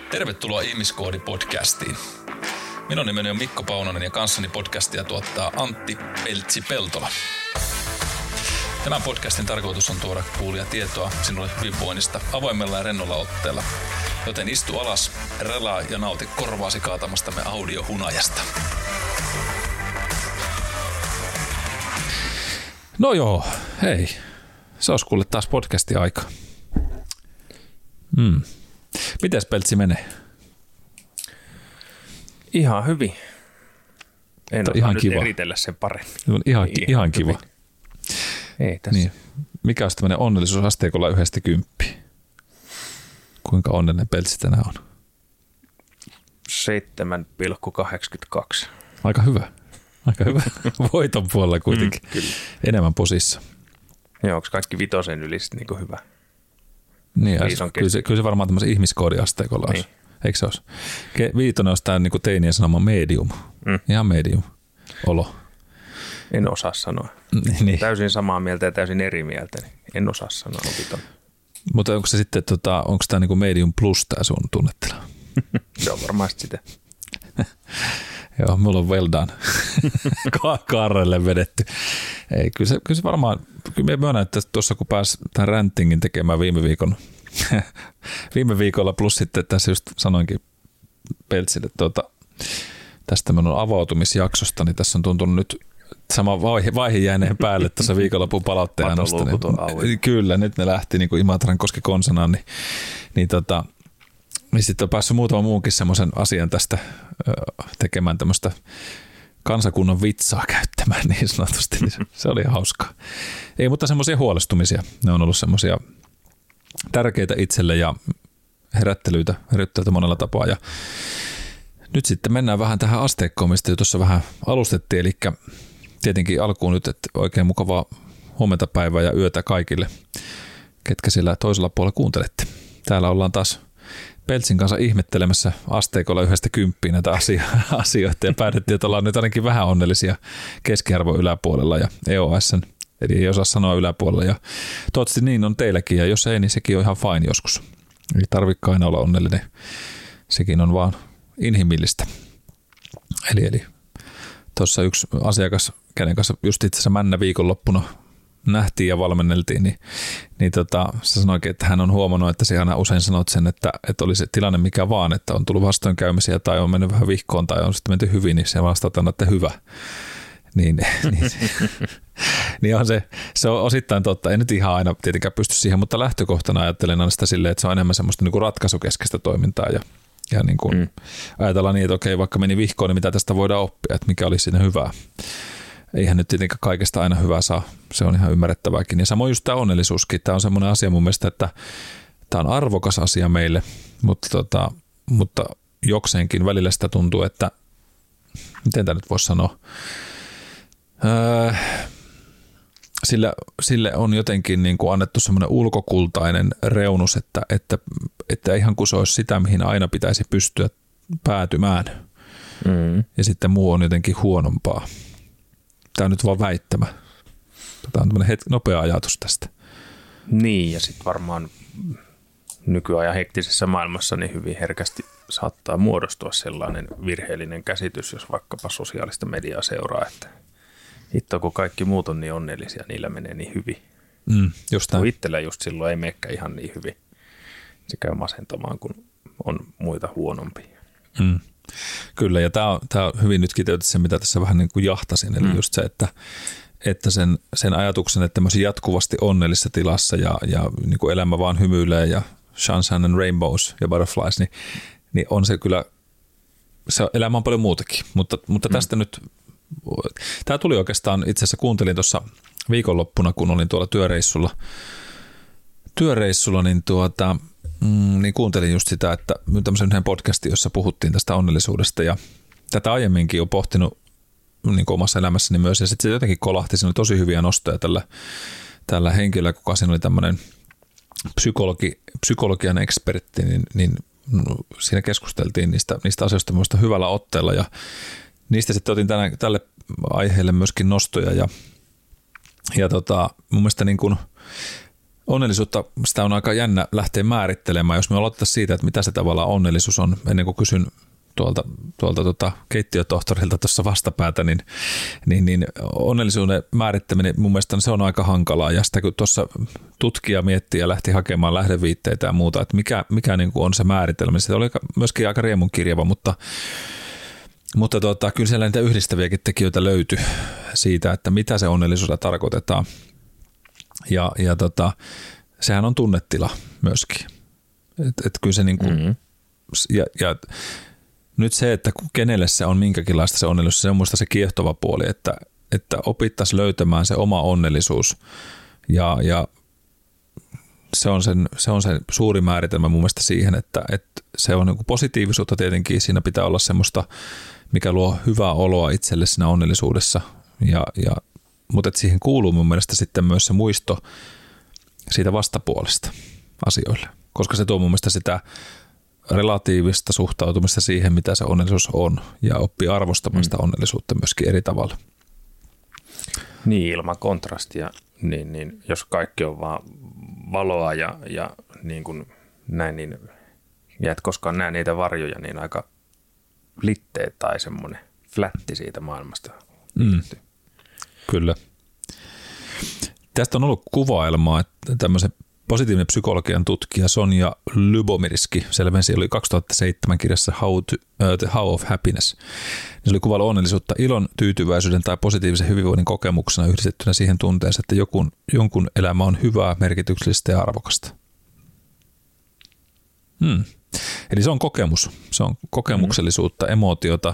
Tervetuloa Ihmiskoodi-podcastiin. Minun nimeni on Mikko Paunonen ja kanssani podcastia tuottaa Antti Peltsi-Peltola. Tämän podcastin tarkoitus on tuoda kuulia tietoa sinulle hyvinvoinnista avoimella ja rennolla otteella. Joten istu alas, relaa ja nauti korvaasi kaatamastamme audiohunajasta. No joo, hei. Se olisi kuule taas podcastin aika. Mites Peltsi menee? Ihan hyvin. En osaa ihan nyt kiva. eritellä sen paremmin. Ihan kiva. Ei tässä. Niin. Mikä olisi tämmöinen onnellisuusasteikolla 1–10? Kuinka onnellinen Peltsi tänään on? 7,82. Aika hyvä. Voiton puolella kuitenkin. Kyllä. Enemmän posissa. Joo, onko kaikki vitosen yli sitten niin hyvä? Niin, kyllä se varmaan tämmöisen ihmiskoodiasteikolla olisi. Niin. Eikö se olisi? Viitonen olisi tämä niin teinien sanoma medium. Ihan medium olo. En osaa sanoa. Niin. Täysin samaa mieltä ja täysin eri mieltä. Niin en osaa sanoa vitonen. Mutta onko se sitten, onko tämä niin medium plus tämä sun tunnettila? Se on varmasti sitä. Joo, mulla on well done. Kaarelle vedetty. Ei, kyllä se varmaan, kyllä mä myönnän, että tuossa kun pääsi tämän rantingin tekemään viime viikolla plus sitten tässä just sanoinkin Peltsille tästä minun avautumisjaksosta, niin tässä on tuntunut nyt sama vaihe jääneen päälle tuossa viikonlopun palautteen annosta. Kyllä, nyt ne lähti niin kuin Imatran koski konsanaan, niin sitten on päässyt muutama muunkin semmoisen asian tästä tekemään tämmöistä kansakunnan vitsaa käyttämään niin sanotusti. Se oli hauskaa. Ei, mutta semmoisia huolestumisia. Ne on ollut semmoisia tärkeitä itselle ja herättelyitä monella tapaa. Ja nyt sitten mennään vähän tähän asteikkoon, mistä jo tuossa vähän alustettiin. Eli tietenkin alkuun nyt, että oikein mukavaa huomenta päivää ja yötä kaikille, ketkä siellä toisella puolella kuuntelette. Täällä ollaan taas Peltsin kanssa ihmettelemässä asteikolla 1–10 näitä asioita ja päätettiin, että ollaan nyt ainakin vähän onnellisia keskiarvon yläpuolella ja EOS:n, eli ei osaa sanoa yläpuolella ja toivottavasti niin on teilläkin ja jos ei, niin sekin on ihan fine joskus. Ei tarvitse aina olla onnellinen, sekin on vaan inhimillistä. Eli tuossa yksi asiakas, kenen kanssa just itse asiassa männä viikonloppuna nähtiin ja valmenneltiin, niin se sanoikin, että hän on huomannut, että se aina usein sanot sen, että oli se tilanne mikä vaan, että on tullut vastoinkäymisiä tai on mennyt vähän vihkoon tai on sitten menty hyvin, niin se vastataan, että hyvä. Niin on se on osittain totta. Ei nyt ihan aina tietenkään pysty siihen, mutta lähtökohtana ajattelen aina sitä silleen, että se on enemmän semmoista niin kuin ratkaisukeskeistä toimintaa ja niin kuin ajatellaan niin, että okei, vaikka meni vihkoon, niin mitä tästä voidaan oppia, että mikä oli siinä hyvää. Eihän nyt tietenkään kaikesta aina hyvää saa. Se on ihan ymmärrettävääkin. Ja samoin just tämä onnellisuuskin. Tämä on semmoinen asia mun mielestä, että tämä on arvokas asia meille, mutta jokseenkin välillä sitä tuntuu, että miten tämä nyt voisi sanoa, sille on jotenkin niin kuin annettu semmoinen ulkokultainen reunus, että ihan kuin se olisi sitä, mihin aina pitäisi pystyä päätymään. Ja sitten muu on jotenkin huonompaa. Tämä on nyt vaan väittämä. Tämä on tämmöinen nopea ajatus tästä. Niin, ja sitten varmaan nykyajan hektisessä maailmassa niin hyvin herkästi saattaa muodostua sellainen virheellinen käsitys, jos vaikkapa sosiaalista mediaa seuraa, että hitto kun kaikki muut on niin onnellisia, niillä menee niin hyvin. Just kun itsellä just silloin ei menekään ihan niin hyvin. Se käy masentamaan, kun on muita huonompia. Kyllä, ja tämä on hyvin nyt kiteytetty se, mitä tässä vähän niin kuin jahtasin, eli just se, että sen ajatuksen, että tämmöisen jatkuvasti onnellisessa tilassa ja niin kuin elämä vaan hymyilee ja sunshine and rainbows ja butterflies, niin on se kyllä, se elämä on paljon muutakin, mutta tästä nyt, tämä tuli oikeastaan, itse asiassa kuuntelin tuossa viikonloppuna, kun olin tuolla työreissulla niin kuuntelin just sitä, että tämmöisen yhden podcastin, jossa puhuttiin tästä onnellisuudesta ja tätä aiemminkin olen pohtinut niin omassa elämässäni myös ja sitten se jotenkin kolahti, siinä oli tosi hyviä nostoja tällä henkilöllä, kuka siinä oli tämmöinen psykologian ekspertti, niin siinä keskusteltiin niistä asioista minusta hyvällä otteella ja niistä sitten otin tälle aiheelle myöskin nostoja ja mun mielestä niin kuin onnellisuutta, sitä on aika jännä lähteä määrittelemään, jos me aloitetaan siitä, että mitä se tavallaan onnellisuus on, ennen kuin kysyn tuolta keittiötohtorilta tuossa vastapäätä, niin onnellisuuden määrittäminen mun mielestä se on aika hankalaa, ja sitä kun tuossa tutkija miettii ja lähti hakemaan lähdeviitteitä ja muuta, että mikä niin kuin on se määritelmä, se oli myöskin aika riemunkirjava, mutta kyllä siellä niitä yhdistäviäkin tekijöitä löytyi siitä, että mitä se onnellisuudella tarkoitetaan. Ja sehän on tunnetila myöskin. Et kyllä se niin kuin, ja nyt se, että kenelle se on minkäkinlaista se onnellisuus, se on musta se kiehtova puoli, että opittaisiin löytämään se oma onnellisuus ja se on se suuri määritelmä mun mielestä siihen, että se on niin kuin positiivisuutta tietenkin, siinä pitää olla semmoista, mikä luo hyvää oloa itselle siinä onnellisuudessa, mutta siihen kuuluu mun mielestä sitten myös se muisto siitä vastapuolesta asioille, koska se tuo mun mielestä sitä relatiivista suhtautumista siihen, mitä se onnellisuus on, ja oppii arvostamaan sitä onnellisuutta myöskin eri tavalla. Niin, ilman kontrastia, niin jos kaikki on vaan valoa ja niin kuin näin, niin et koskaan näe niitä varjoja, niin aika litteet tai semmoinen flätti siitä maailmasta. Kyllä. Tästä on ollut kuvailmaa, että tämmöisen positiivinen psykologian tutkija Sonja Lyubomirski selvensi, oli 2007 kirjassa The How of Happiness. Se oli kuvailu onnellisuutta ilon, tyytyväisyyden tai positiivisen hyvinvoinnin kokemuksena yhdistettynä siihen tunteeseen, että jonkun elämä on hyvää, merkityksellistä ja arvokasta. Eli se on kokemus. Se on kokemuksellisuutta, emootiota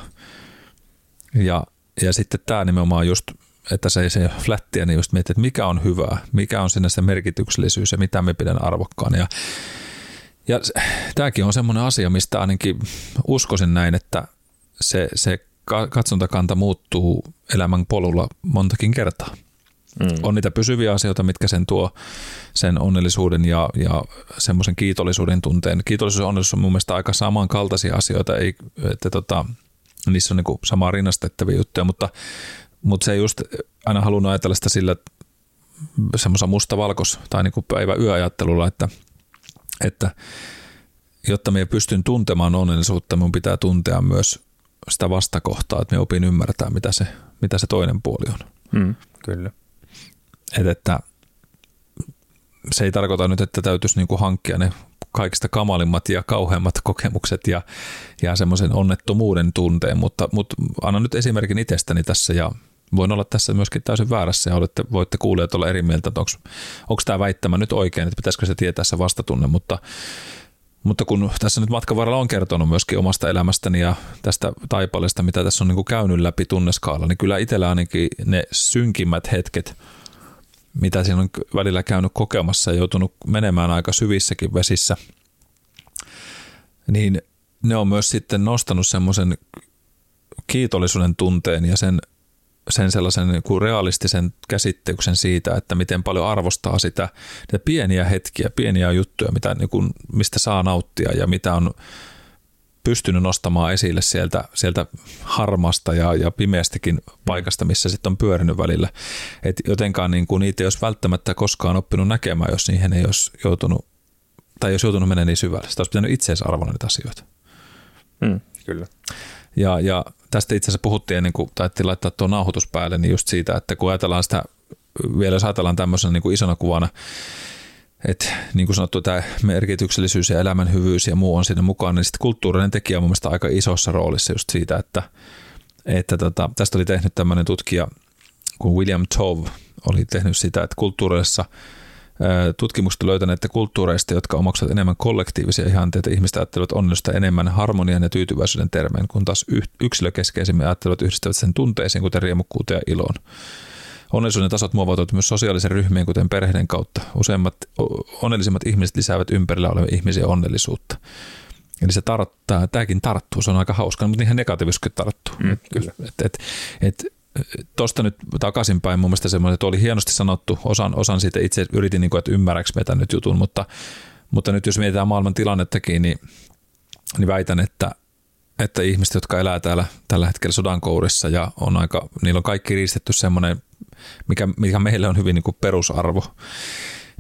ja sitten tämä nimenomaan just, että se flättiä, niin just miettii, että mikä on hyvää, mikä on sinne se merkityksellisyys ja mitä me pidän arvokkaana. Ja tämäkin on semmoinen asia, mistä ainakin uskoisin näin, että se katsontakanta muuttuu elämän polulla montakin kertaa. On niitä pysyviä asioita, mitkä sen tuo sen onnellisuuden ja semmoisen kiitollisuuden tunteen. Kiitollisuus ja onnellisuus on mun mielestä aika samankaltaisia asioita, että niissä on niin kuin samaa rinnastettavia juttuja, mutta se ei just aina halunnut ajatella sitä sillä semmoisen mustavalkos tai niin kuin päivä-yöajattelulla, että jotta me pystyn tuntemaan onnellisuutta, minun pitää tuntea myös sitä vastakohtaa, että me opin ymmärtää, mitä se toinen puoli on. Kyllä. Että se ei tarkoita nyt, että täytyisi niin kuin hankkia ne kaikista kamalimmat ja kauheimmat kokemukset ja semmoisen onnettomuuden tunteen, mutta annan nyt esimerkin itsestäni tässä ja voin olla tässä myöskin täysin väärässä ja voitte kuulijat olla eri mieltä, että onko tämä väittämä nyt oikein, että pitäisikö se tietää se vastatunne, mutta kun tässä nyt matkan varrella on kertonut myöskin omasta elämästäni ja tästä taipaleesta, mitä tässä on niin kuin käynyt läpi tunneskaala, niin kyllä itsellä ainakin ne synkimmät hetket, mitä siinä on välillä käynyt kokemassa ja joutunut menemään aika syvissäkin vesissä, niin ne on myös sitten nostanut semmoisen kiitollisuuden tunteen ja sen sellaisen niin kuin realistisen käsityksen siitä, että miten paljon arvostaa sitä pieniä hetkiä, pieniä juttuja, mistä saa nauttia ja mitä on pystynyt nostamaan esille sieltä harmasta ja pimeästäkin paikasta, missä sitten on pyörinyt välillä. Et jotenkaan niin kuin niitä ei olisi välttämättä koskaan oppinut näkemään, jos niihin ei olisi joutunut, tai jos joutunut menemään niin syvälle. Sitä olisi pitänyt itseensä arvona niitä asioita. Kyllä. Ja tästä itse asiassa puhuttiin ennen kuin taidettiin laittaa tuo nauhoitus päälle, niin just siitä, että kun ajatellaan sitä, vielä jos ajatellaan tämmöisenä niin kuin isona kuvana, että niin kuin sanottu, tämä merkityksellisyys ja elämän hyvyys ja muu on siinä mukaan, niin sitten kulttuurinen tekijä on mun mielestä aika isossa roolissa just siitä, että tästä oli tehnyt tämmöinen tutkija, kun William Tove oli tehnyt sitä, että kulttuureissa tutkimukset löytäneet, että kulttuureista, jotka omaksuvat enemmän kollektiivisia ihanteita, ihmiset ajattelevat onnellisuutta enemmän harmonian ja tyytyväisyyden termeen, kun taas yksilökeskeisimmin ajattelevat yhdistävät sen tunteisiin, kuten riemukkuuteen ja iloon. Onnellisuuden tasot muovautuvat myös sosiaalisen ryhmien, kuten perheiden kautta. Useimmat onnellisimmat ihmiset lisäävät ympärillä olevia ihmisiä onnellisuutta. Eli tämäkin tarttuu, se on aika hauska, mutta ihan negatiivisesti tarttuu. Kyllä. Tuosta nyt takaisinpäin mun mielestä semmoinen, että oli hienosti sanottu, osan siitä itse yritin, että ymmärräks meitä nyt jutun, mutta nyt jos mietitään maailman tilannettakin, niin väitän, että ihmiset, jotka elää tällä hetkellä sodan kourissa ja niillä on kaikki riistetty semmoinen, mikä meille on hyvin niin kuin perusarvo,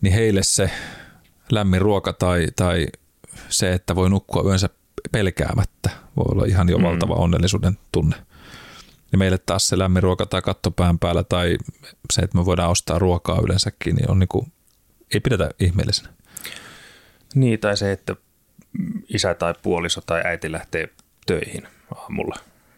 niin heille se lämmin ruoka tai se, että voi nukkua yönsä pelkäämättä, voi olla ihan jo valtava onnellisuuden tunne. Ja meille taas se lämmin ruoka tai katto pään päällä tai se, että me voidaan ostaa ruokaa yleensäkin, niin on niin kuin, ei pidetä ihmeellisenä. Niin, tai se, että isä tai puoliso tai äiti lähtee töihin aamulla.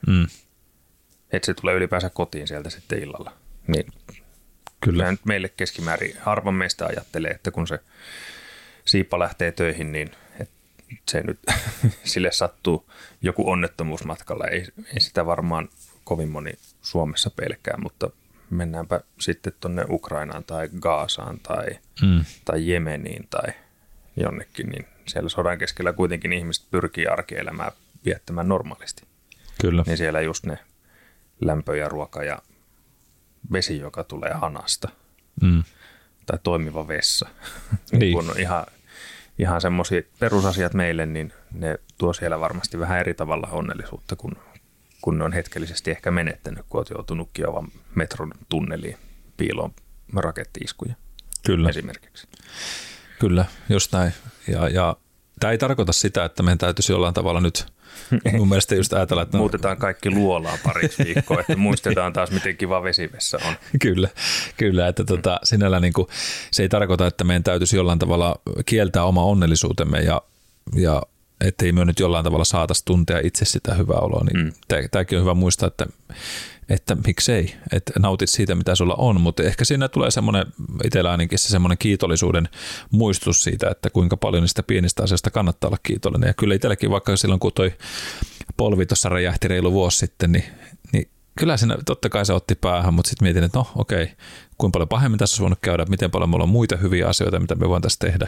Että se tulee ylipäänsä kotiin sieltä sitten illalla. Niin kyllä nyt meille keskimäärin harva meistä ajattelee, että kun se siipa lähtee töihin, niin se nyt sille sattuu joku onnettomuus matkalla. Ei sitä varmaan kovin moni Suomessa pelkää, mutta mennäänpä sitten tuonne Ukrainaan tai Gazaan tai Jemeniin tai jonnekin, niin siellä sodan keskellä kuitenkin ihmiset pyrkii arkielämää viettämään normaalisti. Kyllä. Niin siellä just ne lämpö ja ruoka ja vesi, joka tulee hanasta tai toimiva vessa. Niin. Kun on ihan semmoisia perusasiat meille, niin ne tuo siellä varmasti vähän eri tavalla onnellisuutta, kun ne on hetkellisesti ehkä menettänyt, kun olet joutunut Kiovan metron tunneliin piiloon rakettiiskuja. Kyllä. Esimerkiksi. Kyllä, just näin. Ja tämä ei tarkoita sitä, että meidän täytyisi jollain tavalla nyt mun mielestä just ajatella, että muutetaan kaikki luolaa pariksi viikkoa, että muistetaan taas, miten kiva vesivessa on. Kyllä, että sinällä niin kuin, se ei tarkoita, että meidän täytyisi jollain tavalla kieltää oma onnellisuutemme ja ettei me nyt jollain tavalla saataisiin tuntea itse sitä hyvää oloa. Niin tämäkin on hyvä muistaa, että miksei, että nautit siitä, mitä sulla on, mutta ehkä siinä tulee semmoinen, itsellä ainakin se semmoinen kiitollisuuden muistutus siitä, että kuinka paljon niistä pienistä asioista kannattaa olla kiitollinen. Ja kyllä itselläkin vaikka silloin, kun toi polvi tuossa räjähti reilu vuosi sitten, niin kyllä siinä totta kai se otti päähän, mutta sitten mietin, että no okei, kuinka paljon pahemmin tässä on voinut käydä, miten paljon mulla on muita hyviä asioita, mitä me voin tässä tehdä.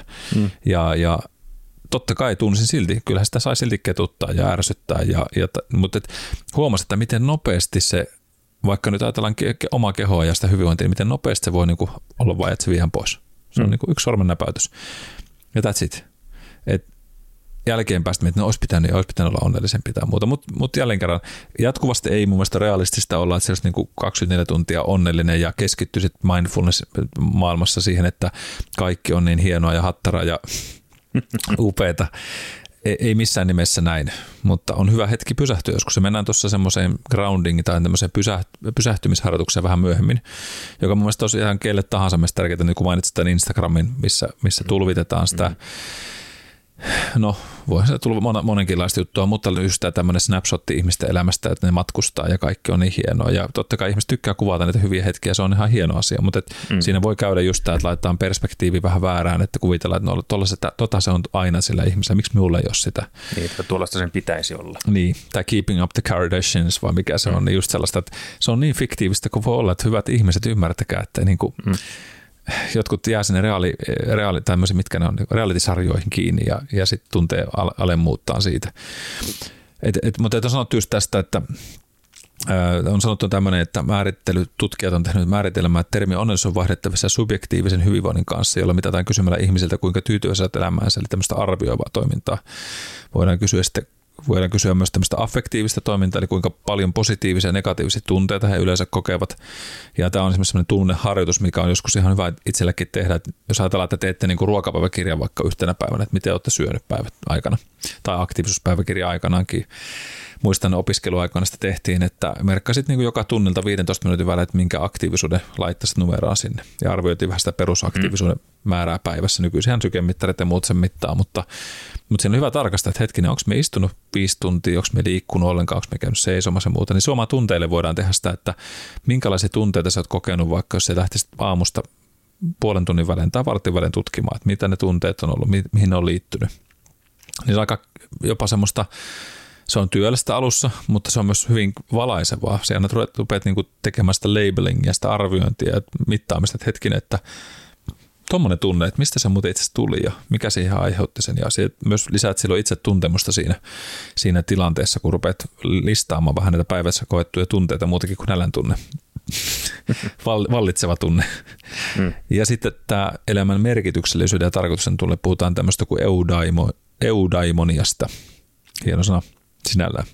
Ja totta kai tunsin silti, kyllähän sitä sai silti ketuttaa ja ärsyttää, mutta huomasi, että miten nopeasti se, vaikka nyt ajatellaan omaa kehoa ja sitä hyvinvointia, niin miten nopeasti se voi niin kuin olla vain, että se viedään pois. Se on niin kuin yksi sormennäpäytys. Ja that's it. Et jälkeen päästä, että ne olisi pitänyt olla onnellisempi tai muuta, mutta jälleen kerran jatkuvasti ei mun mielestä realistista olla, että se olisi niin kuin 24 tuntia onnellinen ja keskittyisit mindfulness-maailmassa siihen, että kaikki on niin hienoa ja hattaraa ja upeeta. Ei missään nimessä näin, mutta on hyvä hetki pysähtyä, joskus se mennään tuossa semmoiseen grounding tai tämmöiseen pysähtymisharjoitukseen vähän myöhemmin, joka mun mielestä on ihan kelle tahansa meistä tärkeää, niin kun mainitsit tämän Instagramin, missä tulvitetaan sitä, no voi se tulla monenkinlaista juttua, mutta just tämä tämmöinen snapshotti ihmisten elämästä, että ne matkustaa ja kaikki on niin hienoa ja totta kai ihmiset tykkää kuvata näitä hyviä hetkiä, se on ihan hieno asia, mutta siinä voi käydä just tämä, että laitetaan perspektiivi vähän väärään, että kuvitellaan, että no, se on aina sillä ihmisellä, miksi minulla ei ole sitä. Niin, että tuollaista sen pitäisi olla. Niin, tai Keeping Up the Kardashians vai mikä se on, niin just sellaista, että se on niin fiktiivistä kuin voi olla, että hyvät ihmiset ymmärtäkää, että niin kuin, jotkut jää sinne tämmöisiä, mitkä ne on, reality-sarjoihin kiinni ja sitten tuntee alemmuuttaan siitä. Mutta on sanottu just tästä, että on sanottu tämmöinen, että tutkijat on tehnyt määritelmää, että termi onnellisuus on vaihdettavissa subjektiivisen hyvinvoinnin kanssa, jolla mitataan kysymällä ihmisiltä, kuinka tyytyväiset elämäänsä, eli tämmöistä arvioivaa toimintaa. Voidaan kysyä myös tämmöistä affektiivista toimintaa, eli kuinka paljon positiivisia ja negatiivisia tunteita he yleensä kokevat. Ja tämä on esimerkiksi sellainen tunneharjoitus, mikä on joskus ihan hyvä itselläkin tehdä. Että jos ajatellaan, että teette niin kuin ruokapäiväkirjan vaikka yhtenä päivänä, että miten olette syönyt päivät aikana, tai aktiivisuuspäiväkirja aikanaankin. Muistan opiskeluaikoina sitä tehtiin, että merkkasit niin kuin joka tunnilta 15 minuutin välein, että minkä aktiivisuuden laittaisit numeroa sinne. Ja arvioitiin vähän sitä perusaktiivisuuden määrää päivässä. Nykyisinhän sykemittarit ja muut sen mittaa, mutta siinä on hyvä tarkastaa, että hetkinen, onko me istunut 5 tuntia, onko me liikkunut ollenkaan, onko me käynyt seisomassa ja muuta. Niin suomaan tunteille voidaan tehdä sitä, että minkälaisia tunteita sä oot kokenut, vaikka jos sä lähtisit aamusta puolen tunnin välein tai vartin välein tutkimaan, että mitä ne tunteet on ollut, mihin ne on liittynyt. Niin se on aika jopa semmoista. Se on työlästä alussa, mutta se on myös hyvin valaisevaa. Se aina rupeat niinku tekemään sitä labelingia, sitä arviointia ja mittaamista, että hetkinen, että tuommoinen tunne, että mistä se muuten itse tuli ja mikä siihen aiheutti sen. Ja myös lisäät silloin itse tuntemusta siinä tilanteessa, kun rupeat listaamaan vähän näitä päivässä koettuja tunteita muutakin kuin nälän tunne. Vallitseva tunne. Ja sitten tämä elämän merkityksellisyyden ja tarkoituksen tunne, puhutaan tämmöistä kuin eudaimoniasta. Hieno sana sinällään.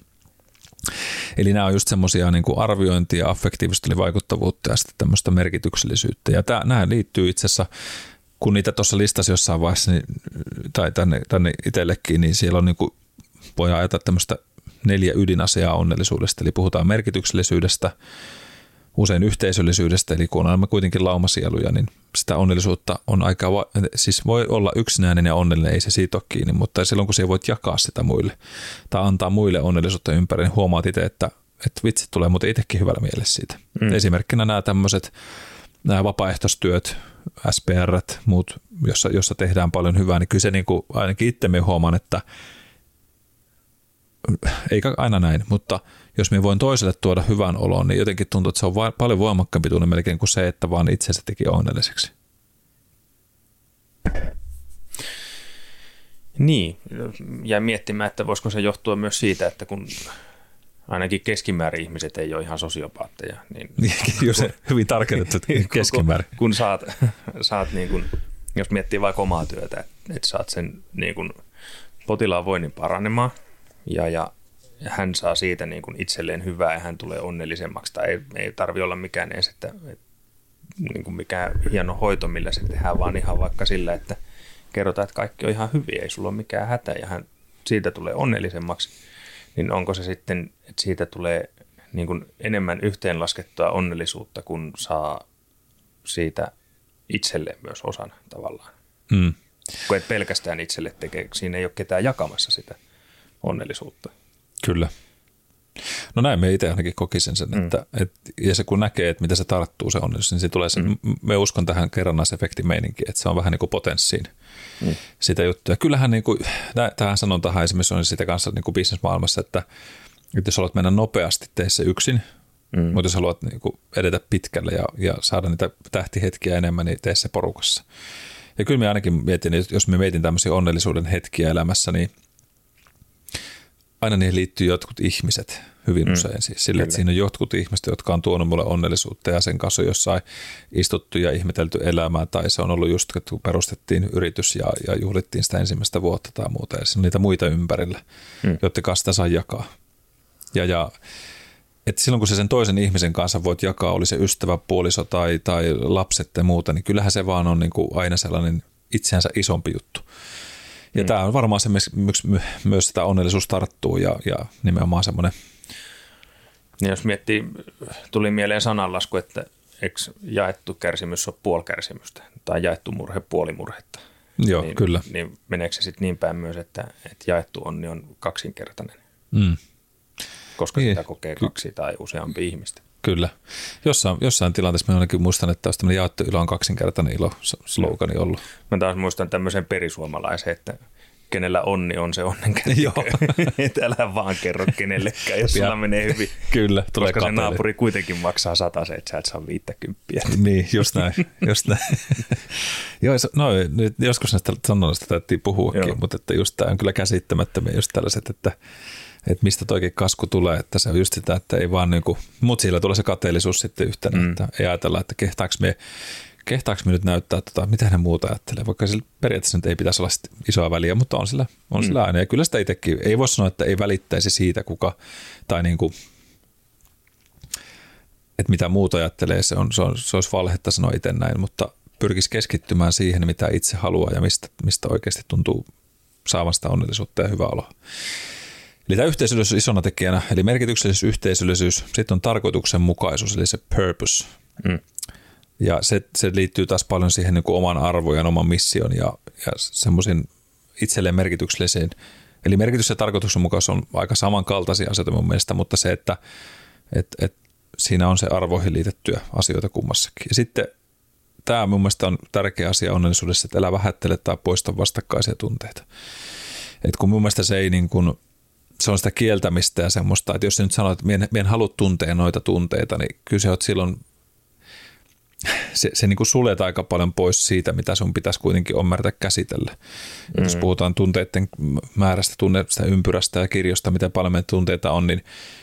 Eli nämä on just semmoisia niin kuin arviointia, affektiivista eli vaikuttavuutta ja sitten tämmöistä merkityksellisyyttä. Ja nämä liittyy itse asiassa kun niitä tuossa listasi jossain vaiheessa, niin, tai tänne itsellekin, niin siellä on niin kuin, voi ajatella tämmöistä 4 ydinasiaa onnellisuudesta. Eli puhutaan merkityksellisyydestä, usein yhteisöllisyydestä, eli kun olemme kuitenkin laumasieluja, niin sitä onnellisuutta on siis voi olla yksinäinen ja onnellinen, ei se siitä ole kiinni, mutta silloin kun sinä voit jakaa sitä muille tai antaa muille onnellisuutta ympäri, niin huomaat itse, että vitsi tulee muuten itsekin hyvällä mielellä siitä. Esimerkkinä nämä tämmöiset vapaaehtoistyöt, SPR-t, muut, jossa tehdään paljon hyvää, niin kyllä se niin kuin ainakin itse me huomaan, että eikä aina näin, mutta jos minä voin toiselle tuoda hyvän olon, niin jotenkin tuntuu, että se on paljon voimakkaampi tunne melkein kuin se, että vaan itsensä teki onnelliseksi. Niin, ja miettimään, että voisiko se johtua myös siitä, että kun ainakin keskimäärin ihmiset ei ole ihan sosiopaatteja. Niin jos hyvin tarkennettu keskimäärin. Kun saat niin kuin, jos miettii vaikka omaa työtä, että saat sen niin kuin potilaan voinnin paranemaan ja hän saa siitä niin kuin itselleen hyvää ja hän tulee onnellisemmaksi. Tai ei tarvitse olla mikään edes, että niin kuin mikään hieno hoito, millä se tehdään, vaan ihan vaikka sillä, että kerrotaan, että kaikki on ihan hyviä, ei sulla ole mikään hätä ja hän siitä tulee onnellisemmaksi. Niin onko se sitten, että siitä tulee niin kuin enemmän yhteenlaskettua onnellisuutta, kun saa siitä itselleen myös osana tavallaan. Kun et pelkästään itselle tekee, siinä ei ole ketään jakamassa sitä onnellisuutta. Kyllä. No näin me itse ainakin kokisin sen, ja se kun näkee, että mitä se tarttuu se onnellisuus, niin se tulee se, me uskon tähän kerrannaisefektin meininkiin, että se on vähän niin kuin potenssiin sitä juttua. Kyllähän niin kuin, tähän sanontahan esimerkiksi on sitä kanssa niin kuin business-maailmassa, että jos haluat mennä nopeasti, tee se yksin, mutta jos haluat niin kuin edetä pitkälle ja saada niitä tähtihetkiä enemmän, niin tee se porukassa. Ja kyllä me ainakin mietin, että jos me mietin tämmöisiä onnellisuuden hetkiä elämässä, niin aina niihin liittyy jotkut ihmiset hyvin usein. Siis sille, että siinä on jotkut ihmiset, jotka on tuonut mulle onnellisuutta ja sen kanssa on jossain istuttu ja ihmetelty elämää tai se on ollut just, kun perustettiin yritys ja juhlittiin sitä ensimmäistä vuotta tai muuta ja siinä on niitä muita ympärillä, joiden kanssa sitä saa jakaa. Ja että silloin kun sen toisen ihmisen kanssa voit jakaa, oli se ystävä, puoliso tai lapset ja muuta, niin kyllähän se vaan on niin kuin aina sellainen itseänsä isompi juttu. Ja tämä on varmaan se, myös sitä onnellisuus tarttuu ja nimenomaan semmoinen. Ja jos miettii, tuli mieleen sananlasku, että eikö jaettu kärsimys ole puolikärsimystä tai jaettu murhe puolimurhetta. Joo, niin, kyllä. Niin meneekö se sitten niin päin myös, että jaettu onni on kaksinkertainen, koska sitä kokee 2 tai useampi ihmistä. Kyllä. Jossain tilanteessa minä ainakin muistan, että olisi tämmöinen jaettu ilo on kaksinkertainen ilo slogani ollut. Mä taas muistan tämmöisen perisuomalaisen, että kenellä onni on se onnenkäsikö. Et älä vaan kerro kenellekään, jos sulla menee hyvin. Kyllä, tulee koska se naapuri kuitenkin maksaa 100, että sä et saa 50. Niin, just näin. Joo, no, nyt joskus näistä sanonnoista täytyy puhuakin, mutta että just tämä on kyllä käsittämättömiä just tällaiset, että mistä toikin kasku tulee, että se on just sitä, että ei vaan niin kuin, mutta siellä tulee se kateellisuus sitten yhtenä, että ei ajatella, että kehtaako me nyt näyttää, mitä ne muuta ajattelee, vaikka sillä periaatteessa nyt ei pitäisi olla isoa väliä, mutta on sillä aina. Ja kyllä sitä itsekin, ei voi sanoa, että ei välittäisi siitä kuka, tai niin kuin, että mitä muuta ajattelee, se olisi valhetta sanoa itse näin, mutta pyrkisi keskittymään siihen, mitä itse haluaa ja mistä oikeasti tuntuu saavan sitä onnellisuutta ja hyvää oloa. Eli tämä yhteisöllisyys on isona tekijänä, eli merkityksellisyys, yhteisöllisyys, sitten on tarkoituksenmukaisuus, eli se purpose. Ja se liittyy taas paljon siihen niin kuin oman arvojen, oman mission ja semmoisiin itselleen merkityksellisiin. Eli merkitys ja tarkoituksenmukaisuus on aika samankaltaisia asioita mun mielestä, mutta se, että siinä on se arvoihin liitettyä asioita kummassakin. Ja sitten tämä mun mielestä on tärkeä asia onnellisuudessa, että älä vähättele tai poista vastakkaisia tunteita. Et kun mun mielestä se ei niin kuin, se on sitä kieltämistä ja semmoista, että jos sä nyt sanoo, että minä en halua tuntea noita tunteita, niin kyllä se oot silloin, se niin kuin suljet aika paljon pois siitä, mitä sun pitäisi kuitenkin ymmärtää käsitellä. Jos puhutaan tunteiden määrästä, sitä ympyrästä ja kirjosta, miten paljon meidän tunteita on,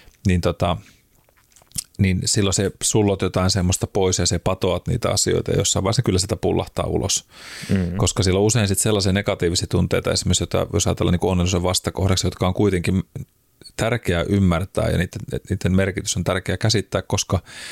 niin silloin se sullot jotain semmoista pois ja se patoat niitä asioita, ja jossain vaiheessa kyllä sitä pullahtaa ulos. Koska silloin usein sitten sellaisia negatiivisia tunteita, esimerkiksi jos ajatellaan niin kuin onnellisuuden vastakohdaksi, jotka on kuitenkin tärkeää ymmärtää ja niiden merkitys on tärkeää käsittää, koska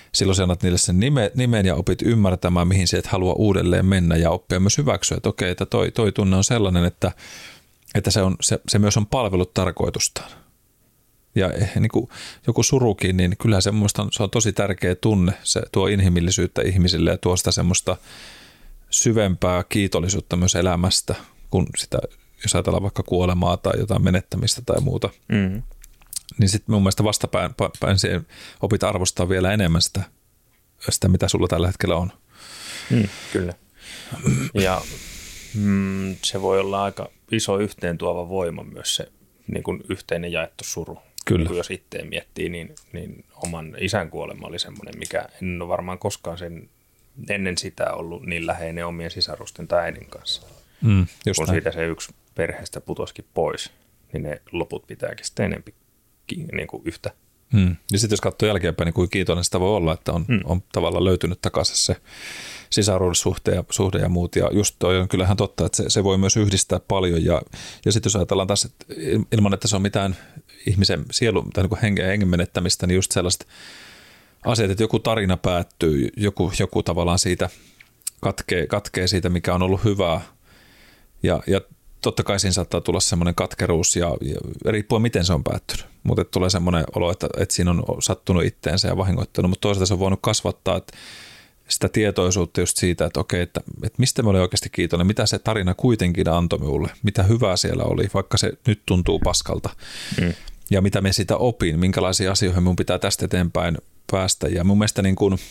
silloin sä annat niille sen nimen ja opit ymmärtämään, mihin sä et halua uudelleen mennä ja oppia myös hyväksyä, että okei, että toi tunne on sellainen, että se myös on palvellut tarkoitustaan. Ja niin kuin joku surukin, niin kyllähän se mun mielestä se on tosi tärkeä tunne. Se tuo inhimillisyyttä ihmisille ja tuo sitä semmoista syvempää kiitollisuutta myös elämästä, kun sitä, jos ajatellaan vaikka kuolemaa tai jotain menettämistä tai muuta. Mm. Niin sitten mun mielestä vastapäin opit arvostaa vielä enemmän sitä mitä sulla tällä hetkellä on. Kyllä. Ja se voi olla aika iso yhteentuova voima myös se niin kuin yhteinen jaettu suru. Kyllä. Niin jos itse miettii, niin oman isän kuolema oli semmoinen, mikä en ole varmaan koskaan ennen sitä ollut niin läheinen omien sisarusten tai äidin kanssa. Kun näin. Siitä se yksi perheestä putosikin pois, niin ne loput pitääkin sitten enemmän niin kuin yhtä. Ja sitten jos katsoo jälkeenpäin, niin kuin kiitollinen sitä voi olla, että on tavallaan löytynyt takaisin se sisaruussuhde ja muut. Ja just toi on kyllähän totta, että se voi myös yhdistää paljon. Ja sitten jos ajatellaan taas, että ilman että se on mitään ihmisen sielun tai niin hengen menettämistä, niin just sellaiset asiat, että joku tarina päättyy, joku tavallaan siitä katkee siitä, mikä on ollut hyvää. Ja totta kai siinä saattaa tulla semmoinen katkeruus ja riippuen miten se on päättynyt. Mutta tulee semmoinen olo, että siinä on sattunut itteensä ja vahingoittanut, mutta toisaalta se on voinut kasvattaa sitä tietoisuutta just siitä, että okei, että mistä me olin oikeasti kiitollinen, mitä se tarina kuitenkin antoi minulle, mitä hyvää siellä oli, vaikka se nyt tuntuu paskalta. Ja mitä me siitä opin, minkälaisia asioita minun pitää tästä eteenpäin päästä. Ja mun mielestä niin kuin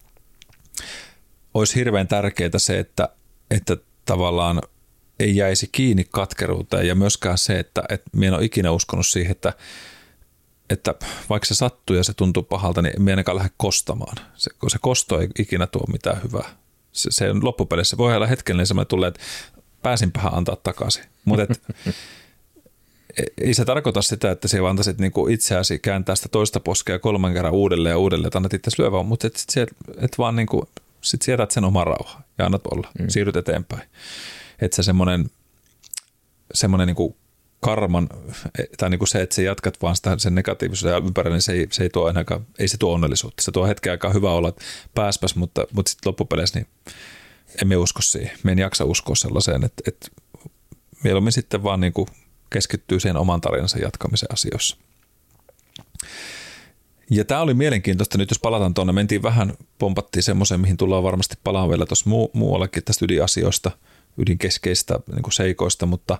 olisi hirveän tärkeää se, että tavallaan ei jäisi kiinni katkeruuteen ja myöskään se, että minä en ole ikinä uskonut siihen, että vaikka se sattuu ja se tuntuu pahalta, niin minä en ainakaan lähde kostamaan. Se kosto ei ikinä tuo mitään hyvää. Se on loppupeleissä. Voi olla hetkellinen semmoinen tulee, että pääsinpähän antaa takaisin. Mutta ei se tarkoita sitä, että sinä antaisit niinku itseäsi kääntää sitä toista poskea 3 kerran uudelleen ja uudelleen, että annat itse lyövää, mutta et vaan niinku, sit sietät sen oman rauhan ja annat olla, siirryt eteenpäin. Että se semmoinen niinku karman, tai niinku se, että sä jatkat vaan sen negatiivisuuden ympärillä, niin se ei tuo ainakaan, ei se tuo onnellisuutta. Se tuo hetken aikaa hyvä olla, että pääspäs, mutta sitten loppupeleissä niin emme usko siihen. Me en jaksa uskoa sellaiseen, että mieluummin sitten vaan niinku keskittyy siihen oman tarinansa jatkamiseen asioissa. Ja tämä oli mielenkiintoista. Nyt jos palataan tuonne, mentiin vähän, pompattiin semmoiseen, mihin tullaan varmasti palaan vielä tuossa muuallakin tästä ydinasioista, ydinkeskeistä niin kuin seikoista, mutta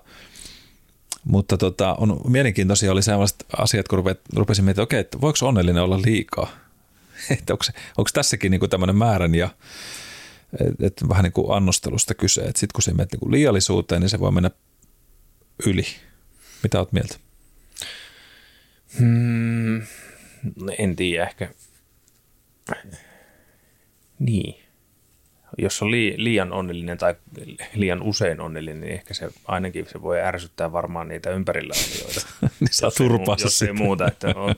on mielenkiintoisia oli sellaiset asiat, kun rupesin miettimään, että okei, että voiko onnellinen olla liikaa? Että onko tässäkin niin kuin tämmöinen määrän ja että vähän niin kuin annostelusta kyse, että sitten kun se menet niin kuin liiallisuuteen, niin se voi mennä yli. Mitä olet mieltä? En tiedä, ehkä. Niin. Jos on liian onnellinen tai liian usein onnellinen, niin ehkä se ainakin se voi ärsyttää varmaan niitä ympärillä asioita. Niin saa turpassa jos ei muuta. Että on.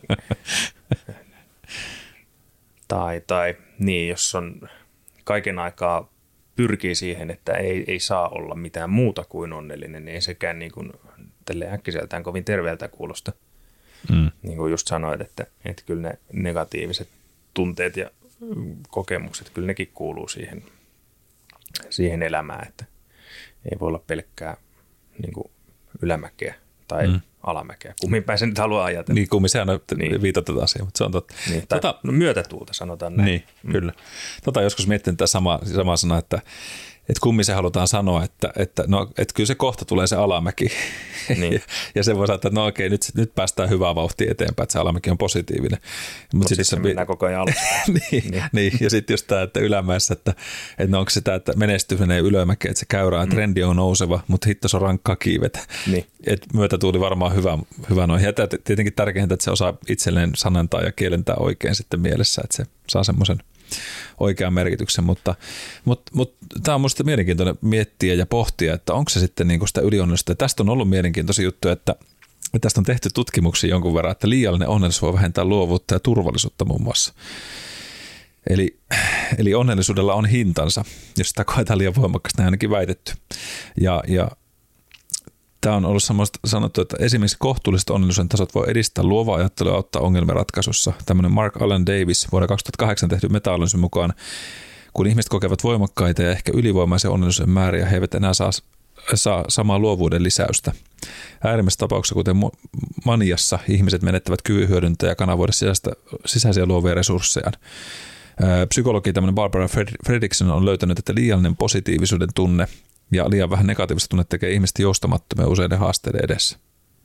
tai niin, jos on kaiken aikaa pyrkii siihen, että ei saa olla mitään muuta kuin onnellinen, niin ei sekään niin kuin tälleen äkkiseltään kovin terveeltä kuulosta. Niin kuin just sanoit, että kyllä ne negatiiviset tunteet ja kokemukset, kyllä nekin kuuluu siihen elämään, että ei voi olla pelkkää niin kuin ylämäkeä tai alamäkeä. Kummin päin sen nyt haluaa ajatella. Niin, kummin sehän viitata tätä asiaa, mutta se on totta. Niin, myötätuulta sanotaan näin. Niin, kyllä. Joskus mietin tätä samaa sanaa, että kummin se halutaan sanoa, että kyllä se kohta tulee se alamäki. Niin. ja se voi sanoa, että no okei, nyt päästään hyvää vauhtia eteenpäin, että se alamäki on positiivinen. Mutta sitten se mennään koko ajan alaspäin. niin, ja sitten just tämä, että ylämäessä, että onko sitä, että menestyy menee ylämäkeen, että se käyrää, trendi on nouseva, mutta hitto se on rankkaa kiivetä. Niin. Että myötätuuli varmaan hyvä noihin. Ja tietenkin tärkeintä, että se osaa itselleen sanantaa ja kielentää oikein sitten mielessä, että se saa semmoisen oikean merkityksen, mutta tämä on minusta mielenkiintoinen miettiä ja pohtia, että onko se sitten niin kuin sitä ylionnellisuutta. Ja tästä on ollut mielenkiintoisia juttuja, että tästä on tehty tutkimuksia jonkun verran, että liiallinen onnellisuus voi vähentää luovuutta ja turvallisuutta muun muassa. Eli onnellisuudella on hintansa, jos sitä koetaan liian voimakkaasti, näin ainakin väitetty. Ja Tämä on ollut sanottu, että esimerkiksi kohtuulliset onnellisuuden tasot voi edistää luovaa ajattelua ja auttaa ongelmien ratkaisussa. Tämmöinen Mark Allen Davis vuonna 2008 tehty meta-analyysin mukaan, kun ihmiset kokevat voimakkaita ja ehkä ylivoimaisia onnellisuuden määriä, he eivät enää saa samaa luovuuden lisäystä. Äärimmäisessä tapauksessa, kuten maniassa, ihmiset menettävät kyvyn hyödyntää ja kanavoida sisäisiä luovia resurssejaan. Psykologi tämmöinen Barbara Fredrickson on löytänyt, että liiallinen positiivisuuden tunne ja liian vähän negatiivista tunne tekee ihmistä joustamattomia useiden haasteiden edessä.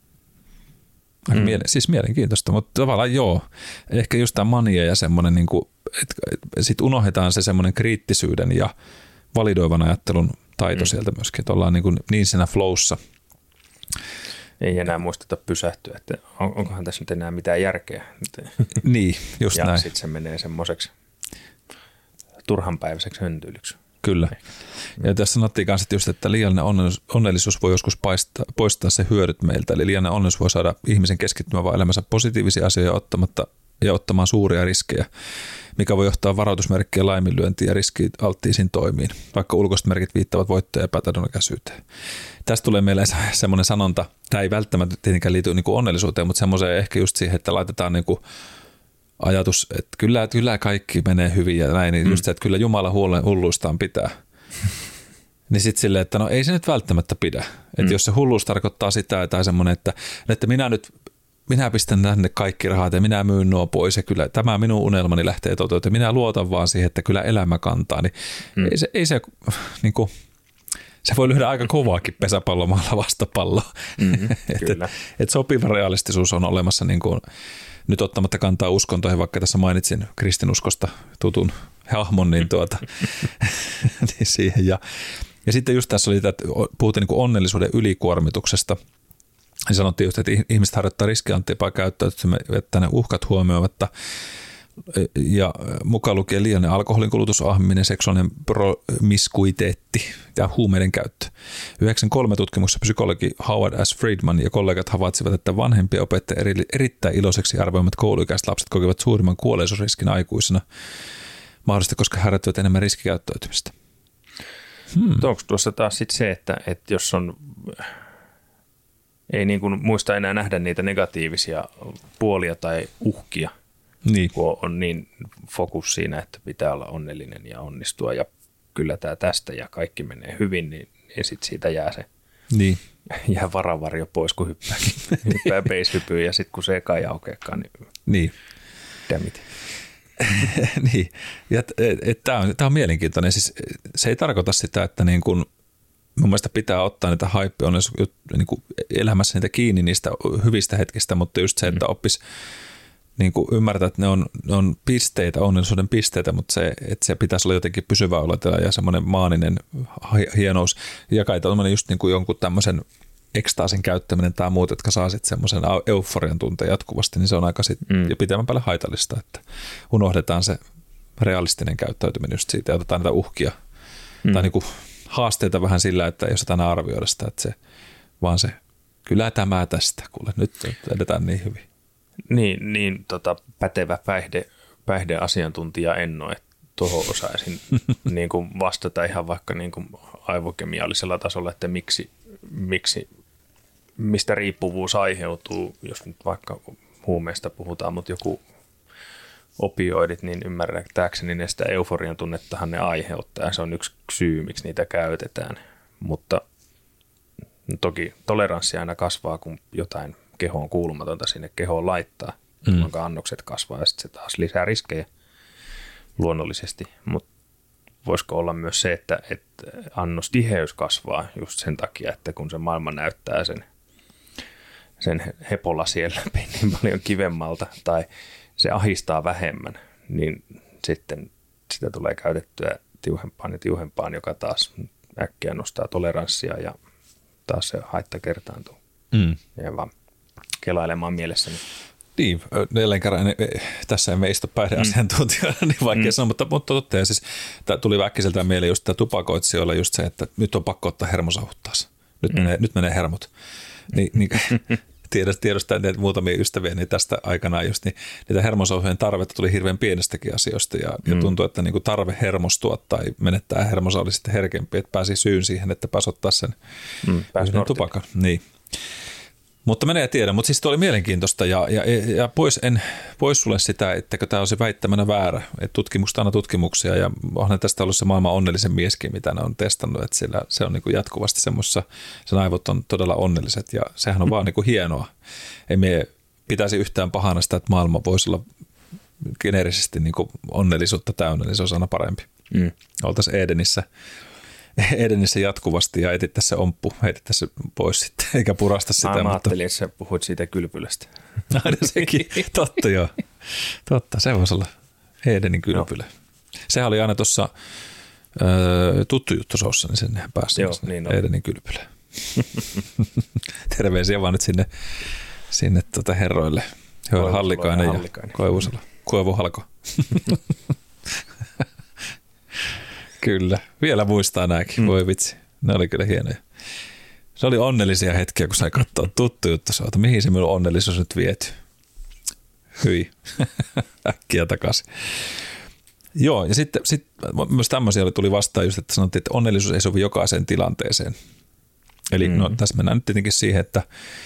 Siis mielenkiintoista, mutta tavallaan joo. Ehkä just tämä mania ja semmoinen, niin että sitten unohdetaan se semmoinen kriittisyyden ja validoivan ajattelun taito sieltä myöskin, että ollaan niin siinä flowssa. Ei enää muisteta pysähtyä, että onkohan tässä nyt enää mitään järkeä. Niin, just ja näin. Ja sitten se menee semmoiseksi turhanpäiväiseksi höntyilyksi. Kyllä. Ja tässä sanottiin kanssa just, että liiallinen onnellisuus voi joskus poistaa se hyödyt meiltä. Eli liiallinen onnellisuus voi saada ihmisen keskittymään vaan elämänsä positiivisia asioita ottamaan suuria riskejä, mikä voi johtaa varoitusmerkkien laiminlyöntiin ja riskialttiisiin toimiin, vaikka ulkoiset merkit viittavat voittoja ja epätodennäköisyyteen. Tästä tulee meille semmoinen sanonta, tämä ei välttämättä tietenkään liity onnellisuuteen, mutta semmoiseen ehkä just siihen, että laitetaan ajatus, että kyllä kaikki menee hyvin ja näin, niin just se, että kyllä Jumala hulluistaan pitää. Niin sitten silleen, että no ei se nyt välttämättä pidä. Että jos se hulluus tarkoittaa sitä tai semmoinen, että minä pistän tänne kaikki rahat ja minä myyn nuo pois ja kyllä tämä minun unelmani lähtee toteutumaan. Minä luotan vaan siihen, että kyllä elämä kantaa. Niin ei se niin kuin, se voi lyödä aika kovaakin pesäpallomaalla vastapalloa. Että sopiva realistisuus on olemassa niin kuin, nyt ottamatta kantaa uskontoihin, vaikka tässä mainitsin kristinuskosta tutun hahmon, niin, niin siihen. Ja sitten just tässä oli, että puhuttiin niin onnellisuuden ylikuormituksesta. Ja sanottiin just, että ihmiset harjoittaa riskialttiimpaa käyttäytymistä, että ne uhkat huomioimatta ja mukaan lukien liiallinen alkoholin kulutus, ahminen, seksuaalinen promiskuiteetti ja huumeiden käyttö. 93 tutkimuksessa psykologi Howard S. Friedman ja kollegat havaitsivat, että vanhempia opettajia erittäin iloiseksi arvoimat kouluikäiset lapset kokivat suurimman kuolleisuusriskin aikuisena, mahdollisesti koska he harjoittavat enemmän riskikäyttäytymistä. Onko tuossa taas sitten se, että jos on... Ei niin kuin muista enää nähdä niitä negatiivisia puolia tai uhkia, niin. Kun on niin fokus siinä, että pitää olla onnellinen ja onnistua ja kyllä tämä tästä ja kaikki menee hyvin, niin ja sitten siitä jää se jää varavarjo pois, kun hyppää base-hypyyn ja sitten kun se eka ei aukeakaan, niin damn it. Niin, ja tämä on mielenkiintoinen. Siis se ei tarkoita sitä, että niin kuin mun mielestä pitää ottaa niitä niin elämässä niitä kiinni niistä hyvistä hetkistä, mutta just se, että oppisi niin ymmärtää, että ne on pisteitä, onnellisuuden pisteitä, mutta että se pitäisi olla jotenkin pysyvä olotila ja semmoinen maaninen hienous. Ja kai tämmöinen just niin kuin jonkun tämmöisen ekstaasin käyttäminen tai muut, jotka saa sitten semmoisen euforian tunteen jatkuvasti, niin se on aika ja pitemmän päälle haitallista, että unohdetaan se realistinen käyttäytyminen just siitä ja otetaan niitä uhkia tai niin kuin haasteita vähän sillä, että ei osata aina arvioida sitä, että se vaan se kyllä tämä tästä, kuule nyt edetään niin hyvin. Niin pätevä päihdeasiantuntija en ole, että tuohon osaisin niin kuin vastata ihan vaikka niin kuin aivokemiallisella tasolla, että mistä riippuvuus aiheutuu, jos nyt vaikka huumeista puhutaan, mutta joku opioidit, niin ymmärräkseni ne sitä euforian tunnettahan ne aiheuttaa. Se on yksi syy, miksi niitä käytetään, mutta toki toleranssi aina kasvaa, kun jotain kehoon kuulumatonta sinne kehoon laittaa, jonka annokset kasvaa ja sitten se taas lisää riskejä luonnollisesti, mutta voisiko olla myös se, että annostiheys kasvaa just sen takia, että kun se maailma näyttää sen hepolla siellä niin paljon kivemmalta tai se ahistaa vähemmän, niin sitten sitä tulee käytettyä tiuhempaan ja tiuhempaan, joka taas äkkiä nostaa toleranssia ja taas se haitta kertaantuu. Ja vaan kelailemaan mielessäni. Niin, jälleen kerran tässä emme istu päihdeasiantuntijana, niin vaikea sanoa, mutta totta. Ja siis tuli äkkiseltään mieleen just tämä tupakoitsijoilla just se, että nyt on pakko ottaa hermosauhut taas. Nyt menee hermot. Niin, tiedostan näitä muutamia ystäviä, niin tästä aikanaan just niin niitä hermosauhujen tarvetta tuli hirveän pienestäkin asioista ja tuntuu, että niin kuin tarve hermostua tai menettää hermosa oli sitten herkempi, että pääsi syyn siihen, että pääsi ottaa sen yhden tupakan. Niin. Mutta menee tiedä, mutta siis tuo oli mielenkiintoista ja pois sulle sitä, että tämä olisi väittämänä väärä. Että tutkimusta aina tutkimuksia ja onhan tästä ollut se maailman onnellisen mieskin, mitä ne on testannut, että sillä se on niin kuin jatkuvasti semmoisessa, sen aivot on todella onnelliset ja sehän on vaan niin kuin hienoa. Ei me pitäisi yhtään pahana sitä, että maailma voisi olla geneerisesti niin kuin onnellisuutta täynnä, niin se olisi aina parempi. Oltaisiin Edenissä jatkuvasti ja etittäisiin se omppu, heitettäisiin se pois sitten, eikä purasta sitä. Mä ajattelin, että sä puhuit siitä kylpylästä. Aina sekin, totta joo. Totta, se voisi olla Edenin kylpylä. No. Sehän oli aina tuossa tuttu juttu soussa, niin sennehän pääsi niin Edenin kylpylä. Terveisiä vaan nyt sinne herroille. Hallikainen ja Koivusalo. Koivuhalko. Kyllä, vielä muistaa nämäkin, voi vitsi, ne oli kyllä hienoja. Se oli onnellisia hetkiä, kun sai katsoa tuttu juttu, mihin se minun onnellisuus nyt viety. Hyi, äkkiä takaisin. Joo, ja sitten myös tämmöisiä tuli vastaan just, että sanottiin, että onnellisuus ei sovi jokaiseen tilanteeseen. Eli no, tässä mennään nyt tietenkin siihen, että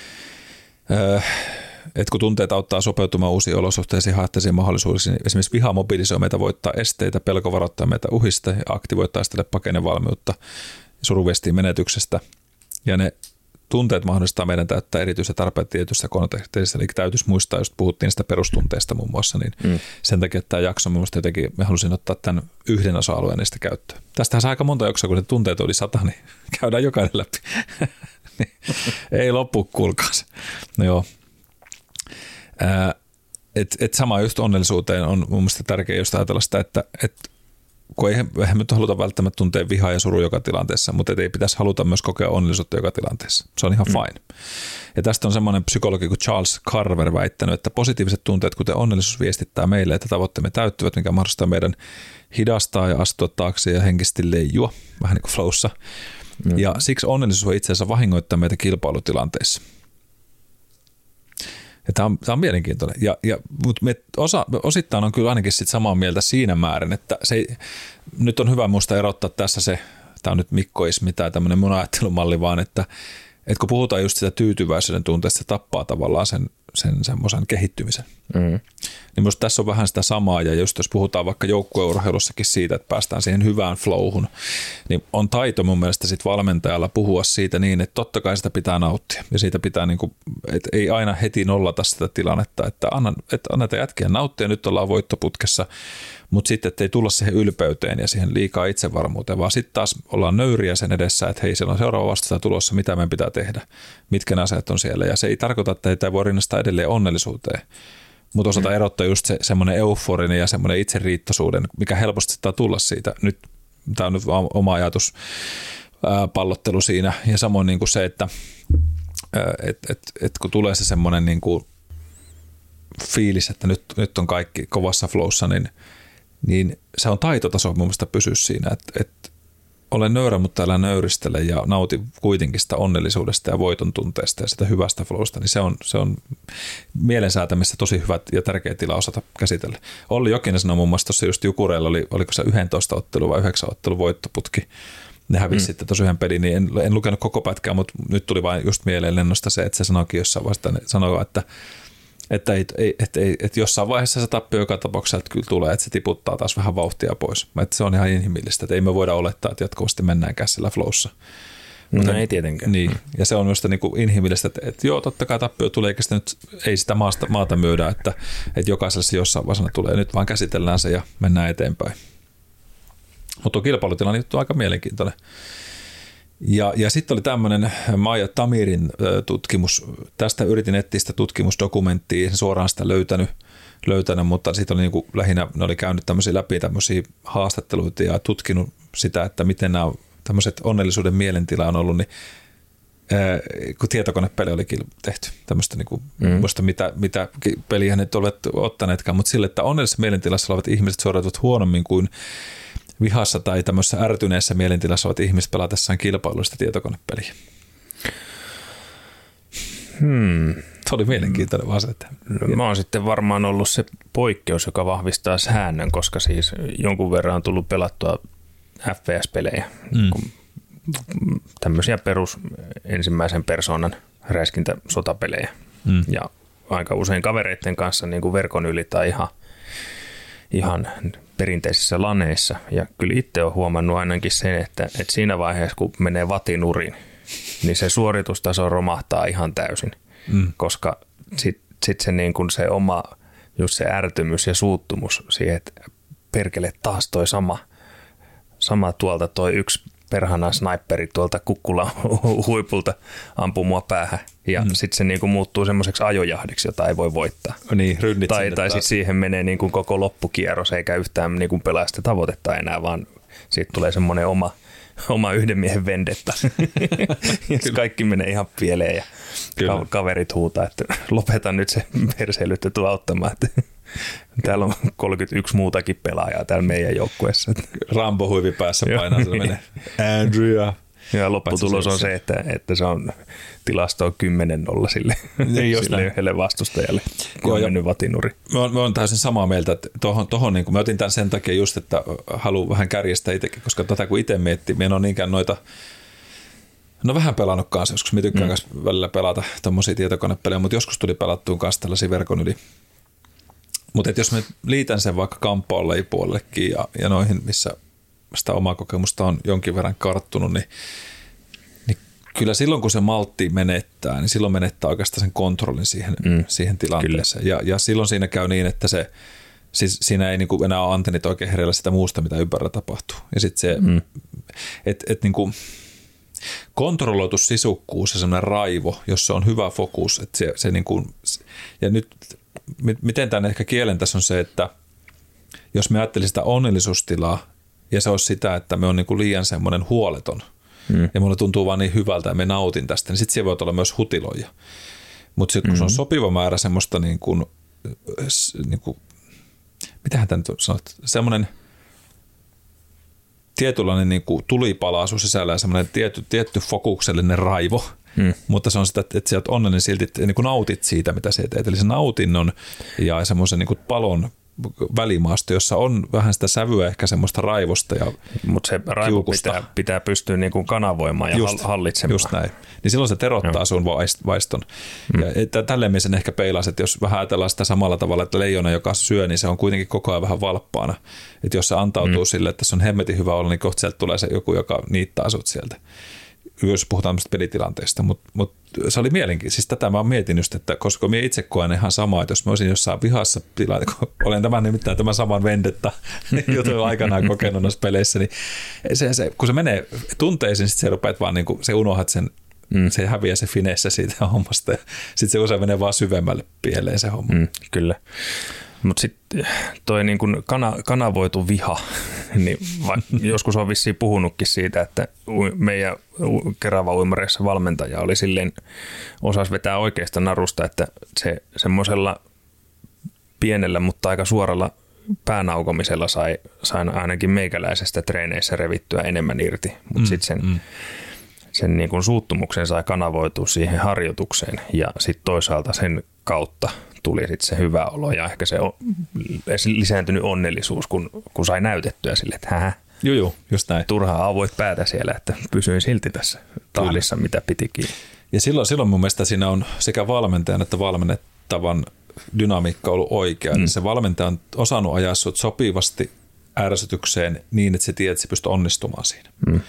kun tunteet auttaa sopeutumaan uusiin olosuhteisiin, haasteisiin mahdollisuuksiin, esimerkiksi viha mobilisoi meitä voittaa esteitä, pelko varoittaa meitä uhista ja aktivoi taistele pakenevalmiutta suruviestiin menetyksestä. Ja ne tunteet mahdollistaa meidän täyttää erityisiä tarpeita tietyissä konteksteissa, eli täytyisi muistaa, jos puhuttiin sitä perustunteista muun muassa, niin sen takia että tämä jakso minusta jotenkin, me halusin ottaa tämän yhden osa-alueen niistä käyttöön. Tästähän saa aika monta jaksoa, kun ne tunteet oli 100, niin käydään jokainen läpi. Ei loppu, kuulkaas. No joo. Sama just onnellisuuteen on mun mielestä tärkeää just ajatella sitä, että kun eihän nyt haluta välttämättä tuntea vihaa ja suru joka tilanteessa, mutta ei pitäisi haluta myös kokea onnellisuutta joka tilanteessa. Se on ihan fine. Ja tästä on semmoinen psykologi kuin Charles Carver väittänyt, että positiiviset tunteet, kuten onnellisuus, viestittää meille, että tavoitteemme täyttyvät, mikä mahdollistaa meidän hidastaa ja astua taakse ja henkisesti leijua, vähän niin kuin flowssa. Ja siksi onnellisuus voi itse asiassa vahingoittaa meitä kilpailutilanteissa. Ja tämä on mielenkiintoinen. Mutta osittain on kyllä ainakin sit samaa mieltä siinä määrin, että nyt on hyvä muista erottaa tässä tämä on nyt mikkoismi tai tämmöinen mun ajattelumalli, vaan että kun puhutaan just sitä tyytyväisyyden tunteesta, se tappaa tavallaan sen semmoisen kehittymisen. Niin musta tässä on vähän sitä samaa, ja just jos puhutaan vaikka joukkueurheilussakin siitä, että päästään siihen hyvään flowhun, niin on taito mun mielestä sit valmentajalla puhua siitä niin, että totta kai sitä pitää nauttia, ja siitä pitää niinku, että ei aina heti nollata sitä tilannetta, että annetaan jätkiä nauttia, nyt ollaan voittoputkessa, mutta sitten ettei tulla siihen ylpeyteen ja siihen liikaa itsevarmuuteen, vaan sitten taas ollaan nöyriä sen edessä, että hei, siellä on seuraava vastustaja tulossa, mitä meidän pitää tehdä, mitkä nämä asiat on siellä, ja se ei tarkoita, että ei voi rinnastaa edelleen onnellisuuteen. Mutta osata erottaa just semmoinen euforinen ja semmoinen itseriittoisuuden, mikä helposti saattaa tulla siitä. Nyt tämä on nyt oma ajatus pallottelu siinä. Ja samoin niin kuin se, että kun tulee se semmoinen niin kuin fiilis, että nyt on kaikki kovassa flowssa, niin se on taitotaso mun mielestä pysyä siinä, että olen nöyrä, mutta älä nöyristele ja nauti kuitenkin sitä onnellisuudesta ja voiton tunteesta ja sitä hyvästä flowsta, niin se on mielensäätämissä tosi hyvä ja tärkeä tila osata käsitellä. Olli Jokinen sanoi muun muassa tuossa just Jukureilla, oliko se 11 ottelu vai 9 ottelu voittoputki, ne hävisi sitten tuossa yhden pelin, niin en lukenut koko pätkää, mutta nyt tuli vain just mieleen lennosta se, että se sanoikin jossain vastaan, sanoi, että jossain vaiheessa se tappio joka tapauksessa että kyllä tulee, että se tiputtaa taas vähän vauhtia pois. Että se on ihan inhimillistä, että ei me voida olettaa, että jatkuvasti mennäänkään sillä flowssa. No ei tietenkään. Niin, ja se on myös niin kuin inhimillistä, että joo, totta kai tappio tulee, eikä sitä nyt, ei sitä maata myydä, että jokaiselle se jossain vaiheessa tulee. Nyt vaan käsitellään se ja mennään eteenpäin. Mutta kilpailutilanne juttu on aika mielenkiintoinen. Ja sitten oli tämmöinen Maija Tamirin tutkimus. Tästä yritin etsiä sitä tutkimusdokumenttia, en suoraan sitä löytänyt, mutta sitten oli niinku lähinnä, ne oli käynyt läpi tämmöisiä haastatteluita ja tutkinut sitä, että miten nämä tämmöiset onnellisuuden mielentila on ollut, niin kun tietokonepeli olikin tehty, tämmöistä niinku, muista mitä peliä ne olet ottaneetkaan, mutta sille, että onnellisessa mielentilassa olevat ihmiset suoriutuvat huonommin kuin vihassa tai tämmöisessä ärtyneessä mielentilassa ovat ihmiset pelatessaan kilpailuista tietokonepeliä. Tuo oli mielenkiintoinen vasenta. No, mä oon sitten varmaan ollut se poikkeus, joka vahvistaa säännön, koska siis jonkun verran on tullut pelattua FPS-pelejä. Tämmöisiä perus ensimmäisen persoonan räiskintä-sotapelejä. Ja aika usein kavereiden kanssa niin kuin verkon yli tai ihan perinteisissä laneissa. Ja kyllä itse olen huomannut ainakin sen, että siinä vaiheessa, kun menee vatinuriin, niin se suoritustaso romahtaa ihan täysin. Koska sit se, niin kuin se oma just se ärtymys ja suuttumus siihen, että perkele taas toi sama tuolta toi yksi perhana sniperi tuolta kukkulan huipulta ampuu mua päähän. Ja sitten se niinku muuttuu semmoiseksi ajojahdiksi, jota ei voi voittaa. Niin, tai sitten siihen menee niinku koko loppukierros, eikä yhtään niinku pelaa sitä tavoitetta enää, vaan siitä tulee semmoinen oma yhden miehen vendetta. Ja kaikki menee ihan pieleen ja kaverit huutaa, että lopeta nyt se perseilyt ja tuu auttamaan. Täällä on 31 muutakin pelaajaa täällä meidän joukkueessa. Rambo huivi päässä painaa, se menee Andrea. Ja lopputulos on se, että se on tilastoa 10-0 sille yhdelle vastustajalle, kun on mennyt vatinuri. Mä oon täysin samaa mieltä, että tohon niin mä otin tämän sen takia just, että haluan vähän kärjestää itsekin, koska kun itse miettii, mä en ole niinkään noita, no vähän pelannut kanssa, joskus mä tykkään kanssa välillä pelata tommosia tietokonepelejä, mutta joskus tuli pelattuun kanssa tällaisia verkon yli. Mutta jos mä liitän sen vaikka kamppaanleipuollekin ja noihin, missä sitä omaa kokemusta on jonkin verran karttunut, niin kyllä silloin, kun se maltti menettää, niin silloin menettää oikeastaan sen kontrollin siihen tilanteeseen. Ja silloin siinä käy niin, että siis siinä ei niinku enää ole antennit oikein hereillä sitä muusta, mitä ympärillä tapahtuu. Ja sitten se, niinku kontrolloitu sisukkuus ja semmoinen raivo, jos se on hyvä fokus, että se niinku, ja nyt miten tämän ehkä kielen tässä on se, että jos me ajattelisi sitä onnellisuustilaa ja se olisi sitä, että me on niinku liian semmoinen huoleton ja mulle tuntuu vaan niin hyvältä ja me nautin tästä, niin sitten siellä voi olla myös hutiloja. Mutta sitten kun se on sopiva määrä semmoista niinku, mitähän tämä nyt sanot, semmoinen tietynlainen niinku tulipalaisu sisällä ja semmoinen tietty fokuksellinen raivo, mutta se on sitä, että sä oot onnellinen silti, että niin nautit siitä, mitä sä teet. Eli se nautinnon ja semmoisen niin palon välimaasto, jossa on vähän sitä sävyä, ehkä semmoista raivosta. Mutta se raivo pitää pystyä niin kuin kanavoimaan ja hallitsemaan. Just näin. Niin silloin se terottaa sun vaiston. Ja tälleen me sen ehkä peilaisi, että jos vähän ajatellaan sitä samalla tavalla, että leijona, joka syö, niin se on kuitenkin koko ajan vähän valppaana. Että jos se antautuu sille, että se on hemmetin hyvä olla, niin kohta sieltä tulee se joku, joka niittää sut sieltä. Jos puhutaan pelitilanteesta, mutta se oli mielenkiintoista. Siis tätä mä mietin just, että koska minä itse koen ihan samaa, että jos mä olisin jossain vihassa kun olen nimittäin tämän saman vendetta jutun aikanaan kokenut noissa peleissä, niin kun se menee tunteisiin, sitten se rupeat vaan niin kuin, se unohdat sen, se häviää se finesse siitä hommasta ja sitten se usein menee vaan syvemmälle pieleen se homma. Kyllä. Mutta sitten toi niin kun kanavoitu viha, niin joskus on vissiin puhunutkin siitä, että meidän Kerava-uimareissa valmentaja oli silleen, osasi vetää oikeasta narusta, että se semmoisella pienellä, mutta aika suoralla päänaukomisella sai ainakin meikäläisestä treeneissä revittyä enemmän irti, mutta sitten sen niin kun suuttumuksen sai kanavoitua siihen harjoitukseen ja sitten toisaalta sen kautta tuli sitten se hyvä olo ja ehkä se lisääntynyt onnellisuus, kun sai näytettyä sille, että just näin. Turhaan avoit päätä siellä, että pysyin silti tässä tahdissa, mitä pitikin. Ja silloin mun mielestä siinä on sekä valmentajan että valmennettavan dynamiikka ollut oikea. Niin se valmentaja on osannut ajaa sut sopivasti ärsytykseen niin, että se tiedät, että se pystyy onnistumaan siinä.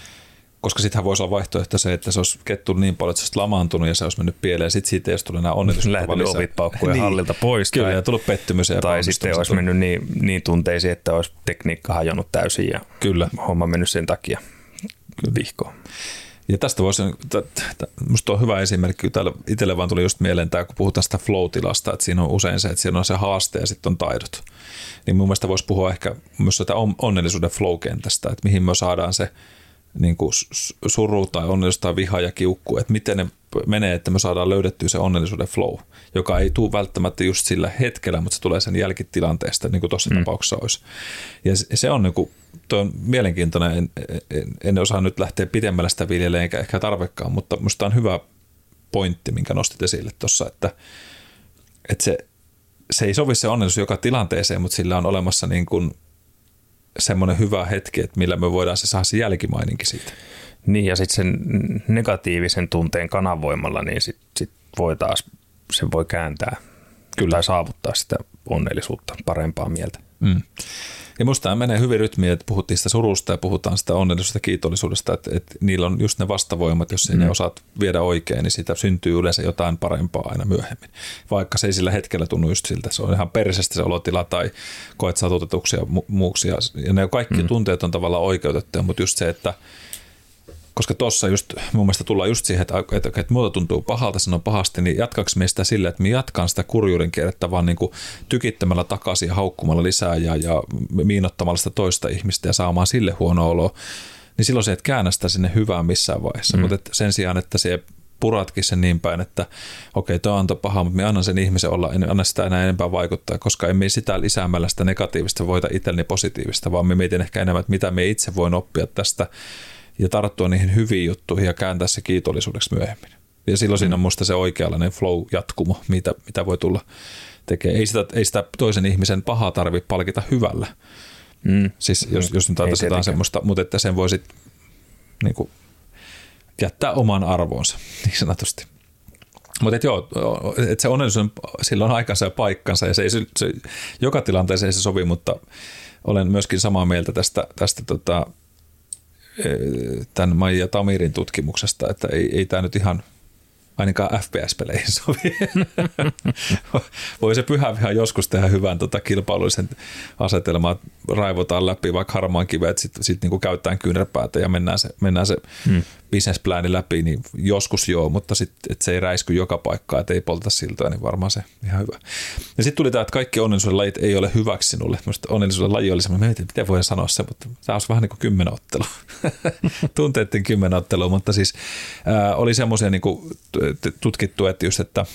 Koska sittenhän voisi olla vaihtoehto se, että se olisi kettunut niin paljon, että se olisi lamaantunut ja se olisi mennyt pieleen. Sitten siitä ei olisi tullut enää onnellisuutta. Lähtenyt ovit paukkuja hallilta pois. Kyllä, ja tullut pettymys. Tai sitten olisi mennyt niin tunteisiin, että olisi tekniikka hajonnut täysin ja homma mennyt sen takia vihkoon. Ja tästä voisi, musta on hyvä esimerkki, täällä itselle vaan tuli just mieleen tämä, kun puhutaan sitä flow-tilasta, että siinä on usein se, että siinä on se haaste ja sitten on taidot. Niin mun mielestä voisi puhua ehkä myös sitä onnellisuuden flow-kentästä, että mihin me saadaan se niin kuin suru tai onnellisuus tai viha ja kiukku, että miten ne menee, että me saadaan löydettyä se onnellisuuden flow, joka ei tule välttämättä just sillä hetkellä, mutta se tulee sen jälkitilanteesta, niin kuin tuossa tapauksessa olisi. Ja se on, niin kuin, toi on mielenkiintoinen, en osaa nyt lähteä pidemmällä sitä viljelemään, eikä ehkä tarvekaan, mutta minusta on hyvä pointti, minkä nostit esille tuossa, että se ei sovi se onnellisuus joka tilanteeseen, mutta sillä on olemassa niin kuin semmoinen hyvä hetki, että millä me voidaan saada se jälkimaininki siitä. Niin, ja sitten sen negatiivisen tunteen kanavoimalla, niin sit voi taas, sen voi kääntää tai saavuttaa sitä onnellisuutta, parempaa mieltä. Mm. Ja musta tämä menee hyvin rytmiin, että puhuttiin sitä surusta ja puhutaan sitä onnellisuudesta ja kiitollisuudesta, että niillä on just ne vastavoimat, jos ne osaat viedä oikein, niin siitä syntyy yleensä jotain parempaa aina myöhemmin. Vaikka se ei sillä hetkellä tunnu just siltä, se on ihan perisestä se olotila tai koet satutetuksia ja muuksia. Ja ne kaikki tunteet on tavallaan oikeutettuja, mutta just se, että koska tuossa just mun mielestä tullaan just siihen, että muuta tuntuu pahalta, sanon pahasti, niin jatkaks me sitä sillä, että me jatkan sitä kurjuuden kierrettä vaan niin kuin tykittämällä takaisin ja haukkumalla lisää ja miinottamalla sitä toista ihmistä ja saamaan sille huono olo, niin silloin se et käännä sitä sinne hyvään missään vaiheessa. Mutta sen sijaan, että se puratkin sen niin päin, että okei, toi on paha, mutta me annan sen ihmisen olla, en anna sitä enää enempää vaikuttaa, koska emme sitä lisäämällä sitä negatiivista voita itselleni positiivista, vaan me mietin ehkä enemmän, että mitä me itse voin oppia tästä ja tarttua niihin hyviin juttuihin ja kääntää se kiitollisuudeksi myöhemmin. Ja silloin siinä on musta se oikeanlainen flow-jatkumo, mitä voi tulla tekemään. Ei sitä toisen ihmisen pahaa tarvitse palkita hyvällä. Siis jos nyt ajatellaan semmoista, mutta että sen voi sitten niin kuin jättää oman arvoonsa, niin sanotusti. Mutta että se onnellisuus, sillä on aikansa ja paikkansa, ja se joka tilanteeseen ei se sovi, mutta olen myöskin samaa mieltä tästä tämän Maija Tamirin tutkimuksesta, että ei tämä nyt ihan ainakaan FPS-peleihin sovi. Voi se pyhä viha joskus tehdä hyvän kilpailullisen asetelman, raivotaan läpi vaikka harmaan kiveä, että sitten niinku käytetään kyynärpäätä ja mennään se business-plani läpi, niin joskus joo, mutta sitten se ei räisky joka paikkaan, että ei polta siltoja, niin varmaan se ihan hyvä. Ja sitten tuli tämä, että kaikki onnellisuuden lajit ei ole hyväksi sinulle. Minusta onnellisuuden laji oli semmoinen, miten voi sanoa se, mutta tämä olisi vähän niin kuin 10 ottelua. Tunteiden 10 ottelua, mutta siis oli semmoisia niin kuin tutkittu, että just, että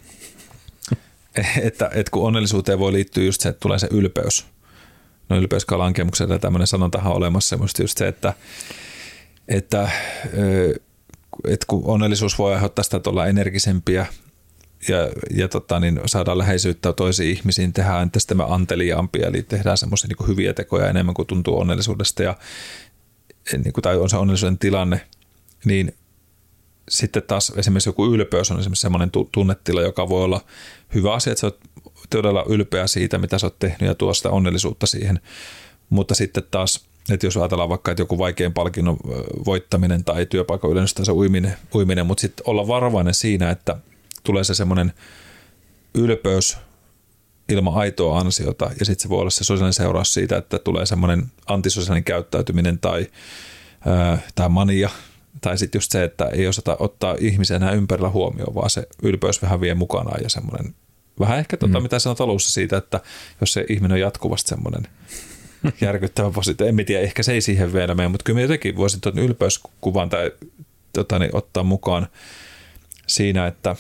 kun onnellisuuteen voi liittyä just se, että tulee se ylpeys. No ylpeyskalankemuksella ja tämmöinen sanontahan on olemassa semmoista just se, että kun onnellisuus voi aiheuttaa sitä, että ollaan energisempiä ja niin saadaan läheisyyttä toisiin ihmisiin, tehdään entistä anteliaampia, eli tehdään semmoisia niin kuin hyviä tekoja enemmän kuin tuntuu onnellisuudesta ja niin kuin, tai on se onnellisuuden tilanne, niin sitten taas esimerkiksi joku ylpeys on esimerkiksi semmoinen tunnetila, joka voi olla hyvä asia, että sä oot todella ylpeä siitä, mitä sä oot tehnyt ja tuo sitä onnellisuutta siihen. Mutta sitten taas, että jos ajatellaan vaikka, että joku vaikean palkinnon voittaminen tai työpaikan ylennys tai se uiminen, mutta sitten olla varovainen siinä, että tulee se semmoinen ylpeys ilman aitoa ansiota ja sitten se voi olla se sosiaalinen seuraus siitä, että tulee semmoinen antisosiaalinen käyttäytyminen tai mania. Tai sitten just se, että ei osata ottaa ihmisiä enää ympärillä huomioon, vaan se ylpeys vähän vie mukanaan ja semmoinen, vähän ehkä mitä sanot alussa siitä, että jos se ihminen on jatkuvasti semmoinen järkyttävä positiivinen, en tiedä, ehkä se ei siihen vielä mene, mutta kyllä jotenkin voisin tuon ylpeyskuvan tai ottaa mukaan siinä, että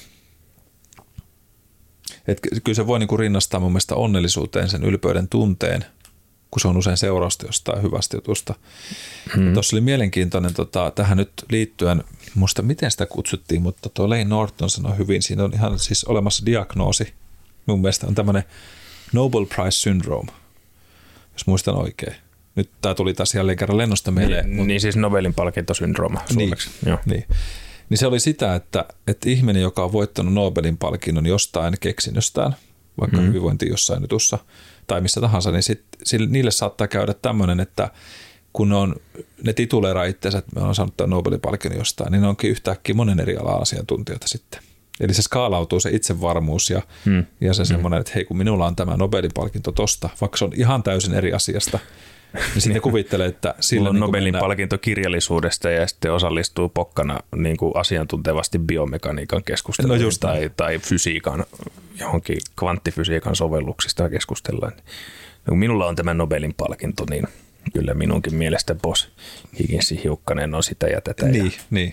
kyllä se voi niinku rinnastaa mun mielestä onnellisuuteen sen ylpeyden tunteen, kun se on usein seurausta jostain hyvästä jutusta. Tuossa oli mielenkiintoinen tähän nyt liittyen, muista miten sitä kutsuttiin, mutta tuo Layne Norton sanoi hyvin, siinä on ihan siis olemassa diagnoosi, mun mielestä on tämmöinen Nobel Prize Syndrome, jos muistan oikein. Nyt tämä tuli taas jälleen kerran lennosta mieleen. Niin siis Nobelin palkintosyndrooma suomeksi. Niin se oli sitä, että ihminen, joka on voittanut Nobelin palkinnon jostain keksinnöstään, vaikka hyvinvointi jossain jutussa tai missä tahansa, niin niille saattaa käydä tämmöinen, että kun ne tituleeraa itseänsä, että me on saanut tämän Nobelin palkinnon jostain, niin ne onkin yhtäkkiä monen eri alan asiantuntijoita sitten. Eli se skaalautuu se itsevarmuus ja se semmoinen, että hei kun minulla on tämä Nobelin palkinto tosta, vaikka se on ihan täysin eri asiasta, niin sitten kuvittelee, että sillä on Nobelin palkinto kirjallisuudesta ja sitten osallistuu pokkana niin kuin asiantuntevasti biomekaniikan keskusteluun tai fysiikan, johonkin kvanttifysiikan sovelluksista keskustellaan. No, minulla on tämä Nobelin palkinto, niin kyllä minunkin mielestä boss Higginsin hiukkanen on sitä ja tätä. Niin.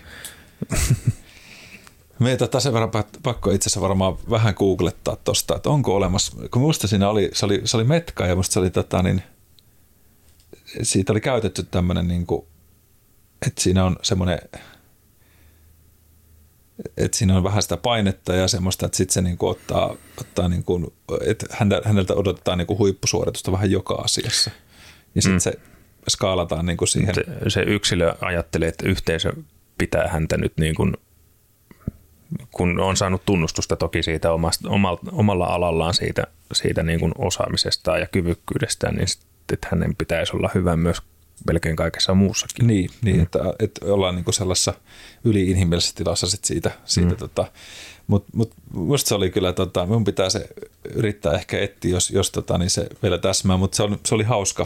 Me sen verran pakko itse asiassa varmaan vähän googlettaa tuosta, että onko olemassa, kun musta siinä se oli metka ja musta se oli siitä oli käytetty tämmöinen, niin kuin, että siinä on semmoinen että siinä on vähän sitä painetta ja semmoista, että sitten se niin kuin ottaa niin kuin, että häneltä odotetaan niin kuin huippusuoritusta vähän joka asiassa. Ja sitten se skaalataan niin kuin siihen. Se yksilö ajattelee, että yhteisö pitää häntä nyt niin kuin, kun on saanut tunnustusta toki siitä omalla alallaan siitä niin kuin osaamisestaan ja kyvykkyydestään, niin että hänen pitäisi olla hyvä myös melkein kaikessa muussakin. Niin että ollaan niin kuin sellaisessa yli-inhimillisessä tilassa sit siitä mutta musta se oli kyllä, minun pitää se yrittää ehkä etsiä, jos niin se vielä täsmää, mutta se oli hauska.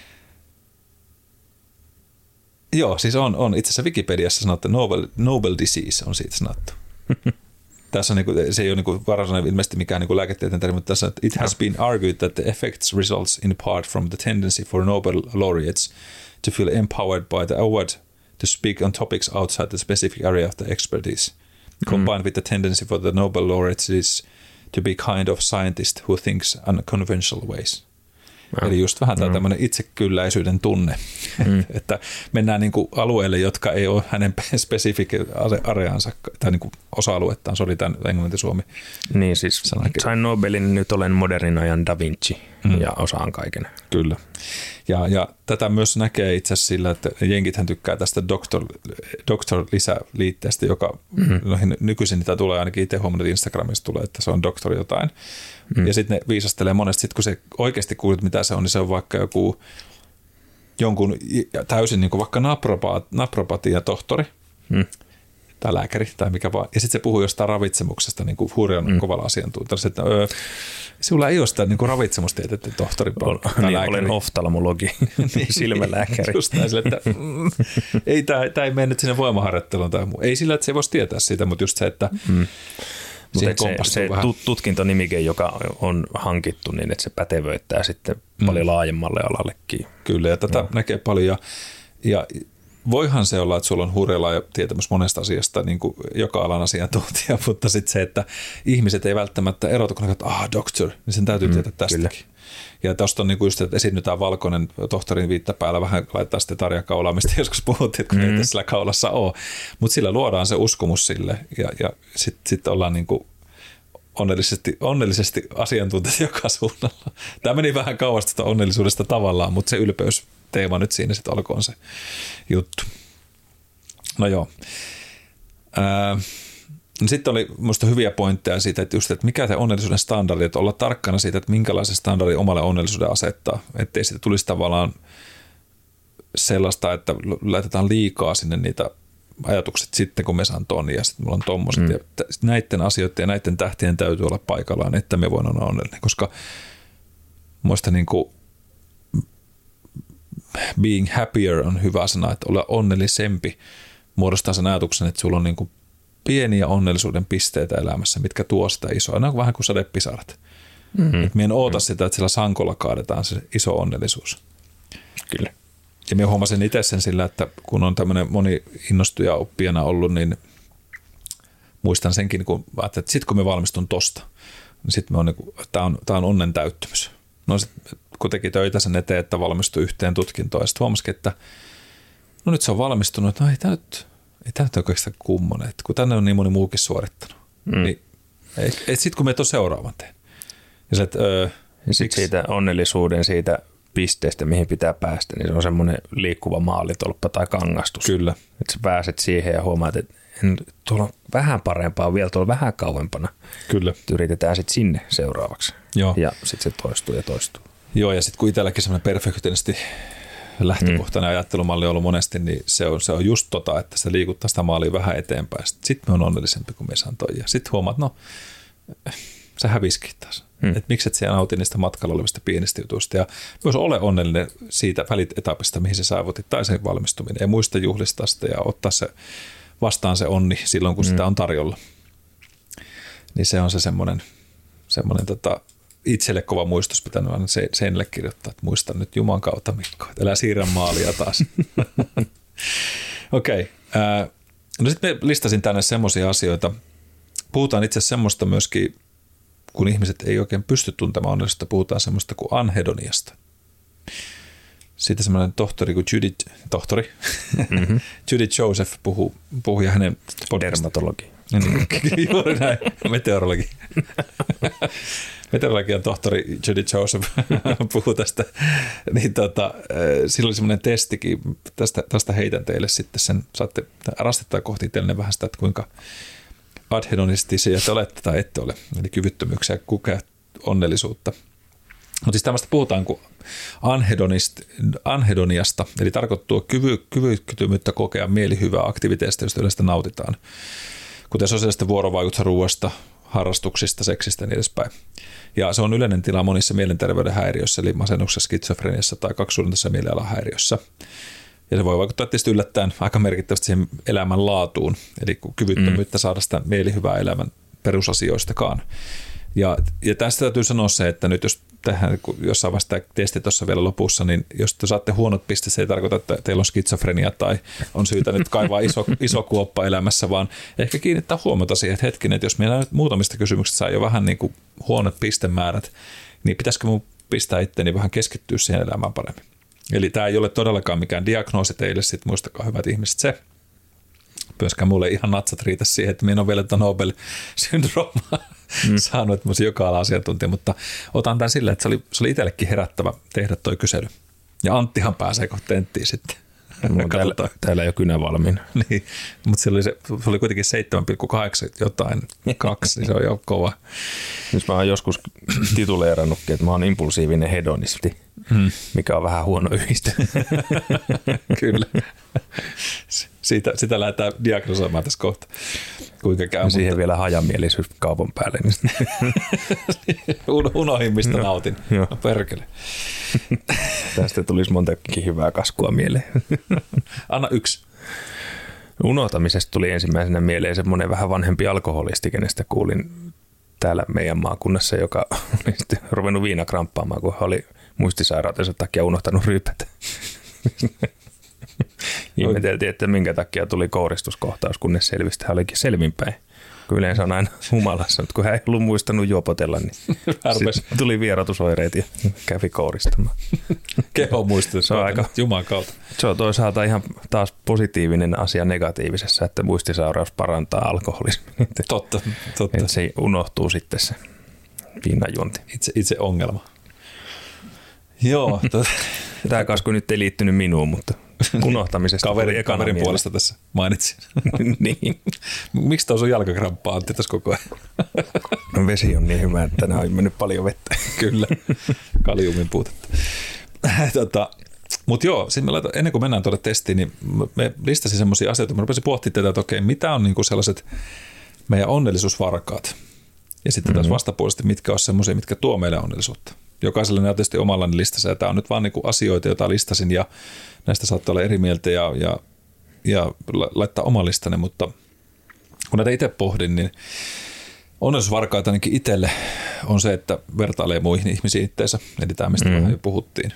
Joo, siis on itse asiassa Wikipediassa sanottu, Nobel disease on siitä sanottu. Tässä on niinku, se ei ole niinku varsinainen ilmeisesti mikään niinku lääketieteen termi, mutta tässä on, it has been argued that the effects results in part from the tendency for Nobel laureates to feel empowered by the award to speak on topics outside the specific area of the expertise, combined with the tendency for the Nobel laureates to be kind of scientist who thinks unconventional ways. Eli just vähän tämä tämmöinen itsekylläisyyden tunne, että mennään niin kuin alueelle, jotka ei ole hänen spesifikin areansa tai niin kuin osa-aluettaan. Se oli tämän englanti-suomi. Niin siis sain Nobelin, nyt olen modernin ajan Da Vinci ja osaan kaiken. Kyllä. Ja tätä myös näkee itse asiassa sillä, että jenkithän tykkää tästä Doctor-lisäliitteestä, joka nykyisin niitä tulee, ainakin itse huomannut, että Instagramissa tulee, että se on Doctor jotain. Ja sitten ne viisastelee monesti, sit kun se oikeasti kuulet, mitä se on, niin se on vaikka jonkun täysin niin kuin vaikka napropatia tohtori tai lääkäri tai mikä vaan. Ja sitten se puhuu jostain ravitsemuksesta niin kuin hurjan kovalla asiantuntijalla. Että sinulla ei ole sitä niin kuin ravitsemustieteiden tohtori tai lääkäri. Olen oftalmologi, silmälääkäri. Just näin sille, että tämä ei mene nyt sinne voimaharjoitteluun tai muu. Ei sillä, että se voisi tietää sitä, mutta just se, että mutta se tutkintonimike, joka on hankittu, niin että se pätevöittää sitten paljon laajemmalle alallekin. Kyllä, ja tätä näkee paljon. Ja voihan se olla, että sulla on hurja laaja tietämys monesta asiasta, niin kuin joka alan asiantuntija, mutta sitten se, että ihmiset ei välttämättä erota, kun ne katsovat, doctor, niin sen täytyy tietää tästäkin. Kyllä. Ja tuosta on niin kuin just, että esiinnytään valkoinen tohtorin viitta päällä, vähän laittaa sitten Tarja kaulaa, mistä joskus puhuttiin, että kun ei sillä kaulassa ole. Mutta sillä luodaan se uskomus sille ja sitten ollaan niin kuin onnellisesti asiantuntijat joka suunnalla. Tämä meni vähän kauas tuota onnellisuudesta tavallaan, mutta se ylpeysteema nyt siinä sitten olkoon se juttu. No joo. Sitten oli minusta hyviä pointteja siitä, että just, että mikä se onnellisuuden standardi, että olla tarkkana siitä, että minkälaisen standardin omalle onnellisuuden asettaa, ettei siitä tulisi tavallaan sellaista, että laitetaan liikaa sinne niitä ajatukset sitten, kun me saan ton ja sitten mulla on tommoset. Ja näiden asioiden ja näiden tähtien täytyy olla paikallaan, että me voin olla onnellinen, koska muista niin kuin being happier on hyvä sana, että olla onnellisempi muodostaa sen ajatuksen, että sulla on niin kuin pieniä onnellisuuden pisteitä elämässä, mitkä tuo sitä isoa. Ne on vähän kuin sadepisarat. Että me en oota sitä, että sillä sankolla kaadetaan se iso onnellisuus. Kyllä. Ja minä huomasin itse sen sillä, että kun on tämmöinen moni innostuja oppijana ollut, niin muistan senkin, kun ajattelin, että sitten kun me valmistun tosta, niin sitten niin tämä on onnen täyttymys. No sitten kun teki töitä sen eteen, että valmistui yhteen tutkintoon, ja sitten huomasikin, että no nyt se on valmistunut, no ei tämä nyt oikeastaan kummonen, että kun tänne on niin moni muukin suorittanut, niin sitten kun me tuon seuraavan teen. Ja sitten siitä onnellisuuden siitä pisteestä, mihin pitää päästä, niin se on semmoinen liikkuva maalitolppa tai kangastus. Kyllä. Että sä pääset siihen ja huomaat, että tuolla on vähän parempaa vielä, tuolla vähän kauempana. Kyllä. Yritetään sitten sinne seuraavaksi. Joo. Ja sitten se toistuu ja toistuu. Joo, ja sitten kun itselläkin semmoinen perfektionisti lähtökohtainen ajattelumalli on ollut monesti, niin se on just että se liikuttaa sitä maalia vähän eteenpäin. Sitten me on onnellisempi, kun me saan toi. Ja sitten huomaat, no se hävisikin taas. Että miksi et siellä nauti niistä matkalla olevista pienistä jutuista. Ja myös ole onnellinen siitä välietapista, mihin se saavutit, tai sen valmistuminen. Ja muista juhlistaa sitä ja ottaa se vastaan se onni silloin, kun sitä on tarjolla. Niin se on se semmoinen itselle kova muistus pitänyt aina seinälle kirjoittaa, että muista nyt Juman kautta Mikko, että älä siirrä maalia taas. Okei. No sitten me listasin tänne semmoisia asioita. Puhutaan itse asiassa semmoista myöskin, kun ihmiset ei oikein pysty tuntemaan onnellisuutta, puhutaan semmoista kuin anhedoniasta. Siitä semmoinen tohtori kuin Judith Joseph puhui ja hänen dermatologi. Juuri näin, meteorologi. Meteorologian tohtori Judy Joseph puhuu tästä. Niin sillä oli semmoinen testikin, tästä heitän teille sitten sen, saatte rastetta kohti itsellenne vähän sitä, että kuinka adhedonistisia te olette tai ette ole, eli kyvyttömyyksiä kokea onnellisuutta. Mutta siis tämmöistä puhutaan kuin anhedoniasta, eli tarkoittuu kyvyttömyyttä kokea mielihyvää aktiviteetista, joista yleensä nautitaan, kuten sosiaalista vuorovaikutusta, ruoasta, harrastuksista, seksistä ja niin edespäin. Ja se on yleinen tila monissa mielenterveyden häiriöissä, eli masennuksessa, skitsofreniassa tai kaksisuunnitelmassa mielialan häiriössä. Ja se voi vaikuttaa tietysti yllättäen aika merkittävästi siihen elämän laatuun, eli kyvyttömyyttä saada sitä mielihyvää elämän perusasioistakaan. Ja tästä täytyy sanoa se, että nyt jos tehdään jossain vaiheessa tämä testi tuossa vielä lopussa, niin jos te saatte huonot pisteet, se ei tarkoita, että teillä on skitsofrenia tai on syytä nyt kaivaa iso kuoppa elämässä, vaan ehkä kiinnittää huomiota siihen, että hetkinen, että jos meillä nyt muutamista kysymyksistä saa jo vähän niin kuin huonot pistemäärät, niin pitäisikö mun pistää itteeni vähän keskittyä siihen elämään paremmin. Eli tämä ei ole todellakaan mikään diagnoosi teille, sitten muistakaa hyvät ihmiset se. Myöskään mulle ihan natsat riitä siihen, että minä on vielä Nobel-syndroomaa saanut, että minä joka ala asiantuntija, mutta otan tämän silleen, että se oli itsellekin herättävä tehdä toi kysely. Ja Anttihan pääsee kohta tenttiin sitten. Täällä ei ole kynä valmiina. Niin, mutta se oli kuitenkin 7,8 jotain, 2, niin se on jo kova. Nyt mä oon joskus tituleerannutkin, että mä oon impulsiivinen hedonisti, mikä on vähän huono yhdistelmä. Kyllä. Sitä lähdetään diagnosoimaan tässä kohta. Kuinka käy. Siihen vielä hajamielisyys kaupan päälle. Niin unohin, mistä nautin. No, perkele. Tästä tulisi montakin hyvää kaskua mieleen. Anna 1. Unohtamisesta tuli ensimmäisenä mieleen semmoinen vähän vanhempi alkoholisti, kenestä kuulin täällä meidän maakunnassa, joka oli sitten ruvennut viinakramppaamaan, kun hän oli muistisairautensa takia unohtanut ryypätä. Ihmeteltiin, että minkä takia tuli kouristuskohtaus, kunnes selvisi, hän olikin selvinpäin. Kun yleensä on aina humalassa, mutta kun hän ei ollut muistanut juopotella, niin tuli vierotusoireet ja kävi kouristamaan. Keho muistuu, se on aika Jumalan kautta. Se on toisaalta ihan taas positiivinen asia negatiivisessa, että muistisairaus parantaa alkoholismin. Totta. Että se unohtuu sitten se viinajuonti. Itse ongelma. Joo. Tämä kasku nyt ei liittynyt minuun, mutta unohtamisesta. Kaverin puolesta tässä mainitsin. Niin. Miksi tuo sun jalkakramppaa Antti tässä koko ajan? No vesi on niin hyvä, että tänään on mennyt paljon vettä. Kyllä, kaliumin puutetta. Mutta joo, ennen kuin mennään tuolle testiin, niin me listasin semmoisia asioita, mä rupesin pohtimaan tätä, että okei, mitä on niinku sellaiset meidän onnellisuusvarkaat. Ja sitten taas vastapuolisesti, mitkä on semmoisia, mitkä tuo meille onnellisuutta. Jokaiselle on tietysti omallani listassa, ja tämä on nyt vaan niinku asioita, joita listasin, ja näistä saattaa olla eri mieltä ja laittaa oman listani, mutta kun näitä itse pohdin, niin onnellisuusvarkaita ainakin itselle on se, että vertailee muihin ihmisiin itteensä, eli tämä, mistä vähän jo puhuttiin.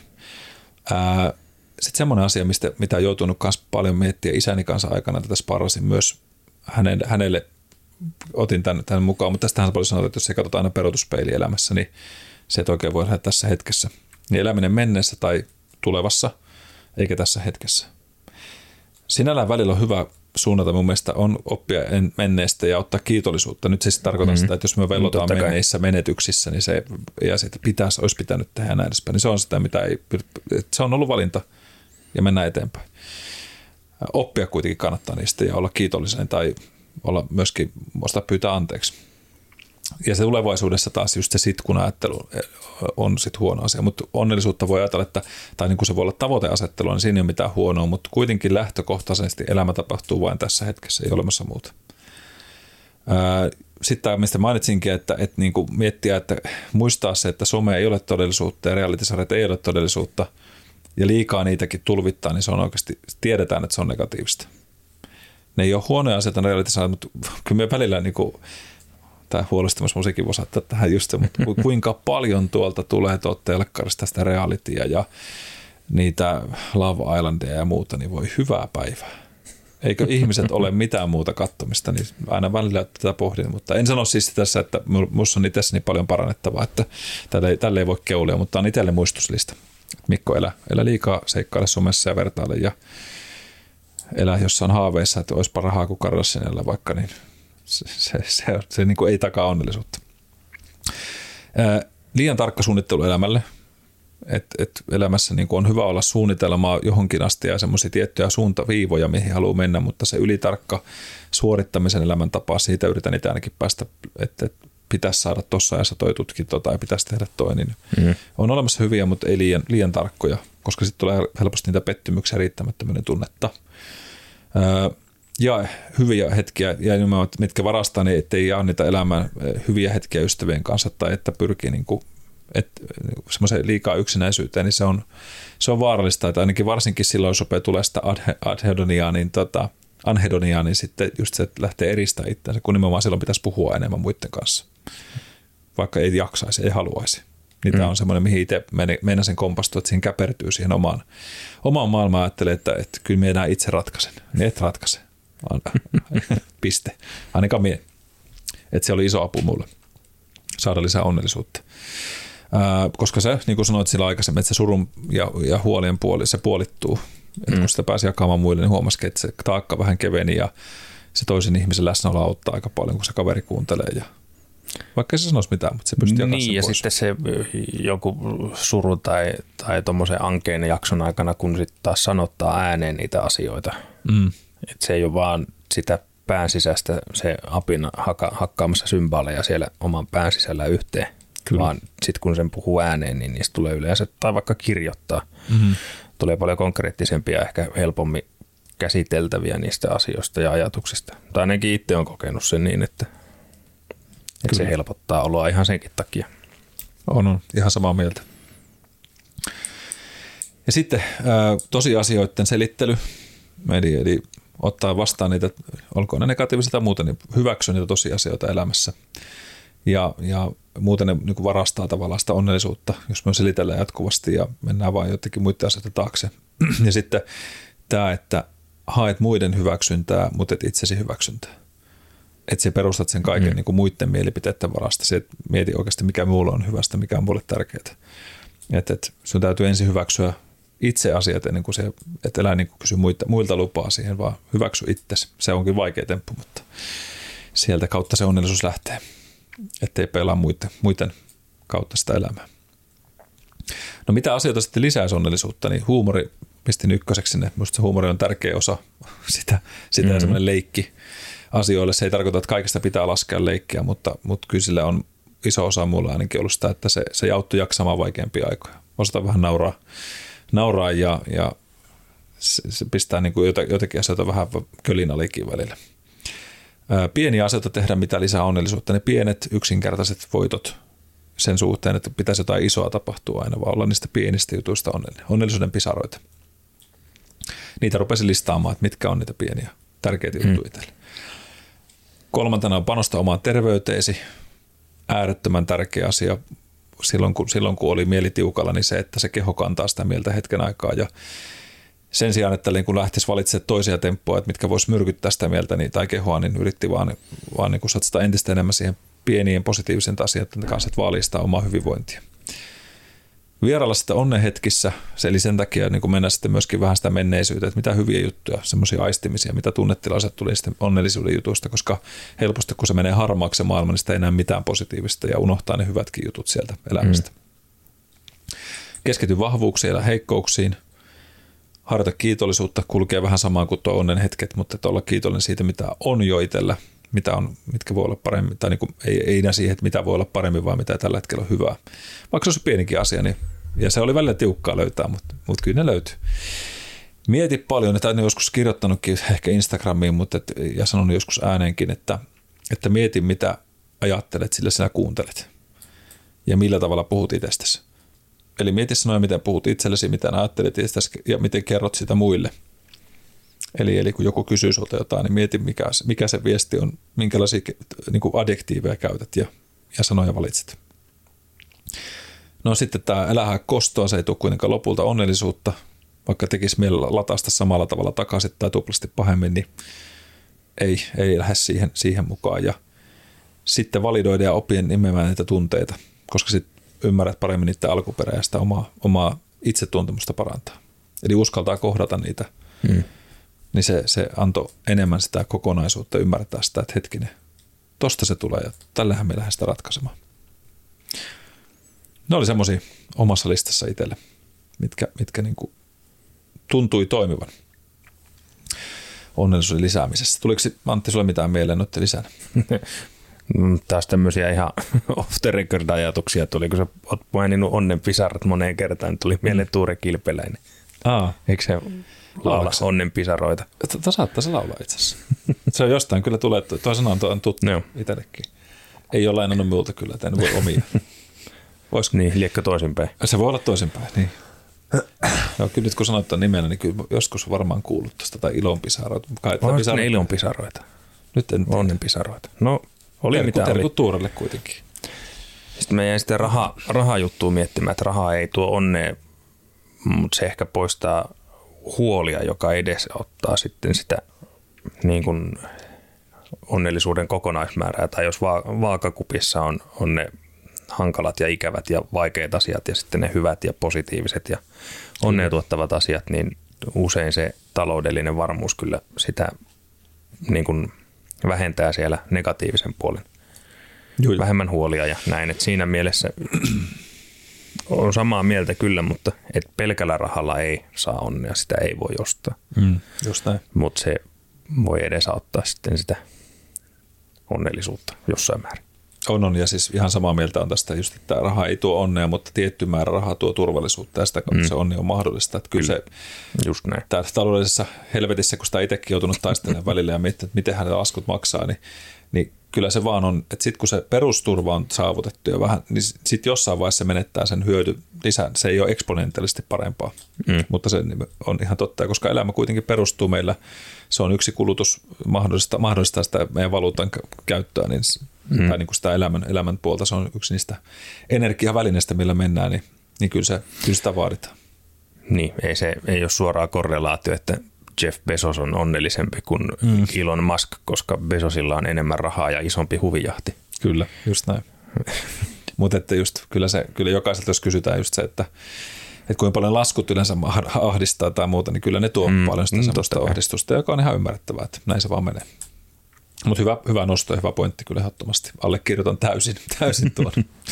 Sitten semmoinen asia, mitä on joutunut myös paljon miettiä isäni kanssa aikana, tätä sparrasin myös hänelle, otin tämän mukaan, mutta tästähän paljon sanotaan, että jos se katsotaan aina peruutuspeiliin elämässä, niin se et oikein voi olla tässä hetkessä. Niin eläminen menneessä tai tulevassa, eikä tässä hetkessä. Sinällään välillä on hyvä suunnata, mun mielestä on oppia menneestä ja ottaa kiitollisuutta. Nyt se siis tarkoittaa sitä, että jos me vellotaan menneissä menetyksissä, niin se ja sitten olisi pitänyt tehdä näin edespäin. Niin se on sitä, mitä ei, se on ollut valinta ja mennään eteenpäin. Oppia kuitenkin kannattaa niistä ja olla kiitollinen tai olla myöskin pyytää anteeksi. Ja se tulevaisuudessa taas just se sitkun ajattelu on sitten huono asia, mutta onnellisuutta voi ajatella, tai niin kuin se voi olla tavoiteasettelu, niin siinä ei ole mitään huonoa, mutta kuitenkin lähtökohtaisesti elämä tapahtuu vain tässä hetkessä, ei olemassa muuta. Sitten tämä, mistä mainitsinkin, että niin kuin miettiä, että muistaa se, että some ei ole todellisuutta ja reality-sarjat ei ole todellisuutta ja liikaa niitäkin tulvittaa, niin se on oikeasti, tiedetään, että se on negatiivista. Ne ei ole huonoja asioita reality-sarjat, mutta kyllä me välillä niin kuin tämä huolestumassa musiikin voi saattaa tähän just se, mutta kuinka paljon tuolta tulee telkkarista sitä realitya ja niitä Love Islandia ja muuta, niin voi hyvää päivää. Eikö ihmiset ole mitään muuta kattomista, niin aina välillä tätä pohdin, mutta en sano siis tässä, että minussa on itseäni paljon parannettavaa, että tälle ei voi keulia, mutta on itselle muistuslista. Mikko, elä liikaa seikkaile somessa ja vertaile ja elä jossain haaveissa, että olisipa rahaa kuin Kardashianilla vaikka, niin se niin kuin ei takaa onnellisuutta. Liian tarkka suunnittelu elämälle. Et elämässä niin kuin on hyvä olla suunnitelmaa johonkin asti ja semmoisia tiettyjä suuntaviivoja, mihin haluaa mennä, mutta se ylitarkka suorittamisen elämäntapa, siitä yritän itse ainakin päästä, että pitäisi saada tuossa ajassa toi tutkinto tai pitäisi tehdä toi, niin on olemassa hyviä, mutta ei liian tarkkoja, koska sitten tulee helposti niitä pettymyksiä riittämättömyyden tunnetta. Ja hyviä hetkiä, ja mitkä varastaa, niin ettei jaa niitä elämään hyviä hetkiä ystävien kanssa tai että pyrkii niin kuin semmoiseen liikaa yksinäisyyteen, niin se on vaarallista, että ainakin varsinkin silloin, jos rupeaa tulee sitä anhedoniaa, niin sitten just se, että lähtee eristämään itseänsä, kun nimenomaan silloin pitäisi puhua enemmän muiden kanssa, vaikka ei jaksaisi, ei haluaisi. Niin tämä on semmoinen, mihin itse meinasin kompastua, että siihen käpertyy siihen omaan maailmaan, ajattelee, että kyllä minä enää itse ratkaisen. Niin et ratkaise. Piste. Ainakaan minä. Että se oli iso apu mulle saada lisää onnellisuutta. Koska se, niin kuin sanoit sillä aikaisemmin, että se surun ja huolien puoli, se puolittuu. Että kun sitä pääsi jakamaan muille, niin huomasikin, että se taakka vähän keveni ja se toisen ihmisen läsnäolo auttaa aika paljon, kun se kaveri kuuntelee. Ja vaikka ei se sanoisi mitään, mutta se pystyy jakamaan sen ja pois. sitten se joku suru tai tuommoisen ankeen jakson aikana, kun sitten taas sanottaa ääneen niitä asioita. Että se ei ole vaan sitä pään sisästä se apina hakkaamassa symbaaleja siellä oman pään sisällä yhteen. Kyllä. Vaan sitten kun sen puhuu ääneen, niin niistä tulee yleensä, tai vaikka kirjoittaa, tulee paljon konkreettisempia, ehkä helpommin käsiteltäviä niistä asioista ja ajatuksista. Tai ainakin itse olen kokenut sen niin, että se helpottaa oloa ihan senkin takia. On ihan samaa mieltä. Ja sitten tosiasioiden selittely, eli ottaa vastaan niitä, olkoon ne negatiivisia tai muuten, niin hyväksyä niitä tosiasioita elämässä. Ja muuten ne niin kuin varastaa tavallaan sitä onnellisuutta, jos me selitellään jatkuvasti ja mennään vaan jotenkin muiden asioita taakse. Ja sitten tämä, että haet muiden hyväksyntää, mutta et itsesi hyväksyntää. Että sä perustat sen kaiken niin kuin muiden mielipiteiden varasta. Se, että mieti oikeasti, mikä minulle on hyvästä, mikä on mulle tärkeää. Että sun täytyy ensin hyväksyä itse asiat ennen kuin se, että elää niin kuin kysy muilta lupaa siihen, vaan hyväksy itsesi. Se onkin vaikea temppu, mutta sieltä kautta se onnellisuus lähtee. Ettei pelaa muiden kautta sitä elämää. No mitä asioita sitten lisäisi onnellisuutta, niin huumori pistin ykköseksi sinne. Minusta se huumori on tärkeä osa sitä ja semmoinen leikki asioille. Se ei tarkoita, että kaikesta pitää laskea leikkiä, mutta kyllä sillä on iso osa mulla ainakin ollut sitä, että se auttoi jaksamaan vaikeampia aikoja. Osata vähän nauraa ja se pistää niin kuin jotakin asioita vähän kölin alikin välillä. Pieniä asioita tehdä, mitä lisää onnellisuutta. Ne pienet yksinkertaiset voitot sen suhteen, että pitäisi jotain isoa tapahtua aina, vaan olla niistä pienistä jutuista onnellisuuden pisaroita. Niitä rupesin listaamaan, että mitkä on niitä pieniä tärkeitä juttuja itselle. Kolmantena on panosta omaan terveyteesi. Äärettömän tärkeä asia silloin kun oli mieli tiukalla, niin se, että se keho kantaa sitä mieltä hetken aikaa. Ja sen sijaan, että kun lähtisi valitsemaan toisia temppuja, että mitkä voisi myrkyttää sitä mieltä tai kehoa, niin yritti vaan niin kuin satsata entistä enemmän siihen pienien positiivisen asioiden kanssa, että vaalia sitä omaa hyvinvointia. Vierailla sitten onnenhetkissä, eli sen takia niin mennä sitten myöskin vähän sitä menneisyyttä, että mitä hyviä juttuja, semmoisia aistimisia, mitä tunnetilaiset tuli sitten onnellisuuden jutusta, koska helposti kun se menee harmaaksi se maailma, niin sitä ei enää mitään positiivista ja unohtaa ne hyvätkin jutut sieltä elämästä. Keskity vahvuuksiin ja heikkouksiin, harjoita kiitollisuutta, kulkee vähän samaan kuin tuo onnen hetket, mutta että olla kiitollinen siitä, mitä on jo itsellä, mitkä voi olla paremmin, tai niin kuin, ei enää siihen, että mitä voi olla paremmin, vaan mitä tällä hetkellä on hyvää. Vaikka se olisi pienikin asia, niin, ja se oli välillä tiukkaa löytää, mutta kyllä ne löytyy. Mieti paljon, että olen joskus kirjoittanutkin ehkä Instagramiin, ja sanonut joskus ääneenkin, että mieti mitä ajattelet, sillä sinä kuuntelet, ja millä tavalla puhut itsestäsi. Eli mieti sanoja, miten puhut itsellesi, mitä ajattelet itsestäsi, ja miten kerrot sitä muille. Eli kun joku kysyy sulta jotain, niin mieti, mikä se viesti on, minkälaisia niin kuin adjektiiveja käytät ja sanoja valitset. No sitten tämä älä kostoa, se ei tule kuitenkaan lopulta onnellisuutta, vaikka tekisi mielellä lataista samalla tavalla takaisin tai tuplasti pahemmin, niin ei lähde siihen mukaan. Ja sitten validoida ja oppia nimenomaan niitä tunteita, koska sitten ymmärrät paremmin niitä alkuperää ja sitä omaa itsetuntemusta parantaa. Eli uskaltaa kohdata niitä. Niin se antoi enemmän sitä kokonaisuutta ymmärtää sitä, että hetkinen, tosta se tulee ja tällähän me lähdetään sitä ratkaisemaan. Ne oli semmoisia omassa listassa itselle, mitkä niin kuin tuntui toimivan onnellisuuden lisäämisessä. Tuliko Antti sulle mitään mieleen noiden lisänä? Taas tämmöisiä ihan off the record ajatuksia tuli, kun sä oot maininnut onnenpisarat moneen kertaan, niin tuli mieleen Tuure Kilpeläinen. Eikö se laula onnenpisaroita? Saattaa se laulaa itse asiassa. Se on jostain kyllä tulee, tuo sana on tuttu itsellekin. Ei ole lainannut minulta kyllä, että en voi omia. Voisiko? Niin, liekö toisinpäin? Se voi olla toisinpäin, niin. Joo, kyllä nyt kun sanoit tämän nimellä, niin kyllä joskus varmaan kuullut tuosta tai ilonpisaroita. Onko ne ilonpisaroita? Nyt en tiedä. Onnenpisaroita. No, oli mitä oli. Tuurelle kuitenkin. Sitten mä jäin sitä rahajuttua miettimään, että raha ei tuo onnea, mutta se ehkä poistaa huolia, joka edesottaa sitten sitä niin kuin onnellisuuden kokonaismäärää. Tai jos vaakakupissa on ne hankalat ja ikävät ja vaikeat asiat ja sitten ne hyvät ja positiiviset ja onnea tuottavat asiat, niin usein se taloudellinen varmuus kyllä sitä niin kuin vähentää siellä negatiivisen puolen. Vähemmän huolia ja näin, että siinä mielessä on samaa mieltä kyllä, mutta et pelkällä rahalla ei saa onnea, sitä ei voi ostaa. Just näin. Mutta se voi edesauttaa sitten sitä onnellisuutta jossain määrin. On, ja siis ihan samaa mieltä on tästä just, että raha ei tuo onnea, mutta tietty määrä rahaa tuo turvallisuutta ja sitä kautta se onni on mahdollista. Että kyllä se just näin. Täällä taloudellisessa helvetissä, kun sitä itsekin joutunut taistelemaan välillä ja miettimään, että miten hänellä laskut maksaa, niin kyllä se vaan on, että sitten kun se perusturva on saavutettu ja vähän, niin sitten jossain vaiheessa se menettää sen hyöty lisää. Se ei ole eksponentiaalisesti parempaa, mutta se on ihan totta. Ja koska elämä kuitenkin perustuu meillä, se on yksi kulutus mahdollistaa sitä meidän valuutan käyttöä, niin tai niin kuin sitä elämän puolta, se on yksi niistä energiavälineistä, millä mennään, niin kyllä sitä vaaditaan. Niin, ei ole suoraa korrelaatio, että Jeff Bezos on onnellisempi kuin Elon Musk, koska Bezosilla on enemmän rahaa ja isompi huvijahti. Kyllä, just näin. Mutta että just kyllä jokaiselta, jos kysytään just se, että kuinka paljon laskut yleensä ahdistaa tai muuta, niin kyllä ne tuo paljon sitä semmoista ahdistusta, joka on ihan ymmärrettävää, että näin se vaan menee. Mutta hyvä nosto ja hyvä pointti kyllä ehdottomasti. Allekirjoitan täysin tuon.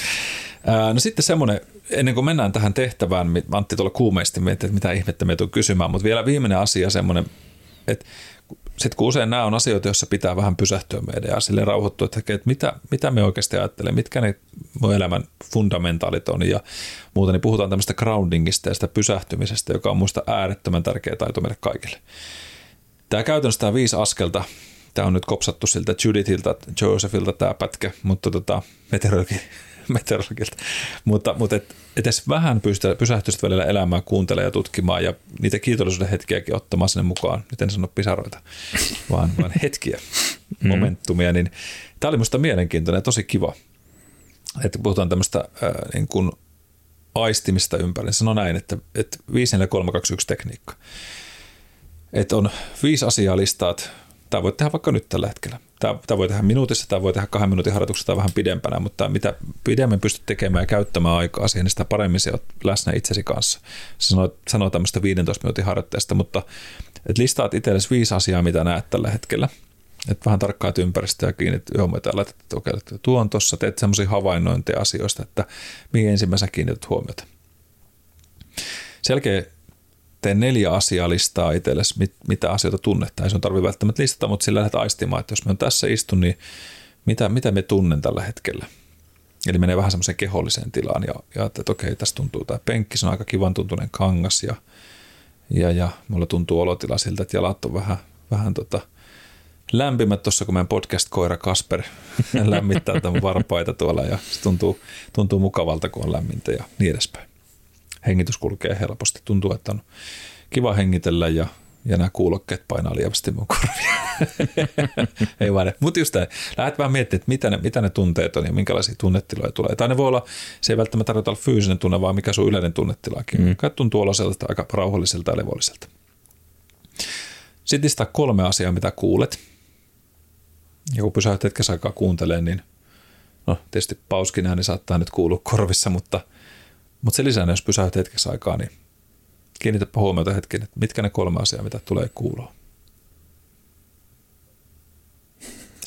No sitten semmoinen, ennen kuin mennään tähän tehtävään, Antti tuolla kuumeisesti miettii, että mitä ihmettä me tuun kysymään, mutta vielä viimeinen asia semmoinen, että sitten kun usein nämä on asioita, joissa pitää vähän pysähtyä meidän ja silleen rauhoittua, että mitä me oikeasti ajattelee, mitkä ne mun elämän fundamentaalit on ja muuta, niin puhutaan tämmöistä groundingista ja sitä pysähtymisestä, joka on muista äärettömän tärkeä taito meille kaikille. Käytännössä tämä 5 askelta, tämä on nyt kopsattu siltä Judithilta, Josephilta tämä pätkä, mutta meteorologilta. Mutta edes vähän pysähtyisit välillä elämään, kuuntelemaan ja tutkimaan ja niitä kiitollisuuden hetkiäkin ottamaan sinne mukaan. Nyt en sano pisaroita, vaan hetkiä, momentumia. Niin tämä oli minusta mielenkiintoinen ja tosi kiva, että puhutaan tämmöistä niin kuin aistimista ympäri. Sano näin, että 5, 4, 3, 2, 1 tekniikka. Että on 5 asiaa listaat. Tämä voi tehdä vaikka nyt tällä hetkellä. Tämä voi tehdä minuutissa, tämä voi tehdä 2 minuutin harjoituksessa tai vähän pidempänä, mutta mitä pidemmän pystyt tekemään ja käyttämään aikaa siihen, niin sitä paremmin se olet läsnä itsesi kanssa. Sanoo tämmöistä 15 minuutin harjoitteesta, mutta että listaat itsellesi 5 asiaa, mitä näet tällä hetkellä. Että vähän tarkkaat ympäristöä ja kiinnit huomiota ja laitat, että okei, tuo on tuossa, teet semmoisia havainnointeja asioista, että mihin ensimmäisenä kiinnität huomiota. Sen jälkeen tee 4 asiaa listaa itsellesi, mitä asioita tunnetta. Ei sun tarvitse välttämättä listata, mutta sillä lähdet aistimaan, että jos me on tässä istun, niin mitä me tunnen tällä hetkellä. Eli menee vähän semmoiseen keholliseen tilaan ja että okei, tässä tuntuu tämä penkki, se on aika kivan tuntunen kangas ja mulla tuntuu olotila siltä, että jalat on vähän lämpimät tuossa, kun meidän podcast-koira Kasper lämmittää tämän varpaita tuolla ja se tuntuu mukavalta, kun on lämmintä ja niin edespäin. Hengitys kulkee helposti. Tuntuu, että on kiva hengitellä ja nämä kuulokkeet painaa lievästi mun korvia. Ei vaan. Mutta just tämä, lähdet vähän miettimään, että mitä ne tunteet on ja minkälaisia tunnetiloja tulee. Tai ne voi olla, se ei välttämättä tarvitse olla fyysinen tunne, vaan mikä sun yleinen tunnetilaakin. Mikä tuntuu oloselta aika rauhalliselta ja levolliselta. Sitten listaa 3 asiaa, mitä kuulet. Ja kun pysähdyt hetkessä aikaa kuuntelemaan, niin no tietysti pauskin ääni saattaa nyt kuulua korvissa, mutta sen lisänä, jos pysähdyt hetkessä aikaa, niin kiinnitäpä huomiota hetken, että mitkä ne 3 asiaa, mitä tulee kuulua.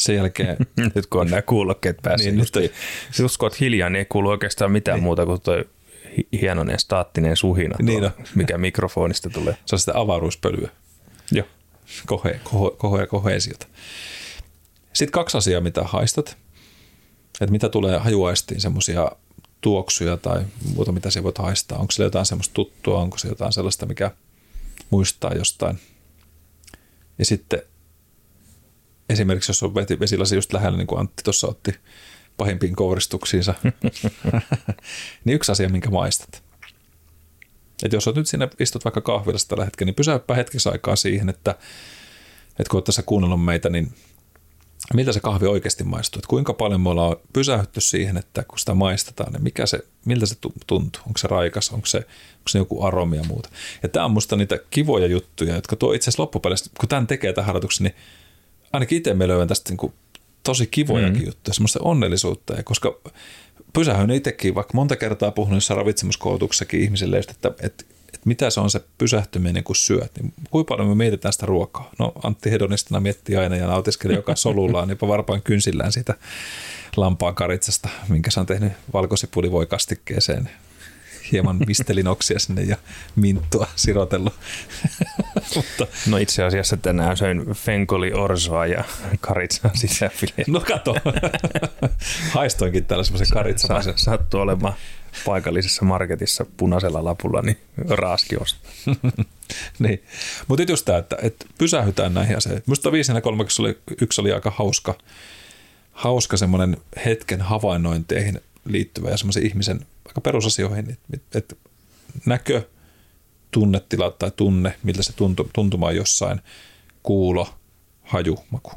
Sen jälkeen... Nyt kun on nämä kuulokkeet päässä. Niin, just kun olet hiljaa, niin ei kuulu oikeastaan mitään muuta kuin tuo hienoinen staattinen suhina, mikä mikrofonista tulee. Se on sitä avaruuspölyä. Joo. Koheesiota. Sitten 2 asiaa, mitä haistat. Että mitä tulee hajuaistiin, semmoisia tuoksuja tai muuta, mitä se voit haistaa. Onko se jotain semmoista tuttua, onko se jotain sellaista, mikä muistaa jostain. Ja sitten esimerkiksi, jos on vesilasi just lähellä, niin kuin Antti tuossa otti pahimpiin kouristuksiinsa, niin yksi asia, minkä maistat. Että jos olet nyt siinä, istut vaikka kahvilassa tällä hetkellä, niin pysäyppä hetkessä aikaa siihen, että kun olet tässä kuunnellut meitä, niin miltä se kahvi oikeasti maistuu. Että kuinka paljon me ollaan pysähdytty siihen, että kun sitä maistetaan, niin miltä se tuntuu. Onko se raikas, onko se joku aromi ja muuta. Ja tämä on musta niitä kivoja juttuja, jotka tuo itse asiassa loppupeleissä, kun tämän tekee tämän harjoituksen, niin ainakin itse me löydän tästä niin kuin tosi kivojakin juttuja, semmoista onnellisuutta. Ja koska pysähyn itsekin, vaikka monta kertaa puhunut jossain ravitsemuskoulutuksessakin ihmisille, että mitä se on se pysähtyminen, kun syöt, niin kuinka paljon me mietitään sitä ruokaa. No Antti hedonistina miettii aina ja nautiskelee joka solullaan, jopa varpaan kynsillään siitä lampaan karitsasta, minkä se on tehnyt valkosipulivoikastikkeeseen. Hieman vistelinoksia sinne ja minttua sirotellut. No itse asiassa tänään söin fenkoli orsoa ja karitsaa sisäfileen. No kato, haistoinkin täällä semmoisen karitsan. Sattuu olemaan paikallisessa marketissa punaisella lapulla, niin raaski ostaa. Niin, mutta just tämä, että pysähytään näihin asioihin. Minusta 5.3. yksi oli aika hauska semmoinen hetken havainnointeihin liittyvä ja semmoisen ihmisen aika perusasioihin, että näkö, tunnetila tai tunne, miltä se tuntuma on jossain, kuulo, haju, maku.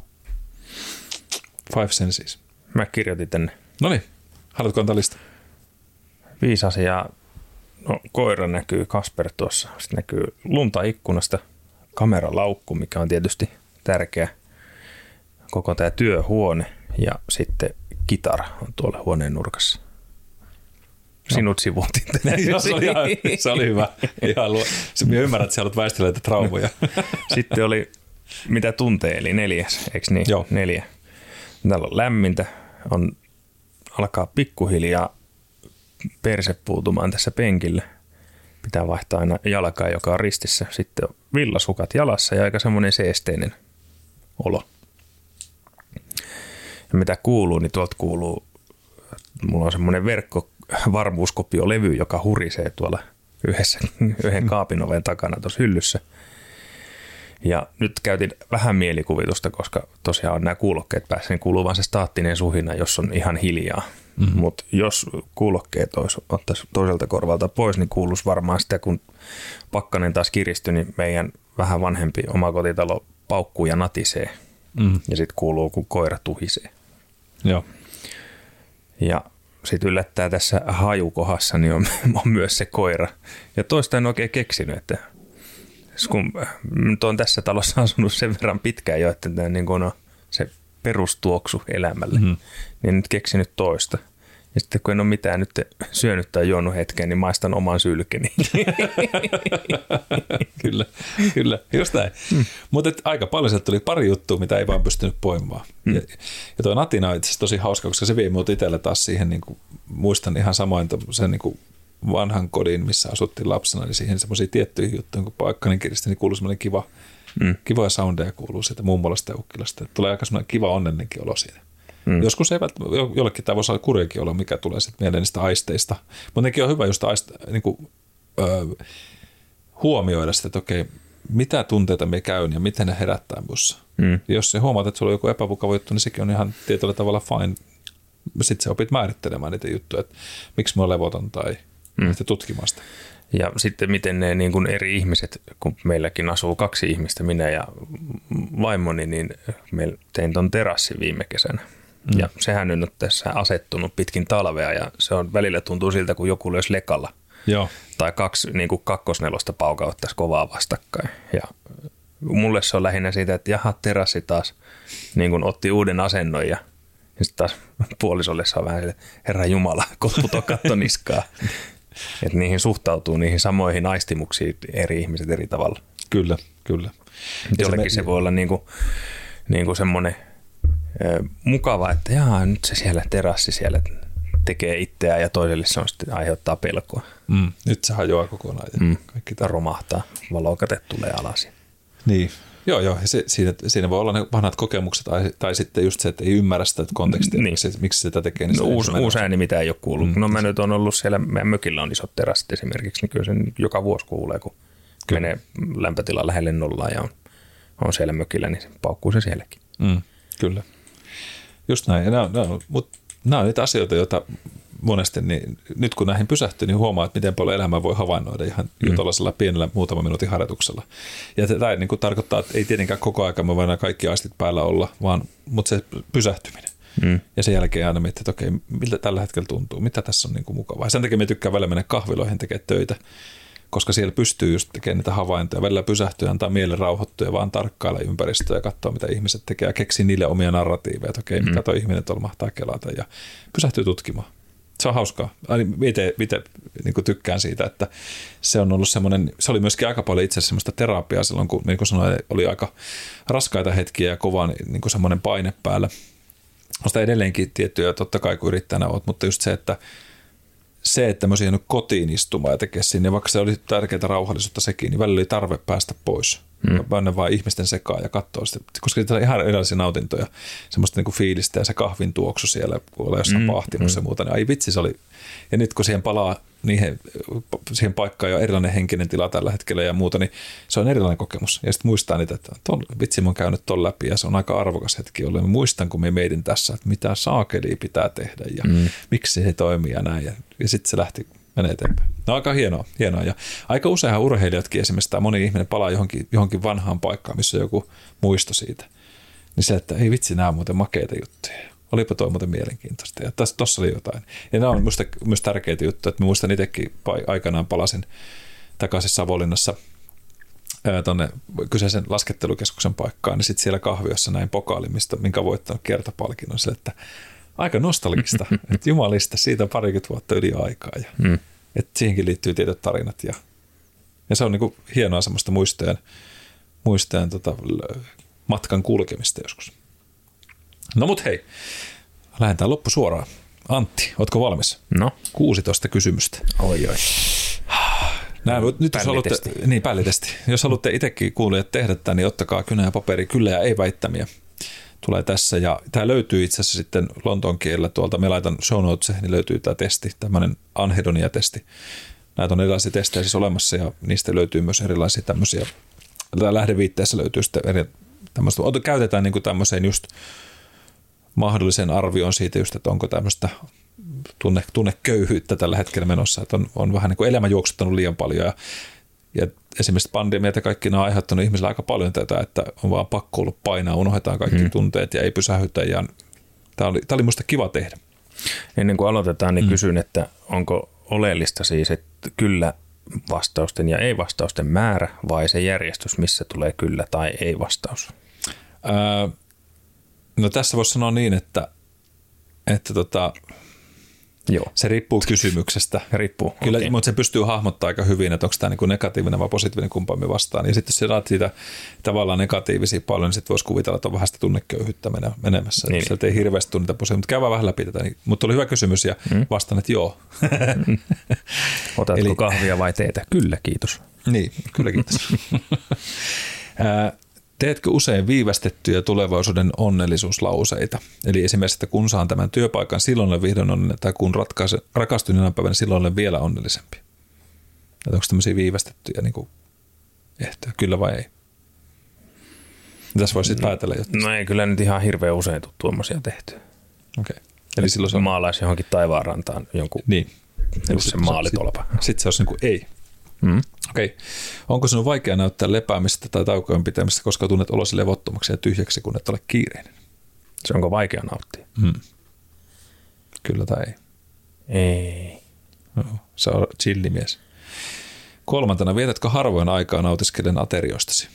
5 senses. Mä kirjoitin tänne. No niin, haluatko antaa lista? 5 asiaa. No, koira näkyy, Kasper tuossa. Sitten näkyy lunta ikkunasta, kameralaukku, mikä on tietysti tärkeä. Koko tämä työhuone ja sitten kitara on tuolla huoneen nurkassa. Sinut sivuutin. Se oli hyvä. Minä ymmärrän, että sä haluat väistellä näitä traumoja. Sitten oli, mitä tuntee, eli 4, eikö niin? Joo. 4. Täällä on lämmintä, alkaa pikkuhiljaa perse puutumaan tässä penkillä. Pitää vaihtaa aina jalkaa, joka on ristissä. Sitten on villasukat jalassa ja aika semmoinen seesteinen olo. Ja mitä kuuluu, niin tuolta kuuluu, mulla on semmoinen verkkovarmuuskopiolevy, joka hurisee tuolla yhden kaapin oven takana tuossa hyllyssä. Ja nyt käytin vähän mielikuvitusta, koska tosiaan on nämä kuulokkeet päässä, niin kuuluu vaan se staattinen suhina, jos on ihan hiljaa. Mm-hmm. Mutta jos kuulokkeet ottaisi toiselta korvalta pois, niin kuuluisi varmaan sitä, kun pakkanen taas kiristyi, niin meidän vähän vanhempi omakotitalo paukkuu ja natisee. Mm-hmm. Ja sitten kuuluu, kun koira tuhisee. Joo. Ja sitten yllättää tässä hajukohdassa, niin on myös se koira. Ja toista en oikein keksinyt, että kun nyt on tässä talossa asunut sen verran pitkään jo, että tämä niin kuin on se perustuoksu elämälle, niin nyt keksinyt toista. Ja sitten kun en ole mitään nyt syönyt tai juonut hetkeen, niin maistan oman sylkeni. Kyllä, just näin. Mutta aika paljon sieltä tuli pari juttua, mitä ei vaan pystynyt poimaan. Ja tuo Natina on itse asiassa tosi hauska, koska se vei minut itsellä taas siihen, niin kuin, muistan ihan samoin sen niin kuin vanhan kodin, missä asuttiin lapsena, niin siihen semmoisia tiettyihin juttuihin, kun paikkainen kiristi, niin kuului semmoinen kivoja soundeja kuuluu siitä mummolasta ja ukkilasta. Tulee aika semmoinen kiva onnellinenkin olo siinä. Joskus ei jollekin tämä voisi olla kurjakin olo, mikä tulee sitten mieleen niistä aisteista. Mutta nekin on hyvä just huomioida sitä, että okei, mitä tunteita me käyn ja miten ne herättää minussa. Jos se huomaat, että sulla on joku epämukava juttu, niin sekin on ihan tietyllä tavalla fine. Sitten sä opit määrittelemään niitä juttuja, että miksi mä oon levoton tai tutkimaan sitä. Ja sitten miten ne niin kuin eri ihmiset, kun meilläkin asuu 2 ihmistä, minä ja vaimoni, niin meillä tein ton terassin viime kesänä. Ja sehän on nyt tässä asettunut pitkin talvea ja se on välillä tuntuu siltä, kun joku löisi lekalla. Joo. Tai 2 niin kuin 2/4 paukauttaisi kovaa vastakkain. Ja mulle se on lähinnä siitä, että jaha, terassi taas niin kuin otti uuden asennon ja sitten taas puolisolle se on vähän sille, herra jumala, kotputo katto niskaa. Että niihin suhtautuu niihin samoihin aistimuksiin eri ihmiset eri tavalla. Kyllä. Jollekin se voi olla niin kuin semmoinen mukava, että nyt se siellä terassi siellä tekee itseään ja toiselle se on sitten aiheuttaa pelkoa. Nyt se hajoaa kokonaan ja kaikki romahtaa, valokate tulee alas. Niin, joo, ja siinä voi olla ne vanhat kokemukset tai sitten just se, että ei ymmärrä sitä kontekstia, miksi sitä tekee. Niin uusi ääni, mitä ei ole kuullut. No mä nyt on ollut siellä, meidän mökillä on isot terassit esimerkiksi, niin kyllä sen joka vuosi kuulee, kun menee lämpötila lähelle nollaan ja on siellä mökillä, niin paukkuu se sielläkin. Kyllä, just näin. Mutta nämä on niitä asioita, joita monesti, niin nyt kun näihin pysähtyy, niin huomaa, että miten paljon elämää voi havainnoida ihan tuollaisella pienellä muutaman minuutin harjoituksella. Ja tämä niin kuin tarkoittaa, että ei tietenkään koko ajan me voidaan kaikki aistit päällä olla, mutta se pysähtyminen. Ja sen jälkeen aina miettii, että okei, miltä tällä hetkellä tuntuu, mitä tässä on niin kuin mukavaa. Ja sen takia me tykkään välillä mennä kahviloihin tekemään töitä, koska siellä pystyy just tekemään niitä havaintoja, välillä pysähtyä, antaa mielen rauhoittua ja vaan tarkkailla ympäristöä ja katsoa, mitä ihmiset tekee ja keksii niille omia narratiiveja, että okei, mikä tuo ihminen tuolla mahtaa kelata ja pysähtyy tutkimaan. Se on hauskaa. Itse niin tykkään siitä, että se on ollut semmoinen, se oli myöskin aika paljon itse asiassa semmoista terapiaa silloin, kun niin kuin sanoin, oli aika raskaita hetkiä ja kova niin kuin semmoinen paine päällä. On sitä edelleenkin tiettyjä, totta kai kun yrittäjänä olet, mutta just se, että mä olisin jäänyt kotiin istumaan ja tekemään sinne, vaikka se oli tärkeää rauhallisuutta sekin, niin välillä oli tarve päästä pois. Mennä vaan ihmisten sekaan ja katsoa sitä, koska siitä on ihan erilaisia nautintoja, semmoista niinku fiilistä ja se kahvin tuoksu siellä, kun ollaan jossain paahtimassa ja muuta, niin ai vitsi se oli. Ja nyt kun siihen palaa siihen paikkaan jo erilainen henkinen tila tällä hetkellä ja muuta, niin se on erilainen kokemus. Ja sitten muistaa niitä, että vitsi mä oon käynyt ton läpi ja se on aika arvokas hetki, jolloin mä muistan, kun me mietin tässä, että mitä saakeliä pitää tehdä ja miksi se toimii ja näin. Ja sitten se lähti menee eteenpäin. No aika hienoa. Ja aika useinhan urheilijatkin esimerkiksi, tai moni ihminen palaa johonkin vanhaan paikkaan, missä on joku muisto siitä. Niin se, että ei vitsi, nämä on muuten makeita juttuja. Olipa toi muuten mielenkiintoista. Ja tossa oli jotain. Ja nämä on minusta myös tärkeitä juttuja, että mä muistan itsekin aikanaan palasin takaisin Savonlinnassa tuonne kyseisen laskettelukeskuksen paikkaan, niin sitten siellä kahviossa näin pokaali, minkä voittanut kiertopalkinnon sille, että aika nostalgista, että jumalista, siitä on parikymmentä vuotta yli aikaa. Ja, että siihenkin liittyy tietyt tarinat. Ja se on niin kuin hienoa semmoista muistojen matkan kulkemista joskus. No mut hei, lähdetään loppu suoraan. Antti, ootko valmis? No. 16 kysymystä. Oi. Nyt jos haluatte, pällitesti. Jos haluatte itsekin kuulijat tehdä tämän, niin ottakaa kynä ja paperi, kyllä ja ei väittämiä. Tulee tässä ja tämä löytyy itse asiassa sitten lontoon kielellä tuolta, me laitan show notesihin, niin löytyy tämä testi, tämmöinen anhedonia-testi. Näitä on erilaisia testejä siis olemassa ja niistä löytyy myös erilaisia tämmöisiä, lähdeviitteessä löytyy sitten tämmöistä, käytetään niin kuin tämmöiseen just mahdollisen arvioon siitä just, että onko tämmöistä tunneköyhyyttä tällä hetkellä menossa, että on vähän niin kuin elämä juoksuttanut liian paljon ja esimerkiksi pandemiat ja kaikki nämä on aiheuttanut ihmisille aika paljon tätä, että on vaan pakko ollut painaa, unohdetaan kaikki tunteet ja ei pysähytä ja tämä oli musta kiva tehdä. Ennen kuin aloitetaan, niin kysyn, että onko oleellista siis, että kyllä vastausten ja ei-vastausten määrä vai se järjestys, missä tulee kyllä tai ei-vastaus? No tässä voisi sanoa niin, että joo. Se riippuu kysymyksestä. Riippuu. Kyllä, okay. Mutta se pystyy hahmottamaan aika hyvin, että onko tämä niin negatiivinen vai positiivinen kumpaamme vastaan. Ja sitten jos saat siitä tavallaan negatiivisia paljon, niin sitten voisi kuvitella, että on vähän sitä tunneköyhyyttä menemässä. Niin. Sieltä ei hirveästi tunneta positiivista, mutta käydään vähän läpi tätä. Mutta oli hyvä kysymys ja vastaan, että joo. Otatko kahvia vai teetä? Kyllä, kiitos. Niin, kyllä kiitos. Teetkö usein viivästettyjä tulevaisuuden onnellisuuslauseita? Eli esimerkiksi, että kun saan tämän työpaikan, silloin olen vihdoin onnellinen, tai kun rakastun jonain päivänä, silloin olen vielä onnellisempi. Että onko tämmöisiä viivästettyjä niin kuin ehtoja, kyllä vai ei? Tässä voisi sitten päätellä jotain. No ei kyllä nyt ihan hirveän usein tule tuommoisia tehtyä. Okei. Eli silloin se maalaisi johonkin taivaanrantaan jonkun sen maalitolpa. Sitten se olisi niin kuin ei. Okei. Onko sinun vaikea näyttää lepäämistä tai taukojen pitämistä, koska tunnet olosi levottomaksi ja tyhjäksi, kun et ole kiireinen? Se onko vaikea nauttia? Kyllä tai ei? Ei. No, se on chillimies. 3. Vietätkö harvoin aikaa nautiskellen aterioistasi?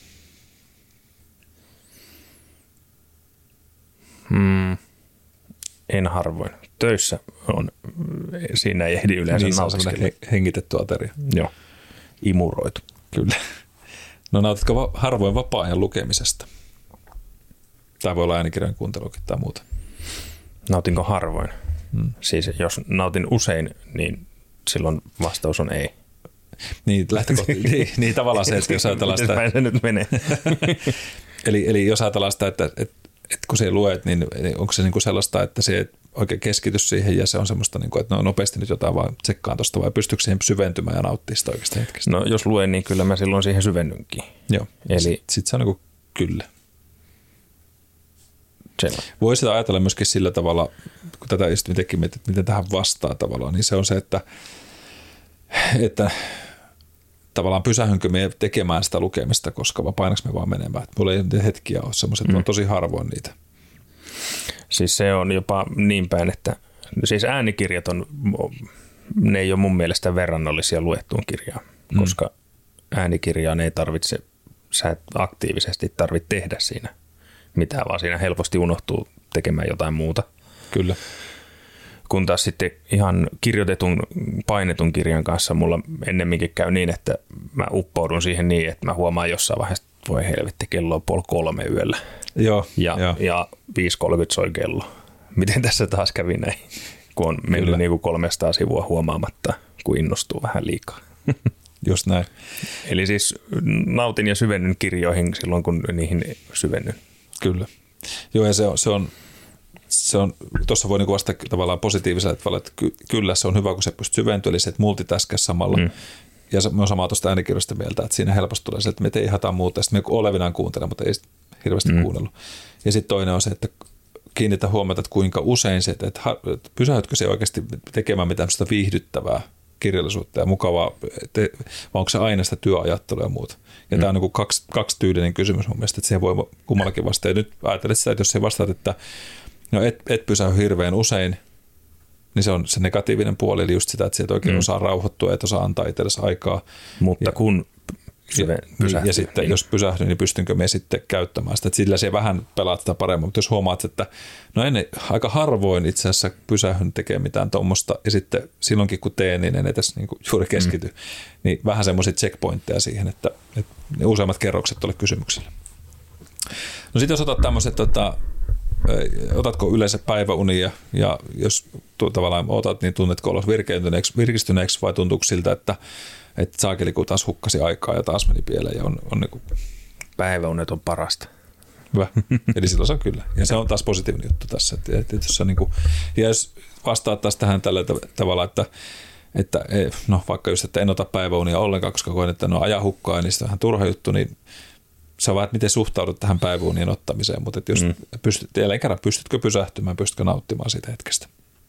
En harvoin. Töissä on, siinä ei ehdi yleensä nautiskella. Niin, hengitetty ateria. Joo. Imuroitu. Kyllä. No nautitko harvoin vapaa-ajan lukemisesta? Tai voi olla äänikirjan kuuntelukin tai muuta. Nautinko harvoin? Siis jos nautin usein, niin silloin vastaus on ei. Niin, niin tavallaan se, että jos ajatellaan sitä... se nyt menee. eli jos ajatellaan sitä, että kun se luet, niin onko se niinku sellaista, että se oikein keskity siihen ja se on semmoista, niinku, että nopeasti nyt jotain vaan tsekkaan tuosta vai pystyykö siihen syventymään ja nauttia sitä oikeasta hetkestä? No jos luen, niin kyllä mä silloin siihen syvennynkin. Joo, eli sitten se on niinku kyllä. Voi sitä ajatella myöskin sillä tavalla, kun tätä itsekin mietit, että miten tähän vastaa tavallaan, niin se on se, että tavallaan pysähynkö me tekemään sitä lukemista, koska vai painaks me vaan menemään. Mulla ei hetkiä ole semmoiset, on tosi harvoin niitä. Siis se on jopa niin päin, että siis äänikirjat ne ei ole mun mielestä verrannollisia luettuun kirjaan, koska äänikirjaan ei tarvitse, sä et aktiivisesti tarvitse tehdä siinä mitään, vaan siinä helposti unohtuu tekemään jotain muuta. Kyllä. Kun taas sitten ihan kirjoitetun, painetun kirjan kanssa mulla ennemminkin käy niin, että mä uppoudun siihen niin, että mä huomaan jossain vaiheessa, että voi helvetti, kello on 2:30 yöllä. Joo, ja 5:30 soi kello. Miten tässä taas kävi näin, kun on mennyt niin kuin 300 sivua huomaamatta, kun innostuu vähän liikaa. Just näin. Eli siis nautin ja syvennyn kirjoihin silloin, kun niihin syvennyn. Kyllä. Joo, ja se on tuossa voi niinku vastata tavallaan positiivisella tavalla, että kyllä se on hyvä, kun se pystyy syventyä, eli se, että multitaskea samalla. Ja se on samaa tuosta äänikirjoista mieltä, että siinä helposti tulee se, että me ei ihan muuta, ja sitten me olevinaan kuuntele, mutta ei hirveästi kuunnellut. Ja sitten toinen on se, että kiinnitä huomiota, että kuinka usein se, että pysähytkö se oikeasti tekemään mitään viihdyttävää kirjallisuutta ja mukavaa, vai onko se aina sitä työajattelua ja muuta. Ja tämä on niin kaksityylinen kysymys mun mielestä, että siihen voi kummallakin vastata. Ja nyt ajattelet sitä, että jos sä vastaat, että no et pysähy hirveän usein, niin se on se negatiivinen puoli, eli just sitä, että sieltä oikein osaa rauhoittua, et osaa antaa itsellesi aikaa. Mutta kun pysähtyy. Ja sitten jos pysähdyn, niin pystynkö me sitten käyttämään sitä, että sillä se vähän pelaat sitä paremmin, mutta jos huomaat, että no aika harvoin itse asiassa pysähdyn tekemään mitään tuommoista, ja sitten silloinkin kun teen, niin en edes niin juuri keskity, niin vähän semmoisia checkpointteja siihen, että ne useammat kerrokset ole kysymyksellä. No sitten jos otat tämmöiset, otatko yleensä päiväunia, ja jos tavallaan otat, niin tunnetko olla virkistyneeksi vai tuntuuko siltä, että saakeli kun taas hukkasi aikaa ja taas meni pieleen ja on niin kuin... Päiväunet on parasta. Hyvä. Eli silloin se on kyllä. Ja se on taas positiivinen juttu tässä. Että jos niin kuin, ja jos vastaat taas tähän tällä tavalla, että no vaikka just, että en ota päiväunia ollenkaan, koska koen, että no aja hukkaa, niin se on vähän turha juttu, niin se on vähän, että miten suhtaudut tähän päiväunien ottamiseen, mutta että jos pystytkö pysähtymään, pystytkö nauttimaan siitä hetkestä.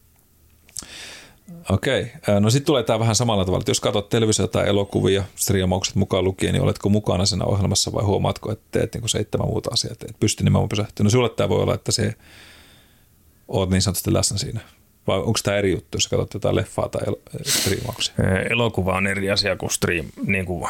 Okei. No sitten tulee tämä vähän samalla tavalla, että jos katsot televisiota tai elokuvia, striimaukset mukaan lukien, niin oletko mukana siinä ohjelmassa vai huomaatko, että teet niin 7 muuta asiaa, että et pysty nimenomaan pysähtymään. No sulle tämä voi olla, että se oot niin sanotusti läsnä siinä. Vai onko tämä eri juttu, jos katsot jotain leffaa tai striimauksia? Elokuva on eri asia kuin niin kuin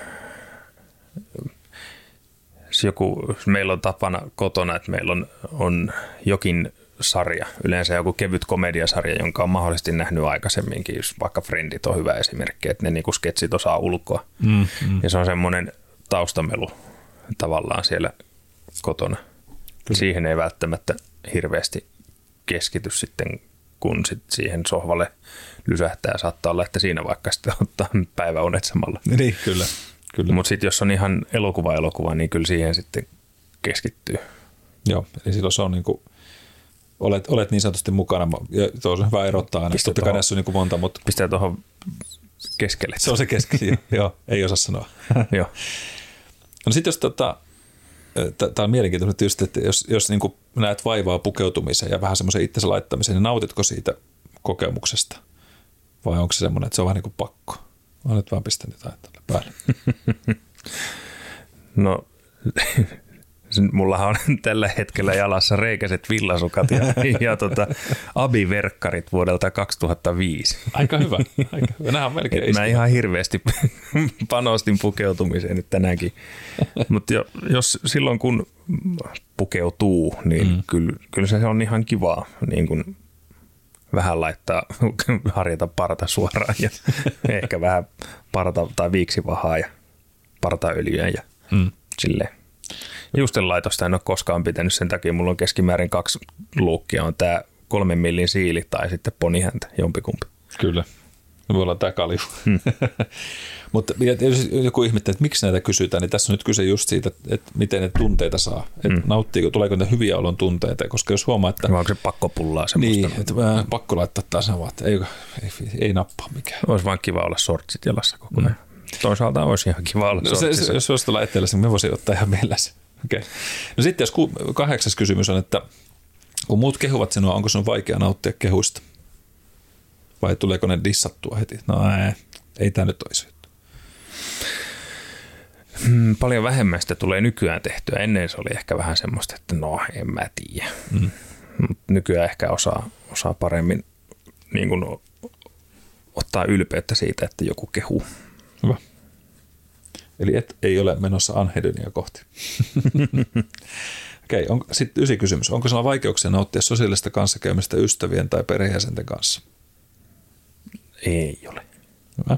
meillä on tapana kotona, että meillä on jokin sarja, yleensä joku kevyt komediasarja, jonka on mahdollisesti nähnyt aikaisemminkin, jos vaikka Friendit on hyvä esimerkki, että ne niinku sketsit osaa ulkoa. Ja se on semmoinen taustamelu tavallaan siellä kotona. Kyllä. Siihen ei välttämättä hirveästi keskity sitten, kun sit siihen sohvalle lysähtää. Saattaa olla, että siinä vaikka sitten ottaa päiväunet samalla. Niin, kyllä. Mutta sitten jos on ihan elokuva, niin kyllä siihen sitten keskittyy. Joo, eli silloin se on niinku Olet niin sanotusti mukana, ja tuo on hyvä erottaa aina. Totta kai näissä on niin monta, mutta... Pistää tuohon keskelle. Se on se keskelle, joo, ei osaa sanoa. Joo. No sitten jos tämä on mielenkiintoista tietysti, että jos niin kuin näet vaivaa pukeutumiseen ja vähän semmoisen itsensä laittamiseen, niin nautitko siitä kokemuksesta? Vai onko se semmoinen, että se on vähän niin kuin pakko? Mä nyt vaan pistän jotain tälle päälle. No... Mullahan on tällä hetkellä jalassa reikäiset villasukat ja abiverkkarit vuodelta 2005. Aika hyvä. Nämä on melkein mä ihan hirveästi panostin pukeutumiseen nyt tänäänkin. Mutta jos silloin kun pukeutuu, niin kyllä se on ihan kivaa niin kun vähän harjata parta suoraan ja ehkä vähän parta tai viiksivahaa ja partaöljyä ja silleen. Juustenlaitosta en ole koskaan pitänyt, sen takia mulla on keskimäärin 2 luukkia. On tää 3 millin siili tai sitten ponihäntä, jompikumpi. Kyllä. Me voi olla tää kalju. Mutta jos joku ihmettelee, että miksi näitä kysytään, niin tässä on nyt kyse just siitä, että miten ne tunteita saa. Että nauttiiko, tuleeko ne hyviä olon tunteita, koska jos huomaa, että... Onko se pakko pullaa semmoista? Niin, että pakko laittaa taas että ei nappaa mikään. Olisi vaan kiva olla sortsit jalassa koko ajan. Toisaalta olisi ihan kiva olla sortsissa. Jos olisi tuolla etelässä, niin me voisin ottaa ihan mielessä. Okay. No sitten jos 8. kysymys on, että kun muut kehuvat sinua, onko sinun vaikea nauttia kehuista? Vai tuleeko ne dissattua heti? No ei tämä nyt olisi. Paljon vähemmän sitä tulee nykyään tehtyä. Ennen se oli ehkä vähän semmoista, että no en mä tiedä. Nykyään ehkä osaa paremmin niin kuin ottaa ylpeyttä siitä, että joku kehuu. Hyvä. Eli ei ole menossa anhedonia kohti. Okei, sitten 9 kysymys. Onko sinulla vaikeuksia nauttia sosiaalista kanssakäymistä ystävien tai perheenjäsenten kanssa? Ei ole. Hyvä.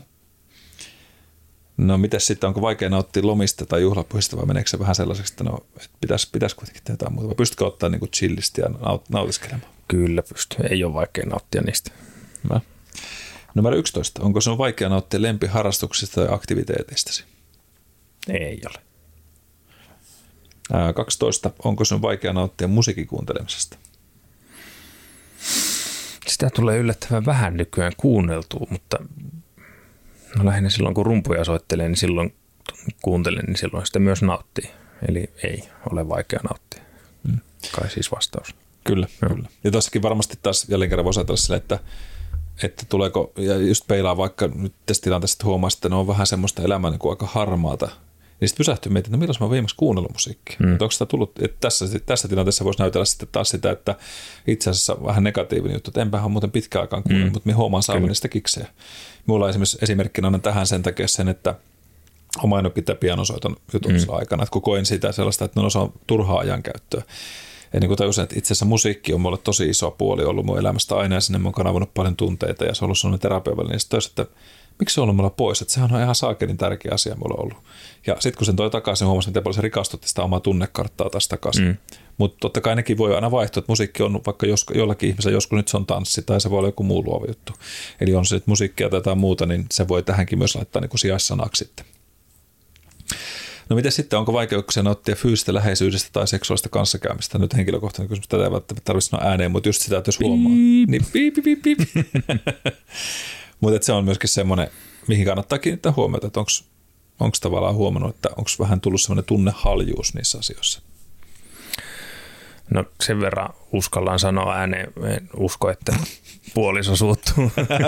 No mitäs sitten, onko vaikea nauttia lomista tai juhlapuhista vai meneekö se vähän sellaiseksi, että pitäisi kuitenkin tehdä jotain muuta? Vai pystytkö ottaa niin kuin chillisti ja nautiskelemaan? Kyllä pystyy. Ei ole vaikea nauttia niistä. Hyvä. Numero 11. Onko sinun vaikea nauttia lempiharrastuksista tai aktiviteeteistasi? Ei ole. 12. Onko sinun vaikea nauttia musiikin kuuntelemisesta? Sitä tulee yllättävän vähän nykyään kuunneltua, mutta lähinnä silloin kun rumpuja soittelee, niin silloin kuuntelen, niin silloin sitä myös nauttii. Eli ei ole vaikea nauttia. Kai siis vastaus. Kyllä. Ja tossakin varmasti taas jälleen kerran voisi ajatella sille, että tuleeko, ja just peilaa vaikka nyt tässä tilanteessa, että huomaa, että ne on vähän semmoista elämää niin kuin aika harmaata. Niin sitten pysähtyy miettimään, että milloin mä oon viimeksi kuunnellut musiikkia. Että onko sitä tullut, että tässä tilanteessa voisi näytellä sitten taas sitä, että itse asiassa vähän negatiivinen juttu, että enpähän muuten pitkään aikaan kuunnellut, mutta me huomaan saavani sitä kiksejä. Mulla on esimerkkinä aina tähän sen takia sen, että oma ainakin tämä pianosoiton jutun aikana, että kun koin sitä sellaista, että se on turhaa ajankäyttöä. Ja niin kuin tajusin, että itse asiassa musiikki on mulle tosi iso puoli ollut mun elämästä aina ja sinne mä oon kanavannut paljon tunteita ja se on ollut sellainen terapeutallinen. Ja sitten että miksi se on ollut mulla pois, että sehän on ihan saakelin tärkeä asia mulla ollut. Ja sitten kun sen toi takaisin, huomasin, että paljon se rikastutti sitä omaa tunnekarttaa taas takaisin. Mutta totta kai nekin voi aina vaihtua, että musiikki on vaikka jollakin ihmisellä, joskus nyt se on tanssi tai se voi olla joku muu luova juttu. Eli on se sitten musiikkia tai jotain muuta, niin se voi tähänkin myös laittaa niin kuin sijaissanaksi sitten. No miten sitten, onko vaikeuksia nauttia fyysistä läheisyydestä tai seksuaalista kanssakäymistä? Nyt henkilökohtainen kysymys, tätä ei välttämättä tarvitse sanoa ääneen, mutta just sitä, että jos huomaa. Niin piip. Mutta se on myöskin semmoinen, mihin kannattaa kiinnittää huomiota, että onko tavallaan huomannut, että onko vähän tullut semmoinen tunnehaljuus niissä asioissa? No sen verran uskallaan sanoa ääneen, en usko, että puoliso suuttuu.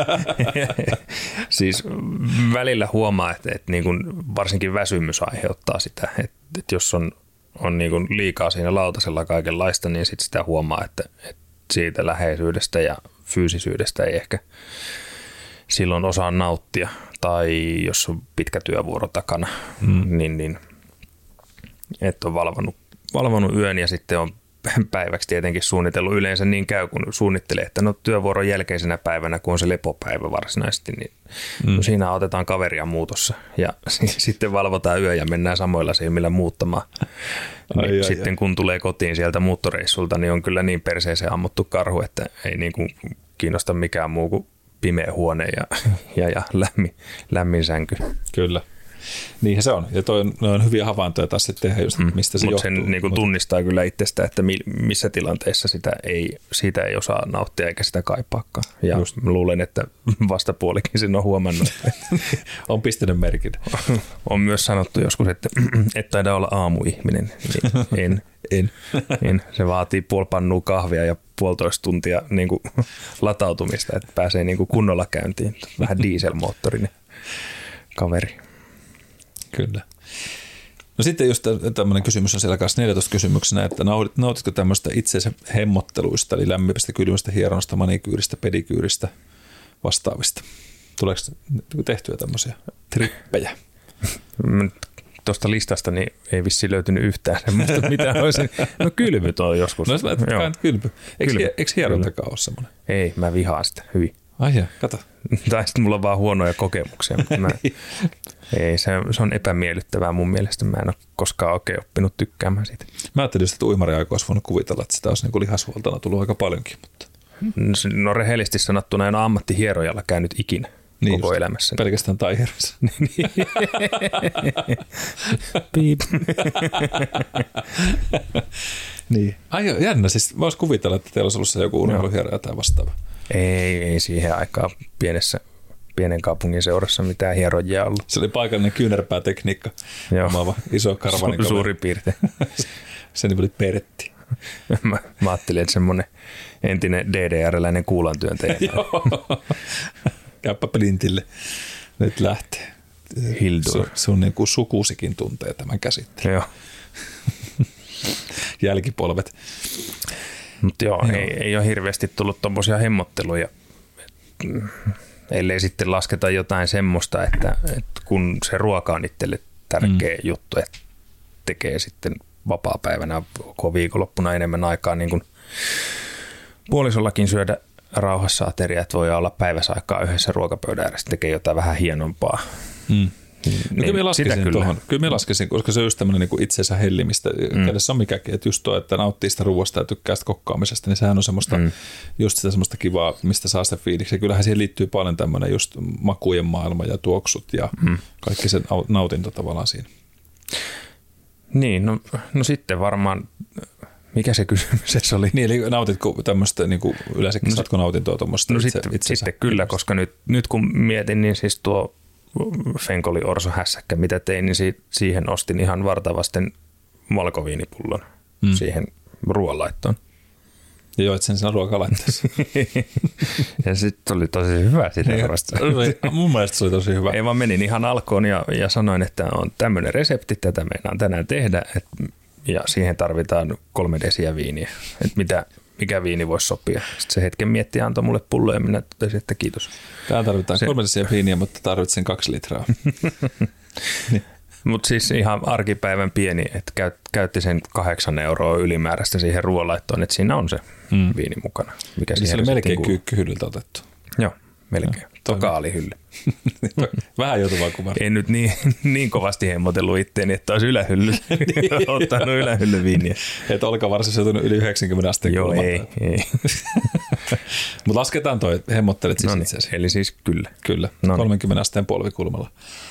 Siis välillä huomaa, että niin kuin varsinkin väsymys aiheuttaa sitä, että jos on niin kuin liikaa siinä lautasella kaikenlaista, niin sitten sitä huomaa, että siitä läheisyydestä ja fyysisyydestä ei ehkä silloin osaa nauttia. Tai jos on pitkä työvuoro takana, niin et on valvonut yön ja sitten on päiväksi tietenkin suunnitellut. Yleensä niin käy, kun suunnittelee, että no työvuoron jälkeisenä päivänä, kun on se lepopäivä varsinaisesti, niin no siinä otetaan kaveria muutossa ja sitten valvotaan yö ja mennään samoilla silmillä muuttamaan. Sitten kun tulee kotiin sieltä muuttoreissulta, niin on kyllä niin perseeseen ammuttu karhu, että ei niin kuin kiinnosta mikään muu kuin pimeä huone ja lämmin sänky. Kyllä. Niinhän se on. Ja on hyviä havaintoja taas sitten tehdä just, mistä se johtuu. Sen niin kuin tunnistaa kyllä itsestä, että missä tilanteessa siitä ei osaa nauttia eikä sitä kaipaakaan. Ja just. Luulen, että vastapuolikin sen on huomannut. On pistänyt merkin. On myös sanottu joskus, että et taida olla aamuihminen. En. Se vaatii puoli pannua kahvia ja 1,5 tuntia niin kuin latautumista, että pääsee niin kuin kunnolla käyntiin. Vähän dieselmoottorinen kaveri. Kyllä. No sitten just tämmöinen kysymys on siellä kanssa 14 kysymyksenä, että nautitko tämmöistä itseensä hemmotteluista, eli lämmimästä, kylmästä, hieronasta, manikyyristä, pedikyyristä, vastaavista? Tuleeko tehtyä tämmöisiä trippejä? Tuosta listasta niin ei vissiin löytynyt yhtään semmoista, mitä olisin. No kylvyt on joskus. No kylpy. Eikö hierontakaan ole semmoinen? Ei, mä vihaan sitä hyvin. Ai ja, kato. Tai sitten mulla on vaan huonoja kokemuksia, mutta ei, se on epämiellyttävää mun mielestä. Mä en ole koskaan oikein oppinut tykkäämään siitä. Mä ajattelin, että uimariaikoina olisi voinut kuvitella, että sitä olisi niin lihashuoltona tullut aika paljonkin. Mutta. No rehellisesti sanottuna en ole ammattihierojalla käynyt ikinä koko elämässä. Pelkästään taiherassa. Piip. Niin. Ai jännä, siis voisi kuvitella, että teillä olisi ollut se joku urheiluhieroja tai vastaava. Ei siihen aikaan pienen kaupungin seurassa mitään hierojia ollut. Se oli paikallinen kyynärpäätekniikka. Omaava iso karvanin suurin piirtein. Se oli Pertti. Mä ajattelin, että semmoinen entinen DDR-läinen kuulantyöntäjä. Käyppä Plintille. Nyt lähtee. Hildur. Se on niin kuin sukusikin tuntee tämän käsitteen. Joo. Jälkipolvet. Mutta ei ole hirveästi tullut tommosia hemmotteluja, ellei sitten lasketa jotain semmoista, että kun se ruoka on itselle tärkeä juttu, että tekee sitten vapaapäivänä viikonloppuna enemmän aikaa niin kuin puolisollakin syödä rauhassa ateria, että voi olla päiväsaikaa yhdessä ruokapöydän ääressä, tekee jotain vähän hienompaa. No, kyllä mä laskisin, koska se on just tämmöinen niin itsensä hellimistä, kädessä on mikäkin, että just tuo, että nauttii sitä ruoasta ja tykkää sitä kokkaamisesta, niin sehän on semmoista, just sitä semmoista kivaa, mistä saa sitä fiiliksi. Ja kyllähän siihen liittyy paljon tämmöinen just makujen maailma ja tuoksut ja kaikki se nautinto tavallaan siinä. Niin, no sitten varmaan, mikä se kysymys oli? Niin, eli nautitko tämmöistä, niin kuin yleensäkin saatko nautintoa tuommoista sitten kyllä, koska nyt kun mietin, niin siis tuo Fenkoli Orso hässäkkä, mitä tein, niin siihen ostin ihan vartavasten valkoviinipullon siihen ruoanlaittoon. Ja joit sen siinä ruokalaitteessa. Ja sitten oli tosi hyvä sitä harrastaa. Mun mielestä se oli tosi hyvä. Ei vaan menin ihan alkoon ja sanoin, että on tämmöinen resepti, tätä meinaan tänään tehdä, ja siihen tarvitaan 3 desiä viiniä. Että mikä viini voisi sopia. Sitten se hetken mietti ja antoi mulle pulloa ja minä totesin, että kiitos. Täällä tarvitaan 3 desiä viiniä, mutta tarvitsen 2 litraa. Niin. Mutta siis ihan arkipäivän pieni, että käytti sen 8 € ylimääräistä siihen ruoanlaittoon, että siinä on se viini mukana. Mikä eli se oli melkein kyykkyhyllyltä otettu. Joo, melkein. Toka oli hylly. Vähän joutuvaa kuvaa. En nyt niin kovasti hemmotellut itteeni, että olisi ylähylly. Ottanut ylähylly viiniä. Et olkavarsis joutunut yli 90 asteen Joo, ei. Mutta lasketaan toi, hemmottelet siis itseäsi. Eli siis kyllä. Kyllä, 30 asteen polvikulmalla.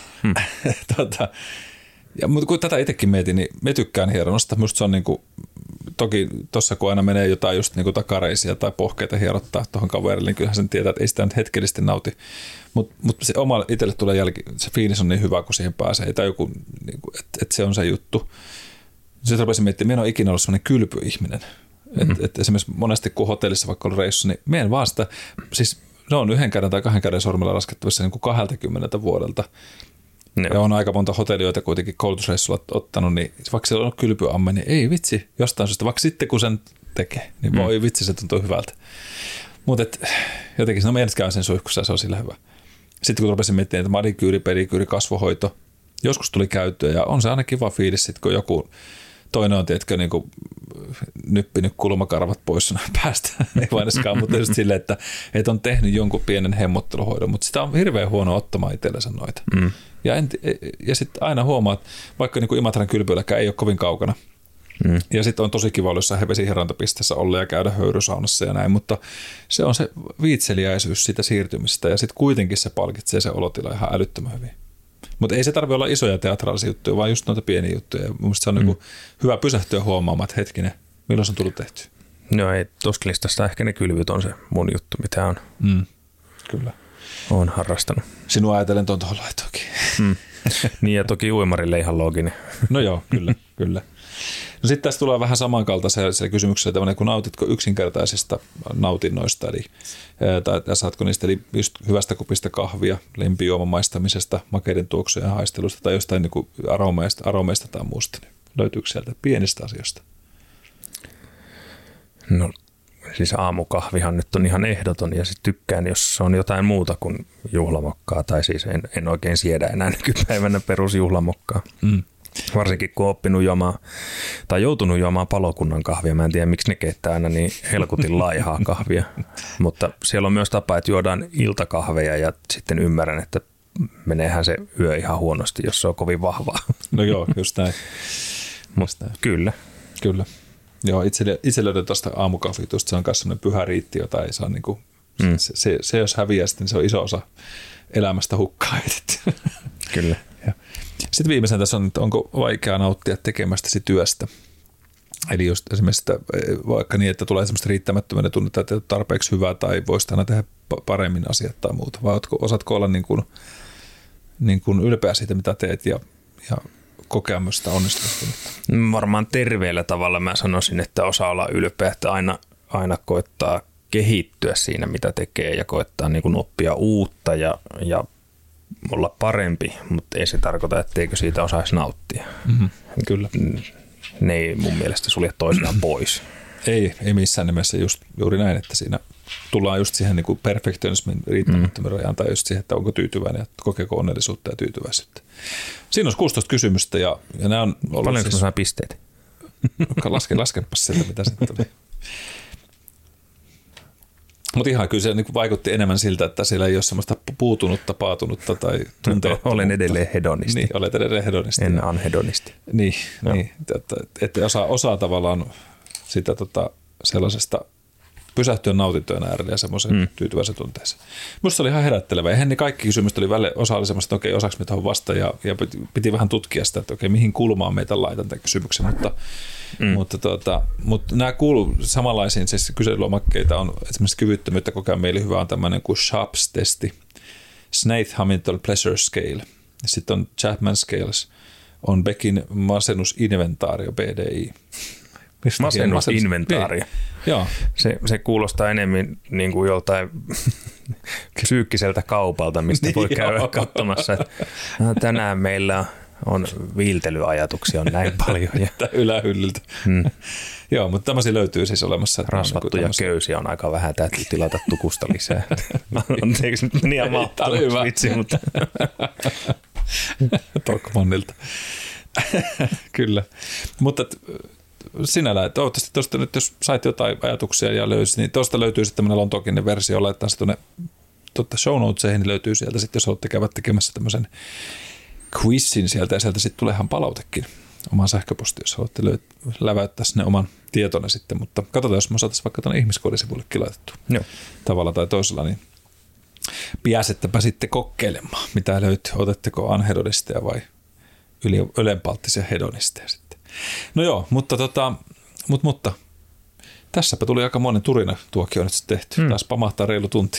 Mutta kun tätä itsekin mietin, niin me tykkään hieronnosta. Minusta se on niinku, toki tuossa kun aina menee jotain just niinku takareisia tai pohkeita hierottaa tuohon kaverille, niin kyllähän sen tietää, että ei sitä nyt hetkellisesti nauti. Mutta se oma itselle tulee se fiilis on niin hyvä, kun siihen pääsee. Tai joku, niinku, että se on se juttu. Sitten rupesin miettimään, että minä en ole ikinä ollut sellainen kylpyihminen. Että esimerkiksi monesti kun hotellissa vaikka ollut reissussa, niin minä en vaan sitä, siis ne on 1 käden tai 2 käden sormella laskettavissa niin kuin 20 vuodelta. Ja on aika monta hotelioita kuitenkin koulutusreissulla ottanut, niin vaikka siellä on kylpyamme, niin ei vitsi, jostain syystä, vaikka sitten kun sen tekee, niin voi vitsi, se tuntuu hyvältä. Mutta jotenkin mä ensin käyn sen suihkussa ja se on sillä hyvä. Sitten kun rupesin miettimään, että madikyyri, pedikyyri, kasvohoito, joskus tuli käyttöä ja on se aina kiva fiilis, sit, kun joku toinen on, tiedätkö, niin kuin nyppinyt kulmakarvat pois päästä, ei vain eskaan, mutta just silleen, että on tehnyt jonkun pienen hemmotteluhoidon, mutta sitä on hirveän huono ottamaan itsellensä noita. Ja sitten aina huomaa, että vaikka niin kuin Imatran kylpyilläkään ei ole kovin kaukana, ja sitten on tosi kiva olla jossain vesihierontapisteessä olla ja käydä höyrysaunassa ja näin, mutta se on se viitseliäisyys siitä siirtymisestä, ja sitten kuitenkin se palkitsee se olotila ihan älyttömän hyvin. Mutta ei se tarvitse olla isoja teatraalisia juttuja, vaan just noita pieniä juttuja. Mun mielestä se on niinku hyvä pysähtyä huomaamaan, että hetkinen, milloin se on tullut tehty. No ei, tuosta listasta ehkä ne kylvyt on se mun juttu, mitä on. Kyllä. Olen harrastanut. Sinua ajatellen tuon laitoakin. Niin ja toki uimarille ihan looginen. No joo, kyllä. No sitten tässä tulee vähän samankaltaisia kysymyksiä, kun nautitko yksinkertaisista nautinnoista, eli tai saatko niistä eli just hyvästä kupista kahvia, lempijuoman maistamisesta, makeiden tuoksujen haistelusta tai jostain niin kuin aromeista tai muusta. Niin löytyykö sieltä pienistä asioista? No siis aamukahvihan nyt on ihan ehdoton ja sitten tykkään, jos se on jotain muuta kuin juhlamokkaa tai siis en oikein siedä enää nykypäivänä perusjuhlamokkaa. Varsinkin kun on oppinut juomaan tai joutunut juomaan palokunnan kahvia. Mä en tiedä, miksi ne keittää aina niin helkutin laihaa kahvia. Mutta siellä on myös tapa, että juodaan iltakahveja ja sitten ymmärrän, että meneehän se yö ihan huonosti, jos se on kovin vahvaa. No joo, just näin. Kyllä. Joo, itse löydän tuosta aamukahvitusta, se on myös sellainen pyhä riitti, jota ei saa niinku, se jos häviää, sitten se on iso osa elämästä hukkaa heitetty. Kyllä. Sitten viimeisen tässä on, että onko vaikea nauttia tekemästäsi työstä. Eli just esimerkiksi sitä, vaikka niin, että tulee semmoista riittämättömyyden tunnetta, että ei ole tarpeeksi hyvää tai voisi aina tehdä paremmin asiat tai muuta. Vai osaatko olla niin kuin ylpeä siitä, mitä teet ja kokea myös sitä onnistumista? Varmaan terveellä tavalla mä sanoisin, että osaa olla ylpeä, että aina koettaa kehittyä siinä, mitä tekee ja koettaa niin kuin oppia uutta ja olla parempi, mutta ei se tarkoita, etteikö siitä osaisi nauttia. Mm-hmm. Kyllä. Ne ei mun mielestä sulje toisinaan pois. Ei missään nimessä juuri näin, että siinä tullaan just siihen niin kuin perfektionismin riittämättömyyden rajaan tai just siihen, että onko tyytyväinen ja kokeeko onnellisuutta ja tyytyväisyyttä. Siinä on 16 kysymystä ja nämä on ollut paljonko siis... saa pisteet? Laskepas sieltä, mitä sitten tuli. Mutta ihan kyllä se niin vaikutti enemmän siltä, että siellä ei ole semmoista puutunutta, paatunutta tai tunteettomuutta. Olen edelleen hedonisti. Niin, olet edelleen hedonisti. En anhedonisti. Niin, että osaa tavallaan sitä sellaisesta pysähtyä nautintojen äärelle ja semmoisen tyytyväisen tunteeseen. Minusta se oli ihan herättelevä. Ja Henni kaikki kysymykset oli välillä, osa oli semmoista, että okei, osaako me tuohon vasta ja piti vähän tutkia sitä, että okei, mihin kulmaan meitä laitan tämän kysymyksen. Mutta nämä kuuluu samanlaisiin, siis kyselylomakkeita on esimerkiksi kyvyttömyyttä kokea meille hyvä on tämmöinen kuin Sharps-testi, Snaith-Hamilton Pleasure Scale, sitten on Chapman Scales, on Beckin masennusinventaario, BDI. Masennusinventaario. Joo. Se kuulostaa enemmän niin kuin joltain psyykkiseltä kaupalta, mistä voi käydä katsomassa, että tänään meillä on viiltelyajatuksia on näin paljon. Ylähyllyltä. Joo, mutta tämmöisiä löytyy siis olemassa. Rasvattuja köysiä on aika vähän, täytyy tilata tukusta lisää. Anteeksi, nyt meni ihan mahtavaksi vitsi, mutta... Tokmannilta. Kyllä. Mutta sinällään, toivottavasti tuosta nyt, jos sait jotain ajatuksia ja löysit, niin tuosta löytyy sitten tämmöinen lontokinen versio, laittaa se tuonne show notesihin, niin löytyy sieltä sitten, jos haluatte käydä tekemässä tämmöisen quizin sieltä, ja sieltä sitten tulee ihan palautekin omaan sähköpostiin, jos haluatte läväyttää sinne oman tietonne sitten, mutta katsotaan, jos me saataisiin vaikka tuonne ihmiskoodisivuillekin laitettu tavalla tai toisella, niin pääsettepä sitten kokeilemaan, mitä löytyy, otetteko anhedonisteja vai ylenpalttisia hedonisteja sitten. No joo, mutta tässäpä tuli aika monen turina tuokio nyt sitten tehty. Taas pamahtaa reilu tunti.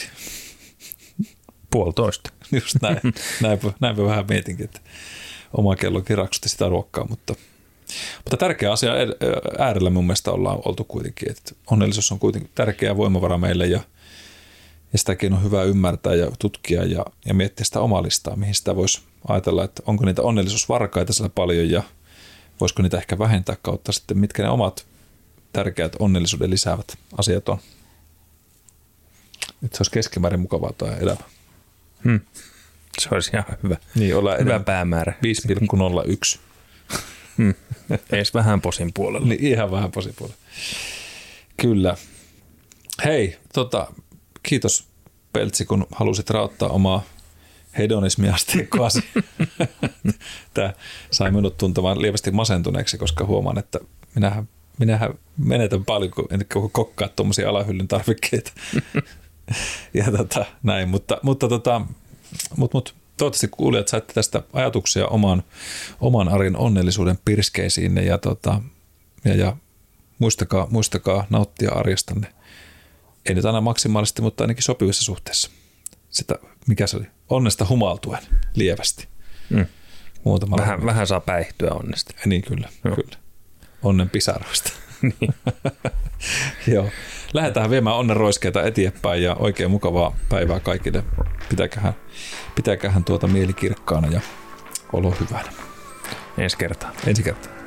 1,5. Just näinpä vähän mietinkin, että oma kellokin raksutti sitä ruokkaa, mutta tärkeä asia äärellä mun mielestä ollaan oltu kuitenkin, että onnellisuus on kuitenkin tärkeä voimavara meille ja sitäkin on hyvä ymmärtää ja tutkia ja miettiä sitä omaa listaa, mihin sitä voisi ajatella, että onko niitä onnellisuusvarkaita siellä paljon ja voisiko niitä ehkä vähentää kautta sitten, mitkä ne omat tärkeät onnellisuuden lisäävät asiat on. Nyt se olisi keskimäärin mukavaa tuo elämä. Se olisi ihan hyvä. Niin, hyvä päämäärä. 5,01. Ees vähän posin puolella. Niin, ihan vähän posin puolella. Kyllä. Hei, kiitos Peltsi, kun halusit raottaa omaa hedonismiasteikkoasi. Tämä sai minut tuntemaan lievästi masentuneeksi, koska huomaan, että minähän menetän paljon, kun en kokkaa tuommoisia alahyllyn tarvikkeita. Ja näin, mutta toivottavasti kuulijat saitte tästä ajatuksia oman arjen onnellisuuden pirskeisiinne ja muistakaa nauttia arjestanne. Ei nyt aina maksimaalisesti, mutta ainakin sopivissa suhteessa. Sitä, mikä se oli? Onnesta humaltuen lievästi. Vähän saa päihtyä onnesta. Niin, kyllä. Onnen pisaroista. Niin. Joo. Lähdetään viemään onnenroiskeita eteenpäin ja oikein mukavaa päivää kaikille. Pitäköhän mieli kirkkaana ja olo hyvänä. Ensi kertaa.